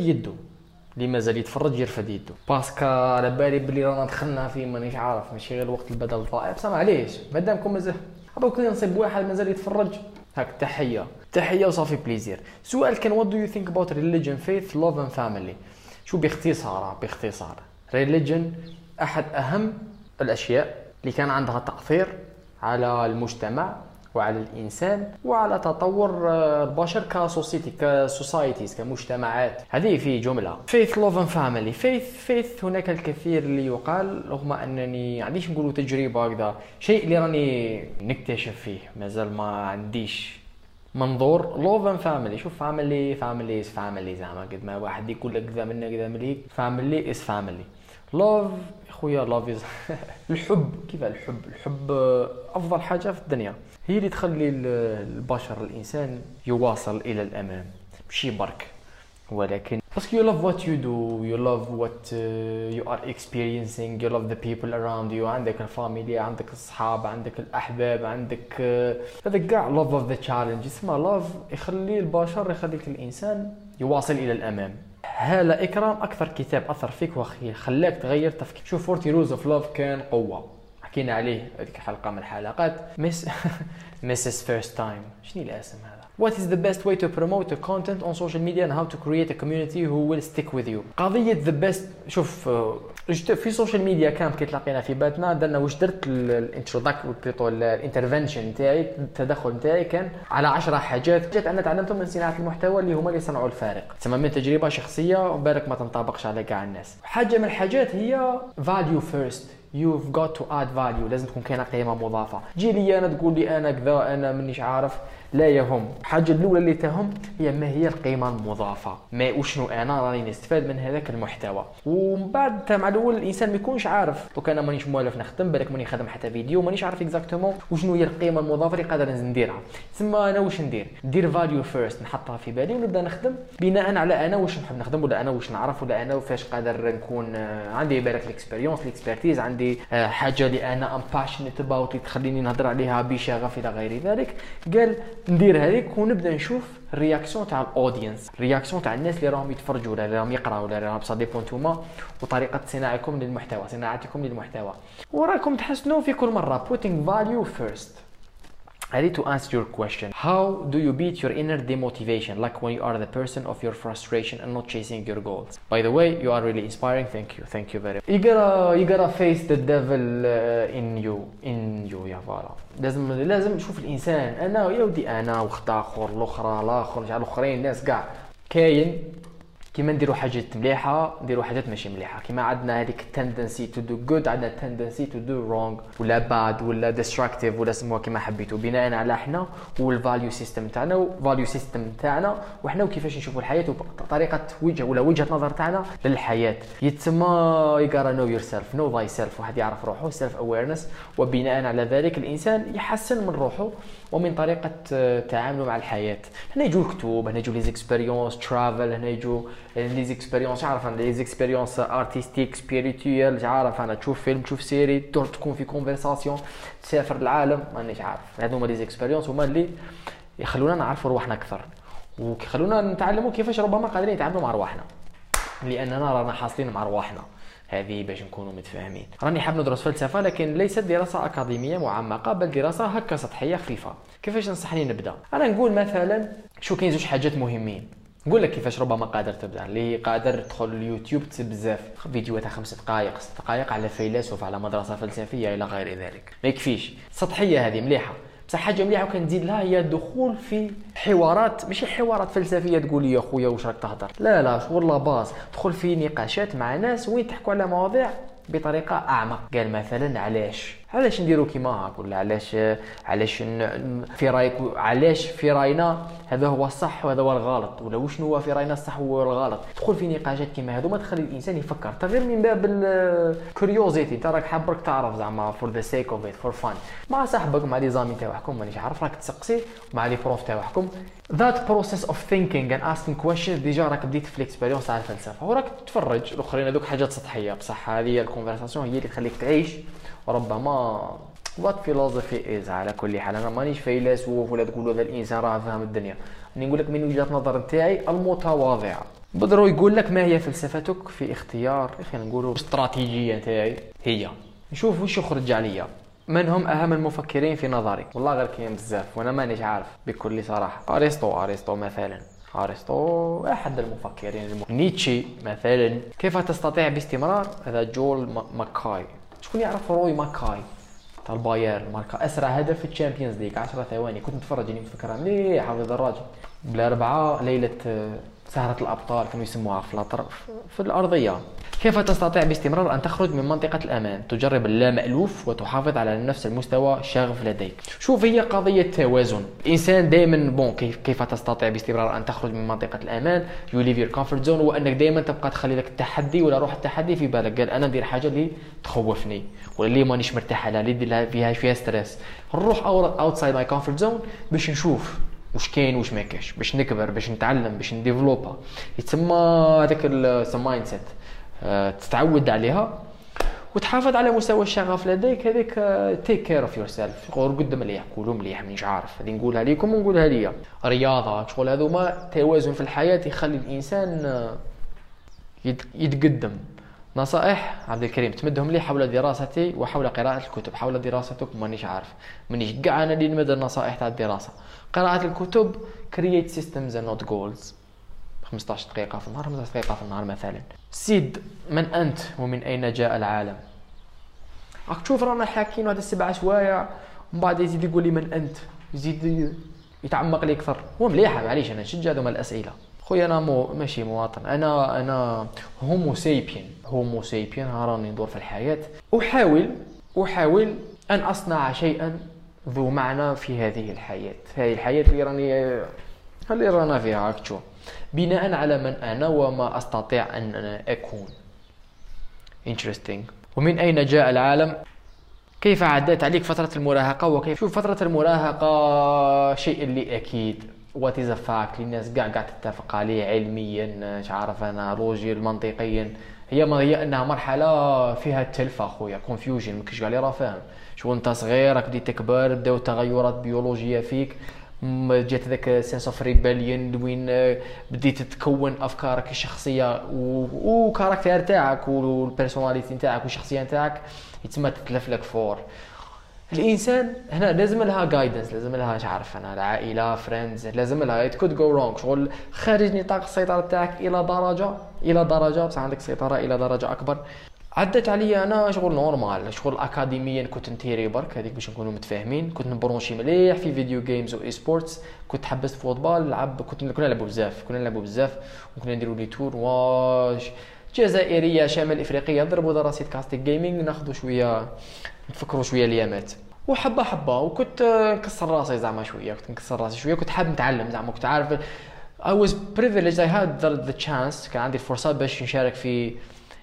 يده، باسكو على بالي بلي رانا دخلنا في مانيش عارف، ماشي غير وقت البدل الطائب. بصح معليش مادامكم مازال كنا نصيب واحد مازال يتفرج هاك، تحية وصافي بليزير. سؤال كان what do you think about religion, faith, love and family؟ شو باختصار religion أحد أهم الأشياء اللي كان عندها تأثير على المجتمع وعلى الإنسان وعلى تطور البشر كسوسايتيز كمجتمعات. هذه في جملة. faith love and family. faith هناك الكثير اللي يقال، رغم أنني ما عنديش نقولوا تجربة هكذا، شيء اللي راني نكتشف فيه مازال ما عنديش منظور. love and family. شوف family زعما قد ما واحد يقول لك كذا منا كذا مليك family is family. love خويا love is الحب. كيف الحب أفضل حاجة في الدنيا، هي اللي تخلي البشر الإنسان يواصل إلى الأمام، ماشي برك ولكن because you love what you do, you love what you are experiencing, you love the people around you. عندك الفاميليا، عندك الصحاب، عندك الأحباب، عندك هذا كاع love of the challenge. اسمه love يخلي البشر، يخليك الإنسان يواصل إلى الأمام. هلا إكرام أكثر كتاب أثر فيك وخي خلاك تغير تفكير. شوف 40 rules of love كان قوة، حكينا عليه هذيك حلقة من الحلقات. Mrs. First Time. شنو الاسم هذا؟ What is the best way to promote the content on social media and how to create a community who will stick with you. قضية the best. شوف في السوشيال ميديا كامب كي تلاقينا في باتنا درنا واش درت الانترفنشن تاعي، التدخل تاعي كان على 10 حاجات انا تعلمتهم من صناعة المحتوى اللي هما اللي صنعوا الفارق. تسمى من تجربة شخصية وبالك ما تنطبقش على كاع الناس. حاجة من الحاجات هي value first. You've got to add value. لازم تكون كاينه قيمه مضافه. جي لي انا تقول لي انا كذا انا مانيش عارف، لا يهم. الحاجه الاولى اللي تهم هي ما هي القيمه المضافه، ما وشنو انا راني نستفاد من هذاك المحتوى. ومن بعد مع الاول الانسان ما يكونش عارف، لو كان مانيش موالف نخدم بالك ماني خدم حتى فيديو مانيش عارف اكزاكتومون وشنو هي القيمه المضافه اللي قادر نديرها. ثم انا واش ندير فاليو فيرست، نحطها في بالي ونبدا نخدم بناء على انا واش نحب نخدم، ولا انا واش نعرف، ولا انا فاش قادر نكون عندي بالك الاكسبيرتيز، عندي حاجه اللي انا ام باشنيت اباوت اللي تخليني نهضر عليها بشغف الى غير ذلك. قال ندير هذيك ونبدا نشوف الرياكسيون تاع الاودينس، الرياكسيون تاع الناس اللي راهم يتفرجوا ولا اللي راهم يقراوا ولا راهم بصدي بونتوما، وطريقه صناعتكم للمحتوى وراكم تحسنوا في كل مره. putting value first. I need to answer your question. How do you beat your inner demotivation, like when you are the person of your frustration and not chasing your goals? By the way, you are really inspiring. Thank you very much. You gotta face the devil in you يا فارا. لازم نشوف الانسان. انا يا ودي انا وخت اخر الاخر مش على الاخرين الناس كاع كاين. كيما نديروا حاجات مليحه نديروا حاجات ماشي مليحه. كيما عندنا هذيك التندنسي تو دو جود، عندنا التندنسي تو دو رونغ ولا باد ولا ديستراكتيف ولا سموها كيما حبيتوا، بناء على احنا والفاليو سيستم تاعنا وحنا وكيفاش نشوفوا الحياه وطريقه وجهه نظر تاعنا للحياه. يتسمى you gotta know yourself, know thyself. واحد يعرف روحه self awareness، وبناء على ذلك الانسان يحسن من روحه ومن طريقه تعامله مع الحياه. هنا يجوا الكتب، هنا يجوا لي زيكسبيريونس ترافل، هنا يجوا لي زيكسبيريونس عارف انا لي زيكسبيريونس ارتستيك سبيريتويال، عارف انا تشوف فيلم تشوف سيري تكون في كونفرساسيون تسافر العالم مانيش عارف. هذو هما لي زيكسبيريونس هما اللي يخلونا نعرفوا رواحنا اكثر ويخلونا نتعلموا كيفاش ربما قادرين نتعاملوا مع رواحنا، لاننا رانا حاصلين مع رواحنا. هذه باش نكونوا متفاهمين. راني حاب ندرس فلسفه لكن ليست دراسه اكاديميه معمقه، بل دراسه هكا سطحيه خفيفه. كيفاش تنصحني نبدا؟ انا نقول مثلا شو كاين زوج حاجات مهمين. نقول لك كيفاش ربما قادر تبدا، اللي قادر تدخل اليوتيوب بزاف فيديوهات 5 دقائق 6 دقائق على فيلسوف على مدرسه فلسفيه الى غير ذلك، ما يكفيش. سطحيه هذه مليحه، بصح حاجه مليحه وكان نزيد لها هي الدخول في حوارات، ماشي حوارات فلسفيه تقول لي يا خويا واش راك تهضر، لا شغل لا باز. تدخل في نقاشات مع ناس وين تحكوا على مواضيع بطريقه اعمق. قال مثلا علاش نديروا كيما هاك، ولا علاش في رايك، علاش في راينا هذا هو الصح وهذا هو الغلط، ولا وشنو هو في راينا الصح وهو الغلط. تدخل في نقاشات كيما هذو ما تخلي الانسان يفكر تغير من باب الكوريوزيتي. انت راك حابك تعرف زعما فور ذا سيك اوف ات فور فان مع صاحبك مع لي زامي تاعكم مانيش عارف، راك تسقسي مع لي بروف تاعكم. ذات بروسيس اوف ثينكينغ اند اسكينغ كويشنز. ديجا راك بديت في الاكسبيريونس تاع الفلسفه وراك تتفرج. الاخرين هذوك حاجات سطحيه، بصح هذه الكونفرساسيون هي اللي تخليك تعيش ربما وات فيلوزوفي از. على كل حال انا مانيش فيلسوف ولا تقولوا هذا الانسان راه فاهم الدنيا، راني نقول لك من وجهه نظر نتاعي المتواضعه. بدرو يقول لك ما هي فلسفتك في اختيار خلينا نقولوا استراتيجيه تاعي. هي نشوف واش يخرج عليا، من هم اهم المفكرين في نظري. والله غير كاين بزاف وانا مانيش عارف بكل صراحه. ارسطو مثلا، ارسطو احد المفكرين. نيتشه مثلا. كيف تستطيع باستمرار؟ هذا جول ماكاي. شكون يعرف روي ماكاي؟ تاع البايرن ماركا اسرع هدف في الشامبيونز ليغ 10 ثواني. كنت نتفرج يعني مفكرها مليح حافظ الراجل. بلا 4 ليله سهرة الأبطال كانوا يسموها في الأرضية. كيف تستطيع باستمرار أن تخرج من منطقة الأمان؟ تجرب اللامألوف وتحافظ على نفس المستوى الشغف لديك. شوف هي قضية توازن. الإنسان دائما كيف تستطيع باستمرار أن تخرج من منطقة الأمان you leave your comfort zone، وأنك دائما تبقى تخلي لك التحدي ولا روح التحدي في بالك. قال أنا ندير حاجة اللي تخوفني ولا اللي مانيش مرتاح لها اللي فيها ستريس، نروح outside my comfort zone باش نشوف وش كاين وش ما كاش، باش نكبر باش نتعلم باش نديفلوبا. يتسمى هذاك المايند سيت تتعود عليها وتحافظ على مستوى الشغف لديك. هذيك تيك كير اوف يور سيلف. شغل قدام مليح قولوا مليح مانيش عارف هذه نقولها لكم ونقولها ليا. رياضه شغل هذوما توازن في الحياه يخلي الانسان يتقدم. نصائح عبد الكريم تمدهم لي حول دراستي وحول قراءة الكتب. حول دراستك مانيش عارف مانيش كاع انا اللي نمد النصائح تاع الدراسة. قراءة الكتب create systems and not goals. 15 دقيقة في النهار 15 دقيقة في النهار مثلا. سيد من أنت ومن أين جاء العالم؟ راك تشوف رانا حاكين هذا 7 سوايع ومن بعد يزيد يقول لي من أنت، يزيد يتعمق لي أكثر. هو مليحة معليش أنا نشجع هذوما الأسئلة. خويا أنا ماشي مواطن، أنا هومو سيبين هاراني ندور في الحياة. أحاول أن أصنع شيئا ذو معنى في هذه الحياة اللي رانا فيها. أكتشو بناء على من أنا وما أستطيع أن أكون. interesting. ومن أين جاء العالم؟ كيف عدت عليك فترة المراهقة وكيف؟ شوف فترة المراهقة شيء اللي أكيد what is a fact الناس قاعد تتفق عليه علميا مش عارف أنا لوجيا منطقيا. هي أنها مرحلة فيها التلفة خويا confusion مكش قاعد راه فاهم. شو أنت صغير بديت تكبر بداو تغيرات بيولوجية فيك جات ذاك سنس اوف ريبليون وين بديت تكون افكارك الشخصيه وكاركتير تاعك والبيرسوناليتي تاعك والشخصيه تاعك يتم تتلف لك فور. الانسان هنا لازم لها جايدنس، لازم لها مش عارف انا العائله فريندز، لازم لها it could go wrong. شغل خارج نطاق السيطره تاعك الى درجه بصح عندك سيطره الى درجه اكبر. عدت عليا انا شغل نورمال، شغل اكاديميا كنت نتيري برك هذيك باش نكونوا متفاهمين. كنت نبرونشي مليح في فيديو جيمز واي سبورتس. كنت حبست فوتبال نلعب، كنا نلعبوا بزاف وكنا نديروا لي تور واش جزائريه شمال افريقيا نضربوا دراسه كاستيك جيمنج ناخذوا شويه نفكروا شويه اليامات وحبه وكنت نكسر راسي زعما شويه. كنت حاب نتعلم زعما كنت عارف I was privileged I had the chance كان عندي الفرصه باش نشارك في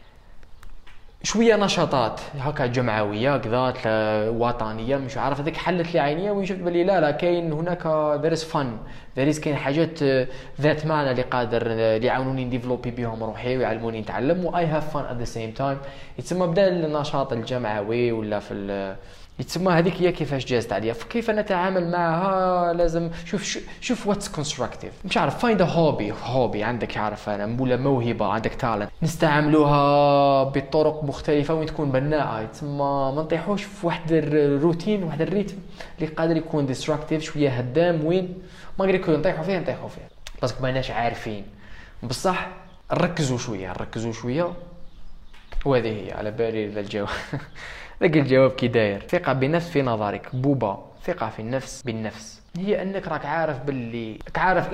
شويه نشاطات هكا جمعويه كذا وطنيه مش عارف. هذيك حلت لي عينيا وين شفت بلي لا كاين هناك there is كاين حاجات ذات معنى اللي قادر اللي يعاونوني نديفلوبي بهم روحي ويعلموني نتعلم و I have fun at the same time. يتسمى بدا النشاط الجمعوي ولا في يتسمى هذيك هي كيفاش جازت عليا. كيف نتعامل معها لازم شوف واتس كونستراكتيف مش عارف find a hobby عندك عارف انا ولا موهبه عندك تالنت نستعملوها بطرق مختلفه وين تكون بناءه. يتسمى ما نطيحوش في واحد الروتين واحد الريتم اللي قادر يكون ديستراكتيف شويه هدام وين ما قادر يكون نطيحوا فيه باسكو ماناش عارفين بصح نركزوا شويه وهذه هي على بالي ذا الجواب. ذاك الجواب كي داير ثقة بالنفس في نظرك بوبا. ثقة في النفس بالنفس هي انك راك عارف باللي عارف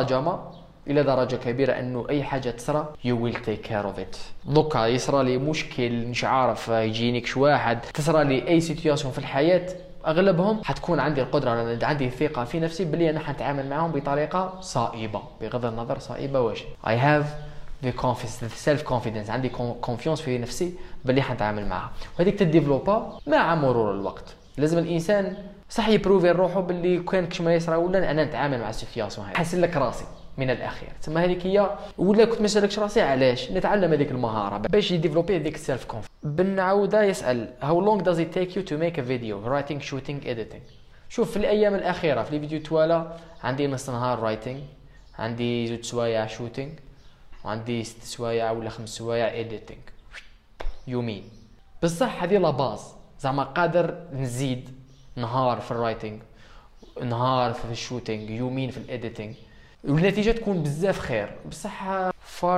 الى درجة كبيرة انه اي حاجة تصرى you will take care of it. دوكا يصرى لي مشكل مش عارف يجينيك شواحد تصرى لي اي سيتوياسيون في الحياة اغلبهم حتكون عندي القدرة عندي ثقة في نفسي باللي انا حنتعامل معهم بطريقة صائبة بغض النظر صائبة واش I have the self confidence عندي confiance في نفسي باللي حنتعامل معها. وهذيك تديفلوبا مع مرور الوقت. لازم الانسان صح يبروفي روحه باللي كان كش ما يصرى ولا انا نتعامل مع السيتوياسيون هاي حسن لك راسي من الاخير. تسمى هذيك هي ولا كنت ما سالكش راسي علاش نتعلم هذيك المهاره باش يديفلوبي هذيك السيلف كونفيدنس. بن عوده يسال how long does it take you to make a video writing shooting editing. شوف في الايام الاخيره في الفيديو توالا عندي نص نهار رايتنج عندي 2 سوايع شوتينج وعندي 6 سوايع ولا 5 سوايع إيديتينج يومين. بصح هذه لا باز زعما قادر نزيد نهار في الرايتنج نهار في الشوتينج يومين في الإيديتينج والنتيجة تكون بزاف خير. بصح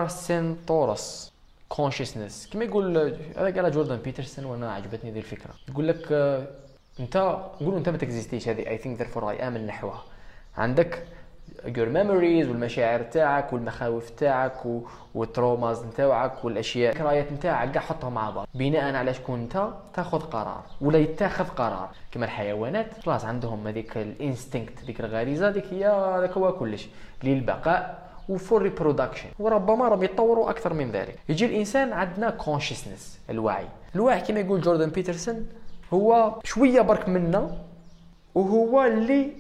فارسنتورس كونشسنس كما يقول هذا قال جوردان بيترسون وانا عجبتني هذه الفكرة. يقول لك انت نقولوا انت ما تكزيستيش، هذه اي ثينك therefore I am نحوها. عندك your memories والمشاعر تاعك والمخاوف تاعك والتروماز نتاعك والاشياء الذكريات نتاعك كاع حطها مع بعض بناء على شكون انت تاخذ قرار ولا يتاخذ قرار. كما الحيوانات خلاص عندهم هذيك الانستينكت، هذيك الغريزه، هذيك هي هذاك هو كلش للبقاء وفور ريبرودكشن، وربما راهم يتطوروا اكثر من ذلك. يجي الانسان عندنا كونشسنس، الوعي كما يقول جوردن بيترسون هو شويه برك منا، وهو اللي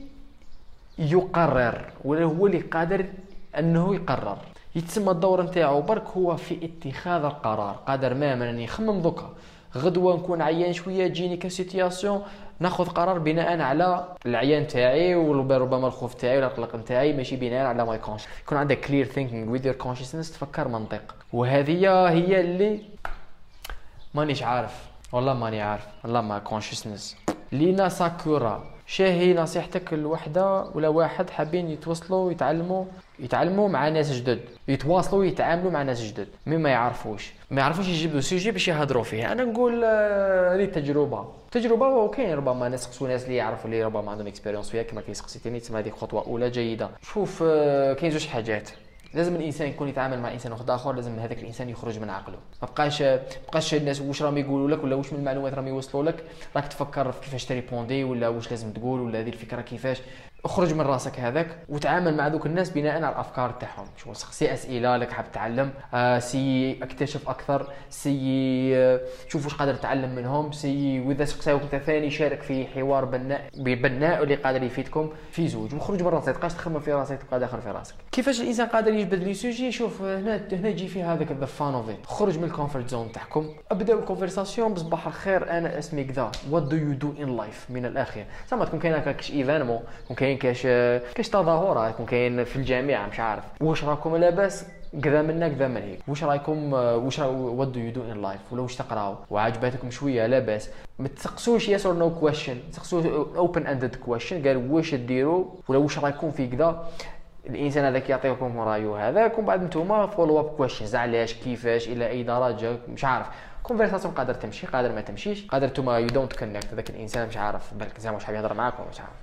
يقرر ولا هو اللي قادر انه يقرر. يتسمى الدور نتاعو برك هو في اتخاذ القرار. قادر ما اني نخمم دوكا غدوه نكون عيان شويه تجيني كسيتياسيون ناخذ قرار بناء على العيان تاعي وربما الخوف تاعي ولا القلق نتاعي، ماشي بناء على ماي كونش. يكون عندك كلير ثينكينغ وذ يور كونشسنس، تفكر منطق. وهذه هي اللي مانيش عارف، والله ماني عارف، والله ما كونشسنس. لينا ساكورا، شاهي نصيحتك لوحده ولا واحد حابين يتواصلوا يتعلموا مع ناس جدد، يتواصلوا يتعاملوا مع ناس جدد ما يعرفوش يجيبوا سوجي باش يهضروا فيه؟ انا نقول هذه تجربه وكاين ربما ناس يسقسوا ناس اللي يعرفوا اللي ربما عندهم اكسبيريونس فيها كما كيسقسيتني، تسمى هذه خطوه اولى جيده. شوف كاين زوج حاجات، لازم الانسان يكون يتعامل مع انسان واحد اخر، لازم هذاك الانسان يخرج من عقله، ما بقاش الناس واش راهم يقولوا لك ولا واش من المعلومات راهم يوصلوا لك راك تفكر في كيفاش تريبوندي ولا واش لازم تقول ولا هذه الفكره كيفاش. اخرج من راسك هذاك وتعامل مع ذوك الناس بناء على الافكار تاعهم. شو سي اسئله لك حاب تتعلم، سي اكتشف اكثر، سي شوف واش قادر تتعلم منهم، سي واذا سقساوك انت ثاني شارك في حوار بناء اللي قادر يفيدكم في زوج. وخرج من راسك، تبقاش تخمم في راسك تبقى داخل في راسك. كيفاش الانسان قادر يجبد لي سوجي؟ شوف هنا يجي في هذاك ذا فان اوف ات. خرج من الكونفورت زون تاعكم، ابداو الكونفرساسيون بصباح الخير انا اسمي كذا، وات دو يو دو ان لايف من الاخر. زعما تكون كاين كاش ايفينمون، تكون كاين كاش تظاهرات، يكون كاين في الجامعه مش عارف واش راكم لاباس كذا منا كذا من هيك، واش رايكم واش وات دو يو دو ان لايف، ولا واش تقراو وعجباتكم شويه لاباس. ما تسقسوش يس اور نو كويشن، تسقسوا اوبن اندد كويشن، قال واش ديروا ولا واش رايكم في كذا. الانسان هذاك يعطيكم رايو هذاك، ومن بعد نتوما فولو اب كويشنز علاش كيفاش الى اي درجه مش عارف. كونفرساسيون قادر تمشي قادر ما تمشيش، قادر نتوما يو دونت كونكت هذاك الانسان مش عارف بالك زعما واش حاب يهضر معاكم مش عارف.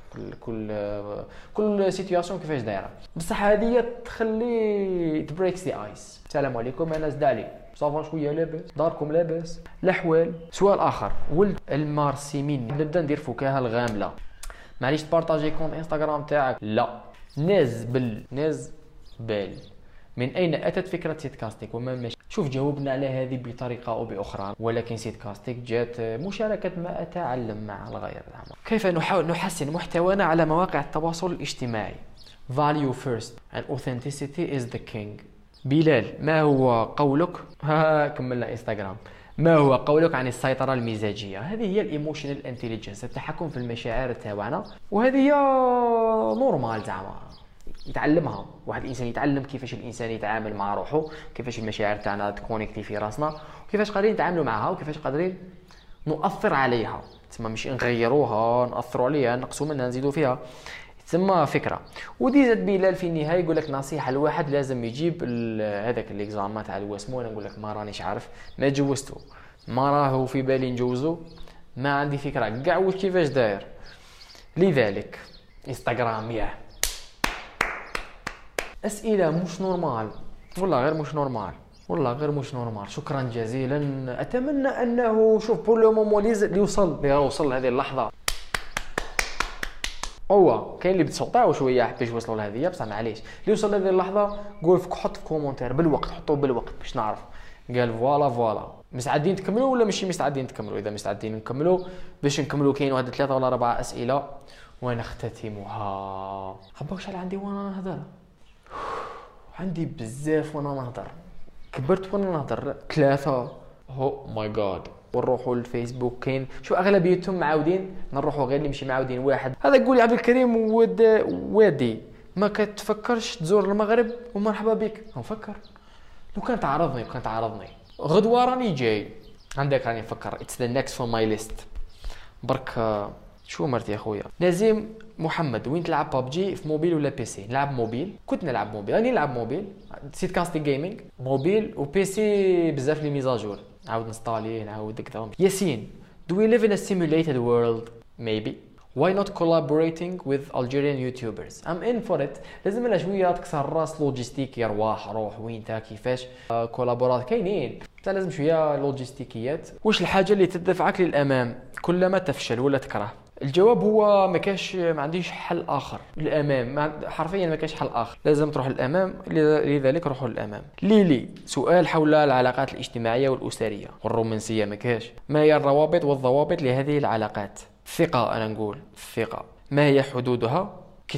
كل سيتوياسيون كيفاش دايره، بصح هذه تخلي تبريكس ذا ايس. السلام عليكم انا زدالي صافا شويه لاباس، داركم لاباس، الاحوال. سؤال اخر، ولد المارسيمين نبدا ندير فكاهه الغامله، معليش تبارطاجي كونت انستغرام تاعك؟ لا. ناز بال من اين اتت فكره سيدكاستيك وما ماشي؟ شوف جاوبنا على هذه بطريقه او باخرى، ولكن سيدكاستيك جات مشاركه ما اتعلم مع الغير. كيف نحاول نحسن محتوانا على مواقع التواصل الاجتماعي؟ Value first and authenticity is the king. بلال، ما هو قولك كملنا انستغرام، ما هو قولك عن السيطرة المزاجية؟ هذه هي الايموشنال انتليجنس، التحكم في المشاعر تاعنا، وهذه هي نورمال زعما يتعلمها واحد الانسان. يتعلم كيفاش الانسان يتعامل مع روحه، كيفاش المشاعر تاعنا تكونيكتي في راسنا، وكيفاش قادرين نتعاملوا معها، وكيفاش قادرين نؤثر عليها. تسمى مش نغيروها نأثروا عليها نقصوا منها نزيدوا فيها، تسمى فكره. ودي زاد بلال في النهايه يقول لك نصيحه الواحد لازم يجيب هذاك الاكزام تاع الواسمو. انا نقول لك ما رانيش عارف، ما جوزته، ما راهو في بالي نجوزو، ما عندي فكره كاع واش كيفاش داير. لذلك انستغرام ياه اسئله مش نورمال، والله غير مش نورمال. شكرا جزيلا، اتمنى انه شوف بور لو مومون اللي يوصل لهذه اللحظه. هو كاين اللي بتصوتاو شويه باش يوصلوا لهذه، بصح معليش اللي يوصل لهذه اللحظه قول حط في كومونتير بالوقت، حطوه بالوقت باش نعرف. قال فوالا مستعدين تكملوا ولا ماشي مستعدين تكملوا؟ اذا مستعدين نكملوا باش نكملوا كاين واحد 3 ولا 4 اسئله ونختتمها. حبا شحال عندي وانا نهضر، عندي بزاف وانا نهضر، كبرت وانا نهضر 3. او ماي جاد. ونروحوا للفيسبوك كاين شو اغلبيتهم معاودين، نروحوا غير اللي مشي معاودين واحد. هذا قولي عبد الكريم وادي ما كتفكرش تزور المغرب؟ ومرحبا بك. نفكر لو كان تعرضني غدوه راني جاي عندك، راني نفكر. اتس ذا نيكست فور ماي ليست. برك شو مرتي يا خويا نازم محمد، وين تلعب ببجي في موبيل ولا بي سي؟ نلعب موبيل، كنت نلعب موبيل، راني نلعب موبيل، سيدكاستيك جيمنج موبيل وبي سي بزاف لي ميزاجور، نعاود نستالي نعاود كذا. ياسين، do we live in a simulated world؟ maybe. Why not collaborating with Algerian YouTubers? I'm in for it. لازم لنا شويه تكسر الراس لوجيستيكي، ارواح روح وين تا كيفاش كولابورات كاينين، تا لازم شويه لوجيستيكيات. واش الحاجه اللي تدفعك للامام كلما تفشل ولا تكره؟ الجواب هو ما عنديش حل اخر للامام، حرفيا ما كاش حل اخر، لازم تروح للامام، لذلك روحوا للامام. ليلي سؤال حول العلاقات الاجتماعيه والاسريه والرومانسيه، ما كاش. ما هي الروابط والضوابط لهذه العلاقات؟ الثقه، انا نقول الثقه. ما هي حدودها؟ كي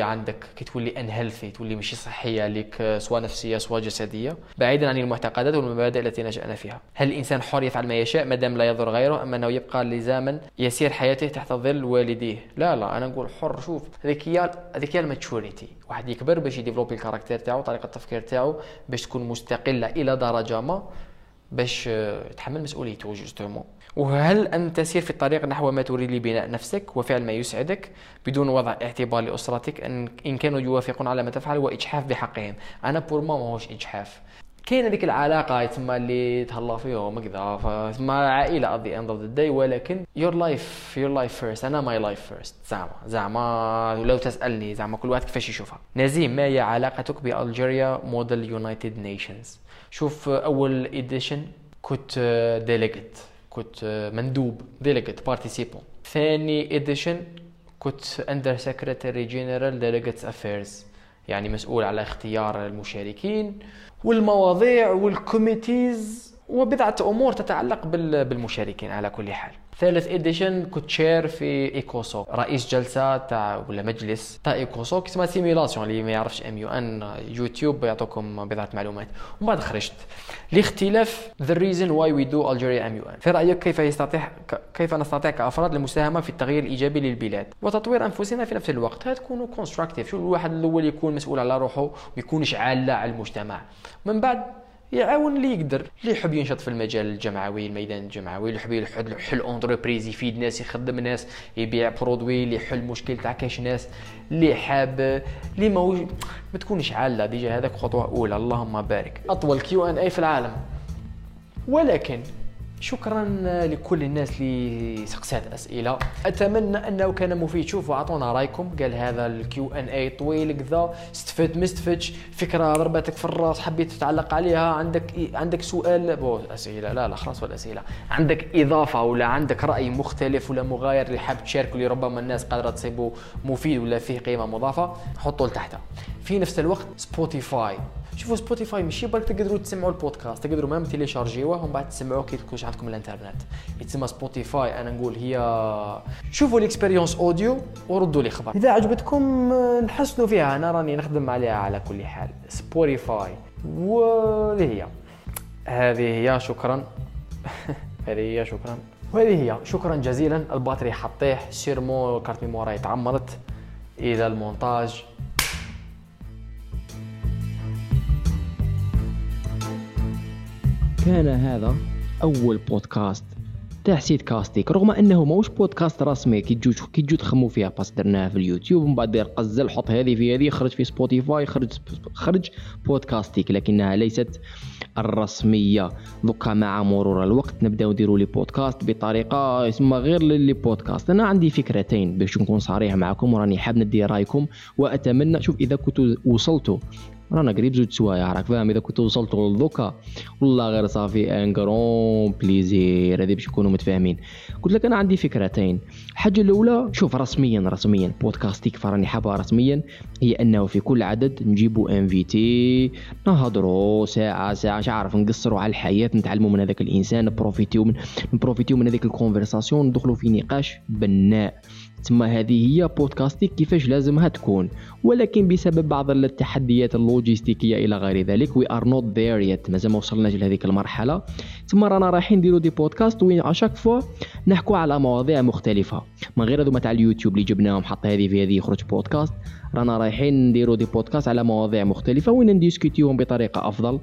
تولي انهيلثي، تولي ماشي صحيه لك، سواء نفسيه سواء جسديه، بعيدا عن المعتقدات والمبادئ التي نشأنا فيها. هل الانسان حر يفعل ما يشاء ما دام لا يضر غيره، ام انه يبقى لزاما يسير حياته تحت ظل والديه؟ لا انا نقول حر. شوف، هذيك هي الماتشوريتي، واحد يكبر باش يديفلوبي الكاركتير تاعو، طريقه التفكير تاعو، باش تكون مستقله الى درجه ما، باش تحمل مسؤوليته جوستومون. وهل أن تسير في الطريق نحو ما تريد لبناء نفسك وفعل ما يسعدك بدون وضع اعتبار لأسرتك إن كانوا يوافقون على ما تفعل وإجحاف بحقهم؟ أنا بور ما هوش إجحاف. كاين هذيك العلاقة يتسمى اللي تهلا فيهم كذا، ثم عائلة at the end of the day، ولكن your life first. أنا my life first. زعما لو تسألني زعما كل واحد كيفاش يشوفها. نزيم، ما هي علاقتك بألجيريا موديل يونايتد نيشنز؟ شوف، أول إديشن كنت ديليجيت، كنت مندوب ديليجيت بارتيسيبون. ثاني إديشن كنت أندر سكرتاري جنرال ديليجيتس أفيرز، يعني مسؤول على اختيار المشاركين والمواضيع والكوميتيز وبضعة أمور تتعلق بالمشاركين على كل حال. ثالث إديشن كنت شير في إيكوسوك، رئيس جلسة تاع ولا مجلس تاع إيكوسوك، اسمها سيميلاسيون، اللي ما يعرفش MUN يوتيوب يعطوكم بضعة معلومات. ومن بعد خرجت لاختلاف the reason why we do Algeria MUN. في رأيك كيف نستطيع كأفراد المساهمة في التغيير الإيجابي للبلاد وتطوير أنفسنا في نفس الوقت؟ هتكونوا كونستراكتيف. شو الواحد الأول يكون مسؤول على روحه وما يكونش عالة على المجتمع، من بعد يعاون اللي يقدر، اللي يحب ينشط في المجال الجمعوي، الميدان الجمعوي، اللي يحب يحل اونتربريز، يفيد ناس، يخدم ناس، يبيع برودوي، اللي يحل مشكل تاع كاش ناس، اللي حاب، اللي ما تكونش عالة. ديجا هذاك خطوة أولى، اللهم بارك. أطول Q&A في العالم، ولكن شكرا لكل الناس اللي سقسات اسئله، اتمنى انه كان مفيد. شوفوا اعطونا رايكم، قال هذا الQ&A طويل كذا، استفدت ما استفدتش، فكره ضربتك في الراس حبيت تتعلق عليها، عندك سؤال اسئله، لا خلاص والاسئله، عندك اضافه ولا عندك راي مختلف ولا مغاير اللي حاب تشاركه، اللي ربما الناس قادره تصيبه مفيد ولا فيه قيمه مضافه، حطوه لتحت. في نفس الوقت سبوتيفاي، شوفوا سبوتيفاي ماشي برك تقدروا تسمعوا البودكاست، تقدروا مام تيليشارجيوه ومن بعد تسمعوه كي تكونش عندكم الانترنت. يتسمى سبوتيفاي، انا نقول هي شوفوا الاكسبيريونس اوديو وردوا لي خبر اذا عجبتكم، نحسنوا فيها، انا راني نخدم عليها على كل حال. سبوتيفاي هذه هي شكرا وهذه هي شكرا جزيلا. الباتري حطيه سيرمو، كارت ميموري تعمرت، الى المونتاج. كان هذا أول بودكاست تاع سيت كاستيك، رغم أنه موش بودكاست رسمي كي تجو تخمو فيها، باس درناها في اليوتيوب ومن بعد دير قزل حط هذه في هذه، خرج في سبوتيفاي، خرج بودكاستيك، لكنها ليست الرسمية. دوكا مع مرور الوقت نبداو نديروا لي بودكاست بطريقة اسمها غير لي بودكاست. أنا عندي فكرتين باش نكون صريح معكم، وراني حاب ندي رايكم، وأتمنى شوف إذا كنتوا وصلتوا، رانا قريب زوج سوايع راك فاهم، اذا كنتوا وصلتوا لذوكا والله غير صافي ان غرون بليزير، هذه باش نكونوا متفاهمين. قلت لك انا عندي فكرتين. الحاجه الاولى شوف رسميا بودكاستيك فراني حابها رسميا، هي انه في كل عدد نجيبوا انفيتي، نهضروا ساعه مش عارف، نقصروا على الحياه، نتعلموا من هذاك الانسان، نبروفيتيو من هذيك الكونفرساسيون، ندخلوا في نقاش بناء. ثم هذه هي بودكاستيك كيفاش لازمها تكون، ولكن بسبب بعض التحديات اللوجستيكيه الى غير ذلك we are not there yet، مازال ما وصلناش لهذيك المرحله. ثم رانا رايحين نديروا دي بودكاست وين اشاك فوا نحكوا على مواضيع مختلفه، من غير هذوما تاع اليوتيوب اللي جبناهم حط هذه في هذه يخرج بودكاست. رانا رايحين نديروا دي بودكاست على مواضيع مختلفه وين نديسكوتيوهم بطريقه افضل،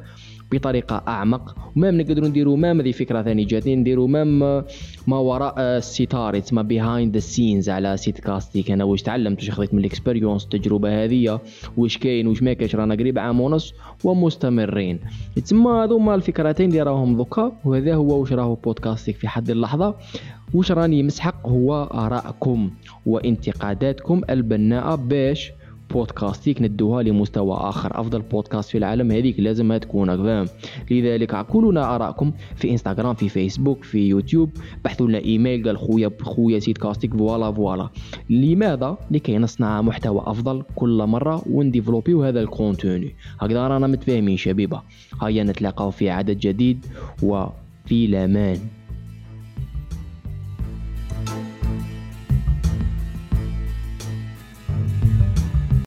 بطريقه اعمق. وما نقدروا نديروا هذه فكره ثاني جاتني، نديروا ما وراء الستار، تسمى بيهايند ذا سينز على سيت كاستيك. انا واش تعلمت، واش خذيت من الاكسبيريونس التجربه هذه، واش كاين واش ما كاينش، رانا قريب عام ونص ومستمرين. تسمى هذوما الفكرتين اللي راهم دوكا، وهذا هو واش راهو بودكاستيك في حد اللحظه. واش راني مسحق هو آراءكم وانتقاداتكم البناءة باش بودكاستيك ندوها لمستوى آخر. أفضل بودكاست في العالم هذيك لازم تكون فاهم. لذلك عقولنا آراءكم في إنستغرام، في فيسبوك، في يوتيوب. بحثوا لنا إيميل قال خويا سيت كاستيك فوالا. لماذا؟ لكي نصنع محتوى أفضل كل مرة ونديفلوبيو هذا الكونتوني. هكذا رانا متفاهمين شبيبة. هيا نتلاقاو في عدد جديد وفي الأمان.